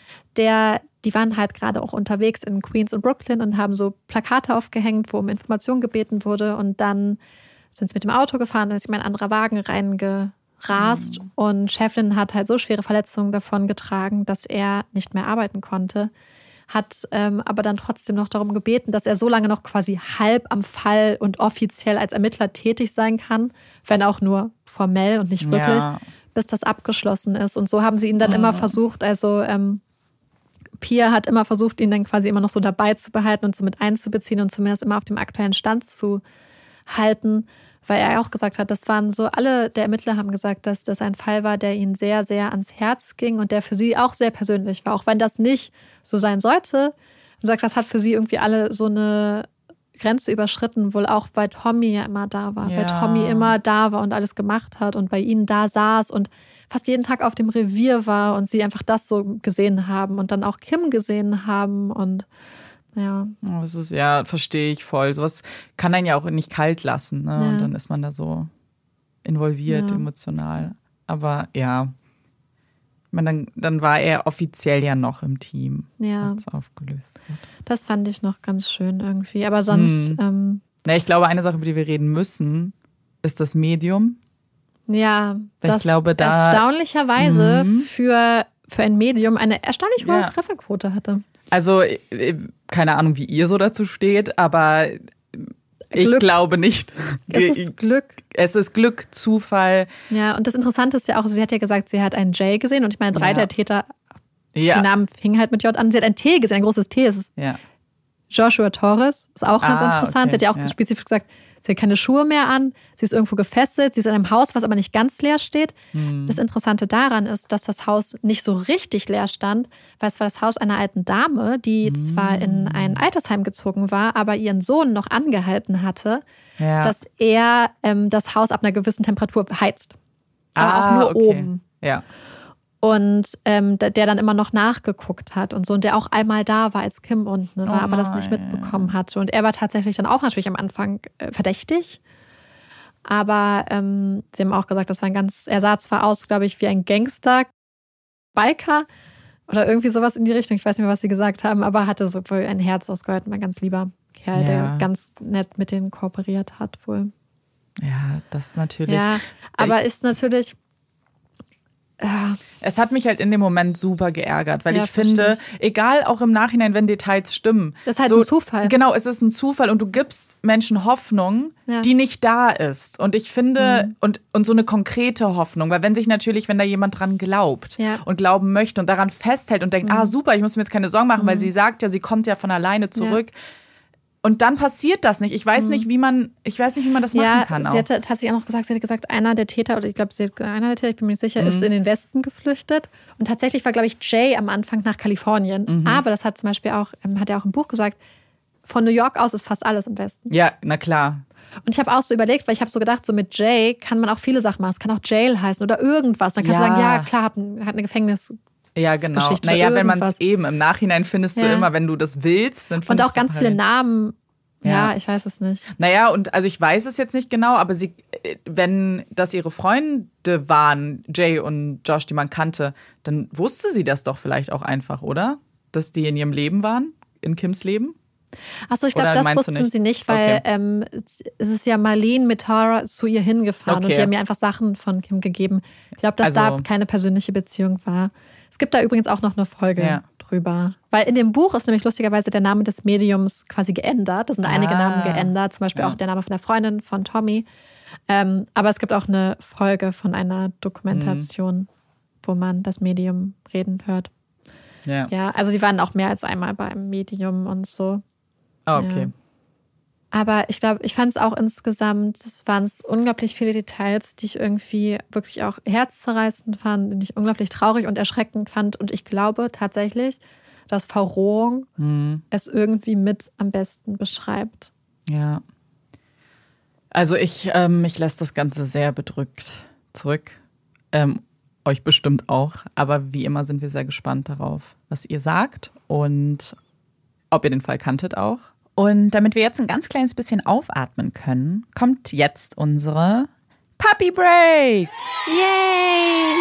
die waren halt gerade auch unterwegs in Queens und Brooklyn und haben so Plakate aufgehängt, wo um Informationen gebeten wurde, und dann sind sie mit dem Auto gefahren, da ist ihm ein anderer Wagen reingerast und Shevlin hat halt so schwere Verletzungen davon getragen, dass er nicht mehr arbeiten konnte. Hat aber dann trotzdem noch darum gebeten, dass er so lange noch quasi halb am Fall und offiziell als Ermittler tätig sein kann, wenn auch nur formell und nicht wirklich, bis das abgeschlossen ist. Und so haben sie ihn dann immer versucht, also Peer hat immer versucht, ihn dann quasi immer noch so dabei zu behalten und so mit einzubeziehen und zumindest immer auf dem aktuellen Stand zu halten, weil er auch gesagt hat, das waren so, alle der Ermittler haben gesagt, dass das ein Fall war, der ihnen sehr, sehr ans Herz ging und der für sie auch sehr persönlich war, auch wenn das nicht so sein sollte. Und sagt, das hat für sie irgendwie alle so eine Grenze überschritten, wohl auch, weil Tommy ja immer da war, weil Tommy immer da war und alles gemacht hat und bei ihnen da saß und fast jeden Tag auf dem Revier war und sie einfach das so gesehen haben und dann auch Kim gesehen haben und das ist, verstehe ich voll. Sowas kann einen ja auch nicht kalt lassen, ne? Und dann ist man da so involviert, emotional. Aber ich meine, dann war er offiziell ja noch im Team, als es aufgelöst wird. Das fand ich noch ganz schön irgendwie. Aber sonst... ich glaube, eine Sache, über die wir reden müssen, ist das Medium. Ja, das ich glaube, erstaunlicherweise für ein Medium eine erstaunlich hohe Trefferquote hatte. Also, keine Ahnung, wie ihr so dazu steht, aber ich glaube nicht. Es ist Glück. Es ist Glück, Zufall. Ja, und das Interessante ist ja auch, sie hat ja gesagt, sie hat einen J gesehen und ich meine, 3 der Täter, die Namen fingen halt mit J an. Sie hat ein T gesehen, ein großes T. Es ist Joshua Torres ist auch ganz interessant. Okay, Sie hat ja auch spezifisch gesagt, sie hat keine Schuhe mehr an, sie ist irgendwo gefesselt, sie ist in einem Haus, was aber nicht ganz leer steht. Das Interessante daran ist, dass das Haus nicht so richtig leer stand, weil es war das Haus einer alten Dame, die zwar in ein Altersheim gezogen war, aber ihren Sohn noch angehalten hatte, dass er das Haus ab einer gewissen Temperatur heizt. Aber auch nur oben. Ja. Und der dann immer noch nachgeguckt hat und so. Und der auch einmal da war, als Kim unten war, aber das nicht mitbekommen hatte. Und er war tatsächlich dann auch natürlich am Anfang verdächtig. Aber sie haben auch gesagt, das war er sah zwar aus, glaube ich, wie ein Gangster, Biker oder irgendwie sowas in die Richtung. Ich weiß nicht mehr, was sie gesagt haben, aber hatte so wohl ein Herz aus Gold. Ein ganz lieber Kerl, der ganz nett mit denen kooperiert hat wohl. Ja, das ist natürlich... Ja, aber ist natürlich... Es hat mich halt in dem Moment super geärgert, weil ich finde, egal auch im Nachhinein, wenn Details stimmen. Das ist halt ein Zufall. Genau, es ist ein Zufall und du gibst Menschen Hoffnung, die nicht da ist. Und ich finde, und so eine konkrete Hoffnung, weil wenn da jemand dran glaubt und glauben möchte und daran festhält und denkt, super, ich muss mir jetzt keine Sorgen machen, weil sie sagt ja, sie kommt ja von alleine zurück. Und dann passiert das nicht. Ich weiß nicht, wie man das machen kann. Sie hatte tatsächlich auch noch gesagt, einer der Täter, oder ich glaube, ich bin mir nicht sicher, ist in den Westen geflüchtet. Und tatsächlich war, glaube ich, Jay am Anfang nach Kalifornien. Aber das hat zum Beispiel auch, hat er auch im Buch gesagt, von New York aus ist fast alles im Westen. Ja, na klar. Und ich habe auch so überlegt, weil ich habe so gedacht, so mit Jay kann man auch viele Sachen machen. Es kann auch Jail heißen oder irgendwas. Und dann kannst du sagen, ja, klar, hat eine Gefängnis. Ja, genau. Naja, wenn man es im Nachhinein findest du immer, wenn du das willst, dann findest und auch ganz viele Namen. Ja, ich weiß es nicht. Naja, und also ich weiß es jetzt nicht genau, aber wenn das ihre Freunde waren, Jay und Josh, die man kannte, dann wusste sie das doch vielleicht auch einfach, oder? Dass die in ihrem Leben waren, in Kims Leben? Achso, ich glaube, das wussten sie nicht, weil es ist ja Marlene mit Tara zu ihr hingefahren und die haben mir einfach Sachen von Kim gegeben. Ich glaube, dass da keine persönliche Beziehung war. Es gibt da übrigens auch noch eine Folge drüber. Weil in dem Buch ist nämlich lustigerweise der Name des Mediums quasi geändert. Da sind einige Namen geändert, zum Beispiel auch der Name von der Freundin von Tommy. Aber es gibt auch eine Folge von einer Dokumentation, wo man das Medium reden hört. Ja, also die waren auch mehr als einmal beim Medium und so. Okay. Ja. Aber ich glaube, ich fand es auch insgesamt, waren es unglaublich viele Details, die ich irgendwie wirklich auch herzzerreißend fand, die ich unglaublich traurig und erschreckend fand. Und ich glaube tatsächlich, dass Verrohung es irgendwie mit am besten beschreibt. Ja. Also ich lasse das Ganze sehr bedrückt zurück. Euch bestimmt auch. Aber wie immer sind wir sehr gespannt darauf, was ihr sagt und ob ihr den Fall kanntet auch. Und damit wir jetzt ein ganz kleines bisschen aufatmen können, kommt jetzt unsere Puppy Break. Yay!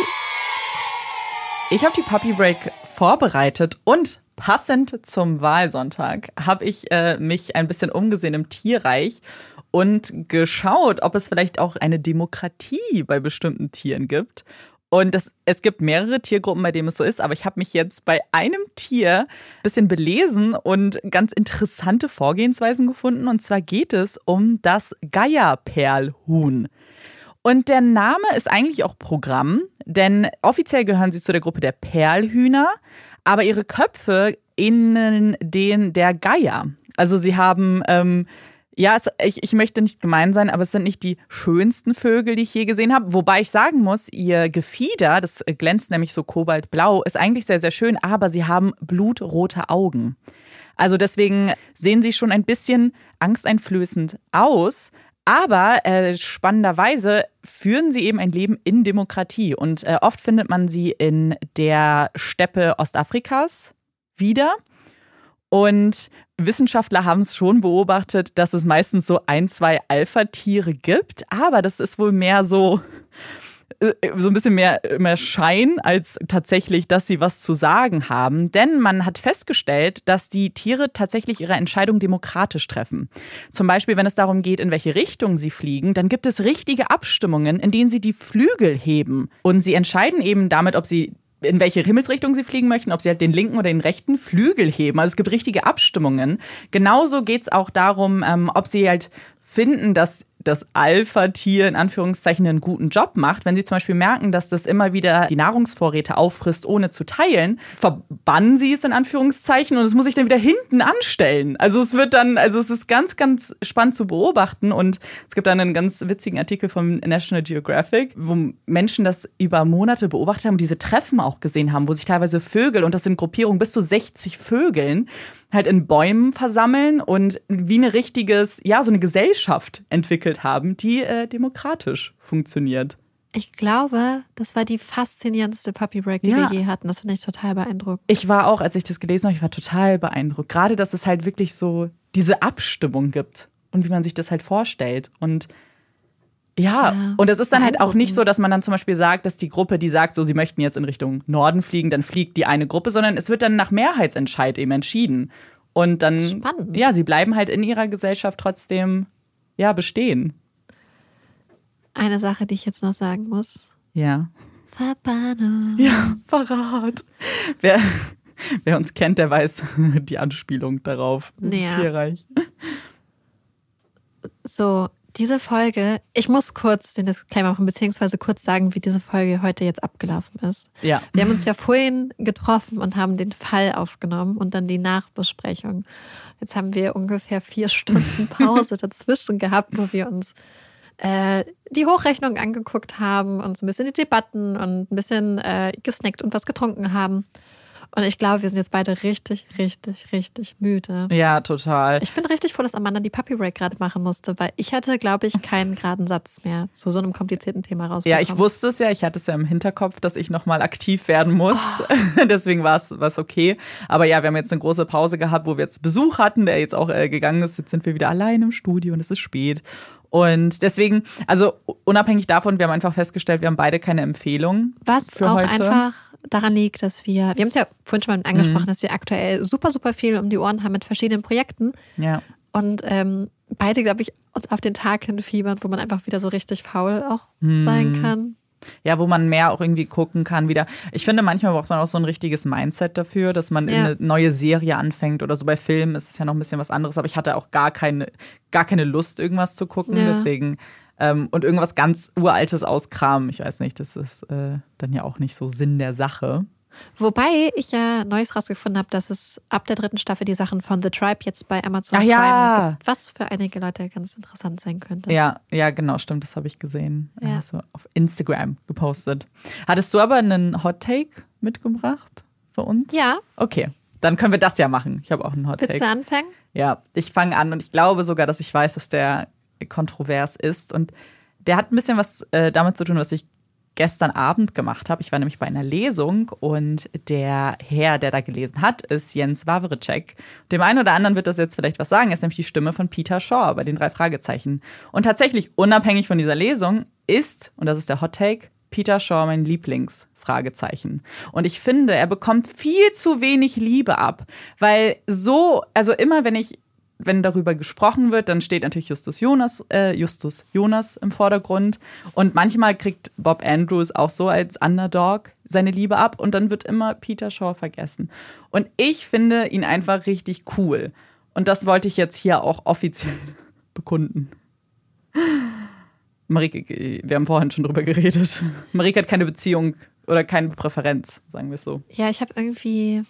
Ich habe die Puppy Break vorbereitet und passend zum Wahlsonntag habe ich mich ein bisschen umgesehen im Tierreich und geschaut, ob es vielleicht auch eine Demokratie bei bestimmten Tieren gibt. Und es gibt mehrere Tiergruppen, bei denen es so ist, aber ich habe mich jetzt bei einem Tier ein bisschen belesen und ganz interessante Vorgehensweisen gefunden. Und zwar geht es um das Geierperlhuhn. Und der Name ist eigentlich auch Programm, denn offiziell gehören sie zu der Gruppe der Perlhühner, aber ihre Köpfe ähneln denen der Geier. Also sie haben... ich möchte nicht gemein sein, aber es sind nicht die schönsten Vögel, die ich je gesehen habe. Wobei ich sagen muss, ihr Gefieder, das glänzt nämlich so kobaltblau, ist eigentlich sehr, sehr schön, aber sie haben blutrote Augen. Also deswegen sehen sie schon ein bisschen angsteinflößend aus. Aber spannenderweise führen sie eben ein Leben in Demokratie. Und oft findet man sie in der Steppe Ostafrikas wieder. Und Wissenschaftler haben es schon beobachtet, dass es meistens so 1, 2 Alpha-Tiere gibt. Aber das ist wohl mehr so ein bisschen mehr Schein, als tatsächlich, dass sie was zu sagen haben. Denn man hat festgestellt, dass die Tiere tatsächlich ihre Entscheidung demokratisch treffen. Zum Beispiel, wenn es darum geht, in welche Richtung sie fliegen, dann gibt es richtige Abstimmungen, in denen sie die Flügel heben. Und sie entscheiden eben damit, ob sie in welche Himmelsrichtung sie fliegen möchten, ob sie halt den linken oder den rechten Flügel heben. Also es gibt richtige Abstimmungen. Genauso geht es auch darum, ob sie halt finden, dass das Alpha-Tier in Anführungszeichen einen guten Job macht, wenn sie zum Beispiel merken, dass das immer wieder die Nahrungsvorräte auffrisst, ohne zu teilen, verbannen sie es in Anführungszeichen und es muss sich dann wieder hinten anstellen. Also es ist ganz, ganz spannend zu beobachten und es gibt dann einen ganz witzigen Artikel vom National Geographic, wo Menschen das über Monate beobachtet haben und diese Treffen auch gesehen haben, wo sich teilweise Vögel, und das sind Gruppierungen bis zu 60 Vögeln, halt in Bäumen versammeln und wie eine richtiges, ja, so eine Gesellschaft entwickelt haben, die demokratisch funktioniert. Ich glaube, das war die faszinierendste Puppy Break, die wir je hatten. Das finde ich total beeindruckend. Ich war auch, als ich das gelesen habe, ich war total beeindruckt. Gerade, dass es halt wirklich so diese Abstimmung gibt und wie man sich das halt vorstellt. Und ja, und es ist dann halt auch nicht so, dass man dann zum Beispiel sagt, dass die Gruppe, die sagt, so, sie möchten jetzt in Richtung Norden fliegen, dann fliegt die eine Gruppe, sondern es wird dann nach Mehrheitsentscheid eben entschieden. Und dann, spannend. Ja, sie bleiben halt in ihrer Gesellschaft trotzdem, ja, bestehen. Eine Sache, die ich jetzt noch sagen muss. Ja. Verbannung. Ja, Verrat. Wer uns kennt, der weiß die Anspielung darauf. Ja. Tierreich. So, diese Folge, ich muss kurz den Disclaimer machen, beziehungsweise kurz sagen, wie diese Folge heute jetzt abgelaufen ist. Ja. Wir haben uns ja vorhin getroffen und haben den Fall aufgenommen und dann die Nachbesprechung. Jetzt haben wir ungefähr 4 Stunden Pause dazwischen gehabt, wo wir uns die Hochrechnung angeguckt haben und so ein bisschen die Debatten und ein bisschen gesnackt und was getrunken haben. Und ich glaube, wir sind jetzt beide richtig, richtig, richtig müde. Ja, total. Ich bin richtig froh, dass Amanda die Puppy Break gerade machen musste, weil ich hätte, glaube ich, keinen geraden Satz mehr zu so einem komplizierten Thema rausbekommen. Ja, ich wusste es ja, ich hatte es ja im Hinterkopf, dass ich nochmal aktiv werden muss. Deswegen war es okay. Aber ja, wir haben jetzt eine große Pause gehabt, wo wir jetzt Besuch hatten, der jetzt auch gegangen ist. Jetzt sind wir wieder allein im Studio und es ist spät. Und deswegen, also unabhängig davon, wir haben einfach festgestellt, wir haben beide keine Empfehlung. Was für auch heute. Einfach daran liegt, dass wir haben es ja vorhin schon mal angesprochen, dass wir aktuell super, super viel um die Ohren haben mit verschiedenen Projekten. Ja. Und beide, glaube ich, uns auf den Tag hinfiebern, wo man einfach wieder so richtig faul auch sein kann. Ja, wo man mehr auch irgendwie gucken kann wieder. Ich finde, manchmal braucht man auch so ein richtiges Mindset dafür, dass man eine neue Serie anfängt oder so. Bei Filmen ist es ja noch ein bisschen was anderes, aber ich hatte auch gar keine Lust, irgendwas zu gucken. Ja. Deswegen und irgendwas ganz Uraltes auskramen. Ich weiß nicht, das ist dann ja auch nicht so Sinn der Sache. Wobei ich ja Neues rausgefunden habe, dass es ab der 3. Staffel die Sachen von The Tribe jetzt bei Amazon Prime gibt, was für einige Leute ganz interessant sein könnte. Ja, genau, stimmt, das habe ich gesehen. Ja. Hast du auf Instagram gepostet. Hattest du aber einen Hot Take mitgebracht für uns? Ja. Okay, dann können wir das ja machen. Ich habe auch einen Hot Take. Willst du anfangen? Ja, ich fange an und ich glaube sogar, dass ich weiß, dass der kontrovers ist. Und der hat ein bisschen was damit zu tun, was ich gestern Abend gemacht habe. Ich war nämlich bei einer Lesung und der Herr, der da gelesen hat, ist Jens Wawrczeck. Dem einen oder anderen wird das jetzt vielleicht was sagen. Er ist nämlich die Stimme von Peter Shaw bei den 3 Fragezeichen. Und tatsächlich, unabhängig von dieser Lesung, ist, und das ist der Hot Take, Peter Shaw mein Lieblingsfragezeichen. Und ich finde, er bekommt viel zu wenig Liebe ab. Weil also immer wenn darüber gesprochen wird, dann steht natürlich Justus Jonas im Vordergrund. Und manchmal kriegt Bob Andrews auch so als Underdog seine Liebe ab. Und dann wird immer Peter Shaw vergessen. Und ich finde ihn einfach richtig cool. Und das wollte ich jetzt hier auch offiziell bekunden. Marike, wir haben vorhin schon drüber geredet. Marike hat keine Beziehung oder keine Präferenz, sagen wir es so. Ja, ich habe irgendwie,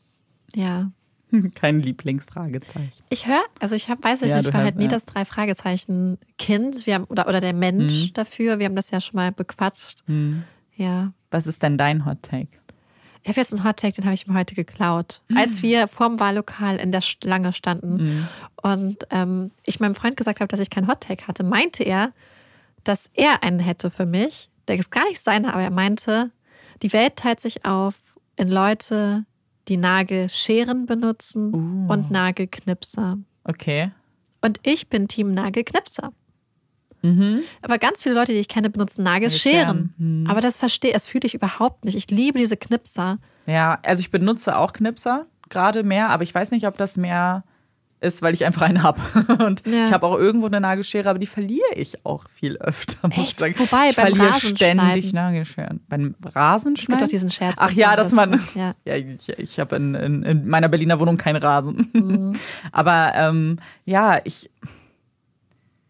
kein Lieblingsfragezeichen. Ich war halt nie das 3 Fragezeichen Kind. Oder der Mensch dafür. Wir haben das ja schon mal bequatscht. Ja. Was ist denn dein Hot Take? Ich habe jetzt einen Hot Take, den habe ich mir heute geklaut. Als wir vorm Wahllokal in der Schlange standen und ich meinem Freund gesagt habe, dass ich keinen Hot Take hatte, meinte er, dass er einen hätte für mich. Der ist gar nicht seiner, aber er meinte, die Welt teilt sich auf in Leute, die Nagelscheren benutzen und Nagelknipser. Okay. Und ich bin Team Nagelknipser. Aber ganz viele Leute, die ich kenne, benutzen Nagelscheren. Aber das fühle ich überhaupt nicht. Ich liebe diese Knipser. Ja, also ich benutze auch Knipser, gerade mehr, aber ich weiß nicht, ob das mehr ist, weil ich einfach einen habe. Und ich habe auch irgendwo eine Nagelschere, aber die verliere ich auch viel öfter, muss ich sagen. Wobei, ich verliere ständig Nagelscheren. Beim Rasenschneiden? Es gibt doch diesen Scherz. Ach ja, dass man... Ja, ich habe in meiner Berliner Wohnung keinen Rasen. Aber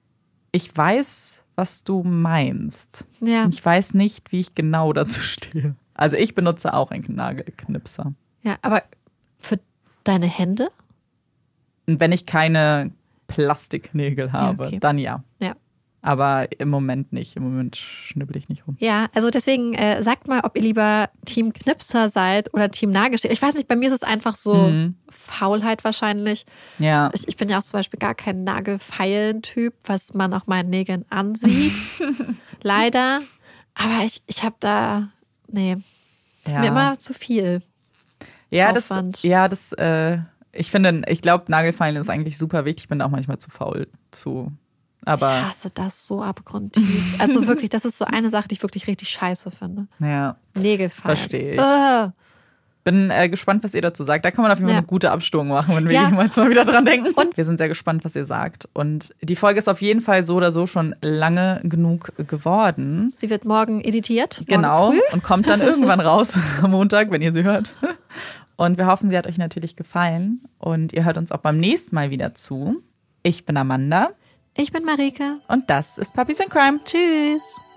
ich weiß, was du meinst. Ja. Ich weiß nicht, wie ich genau dazu stehe. Also ich benutze auch einen Nagelknipser. Ja, aber für deine Hände? Und wenn ich keine Plastiknägel habe, okay. dann ja. Ja. Aber im Moment nicht. Im Moment schnibbel ich nicht rum. Ja, also deswegen sagt mal, ob ihr lieber Team Knipser seid oder Team Nagelstiche. Ich weiß nicht, bei mir ist es einfach so Faulheit wahrscheinlich. Ja. Ich bin ja auch zum Beispiel gar kein Nagelfeilen-Typ, was man auf meinen Nägeln ansieht. Leider. Aber ich habe da, ist mir immer zu viel. Ja, Aufwand. ich glaube, Nagelfeilen ist eigentlich super wichtig. Ich bin da auch manchmal zu faul zu. Aber ich hasse das so abgrundtief. Also wirklich, das ist so eine Sache, die ich wirklich richtig scheiße finde. ja, Nägelfeilen. verstehe ich. Bin gespannt, was ihr dazu sagt. Da kann man auf jeden Fall eine gute Abstimmung machen, wenn wir jemals mal wieder dran denken. Und wir sind sehr gespannt, was ihr sagt. Und die Folge ist auf jeden Fall so oder so schon lange genug geworden. Sie wird morgen editiert. Genau. Morgen früh. Und kommt dann irgendwann raus am Montag, wenn ihr sie hört. Und wir hoffen, sie hat euch natürlich gefallen. Und ihr hört uns auch beim nächsten Mal wieder zu. Ich bin Amanda. Ich bin Marike. Und das ist Puppies in Crime. Tschüss.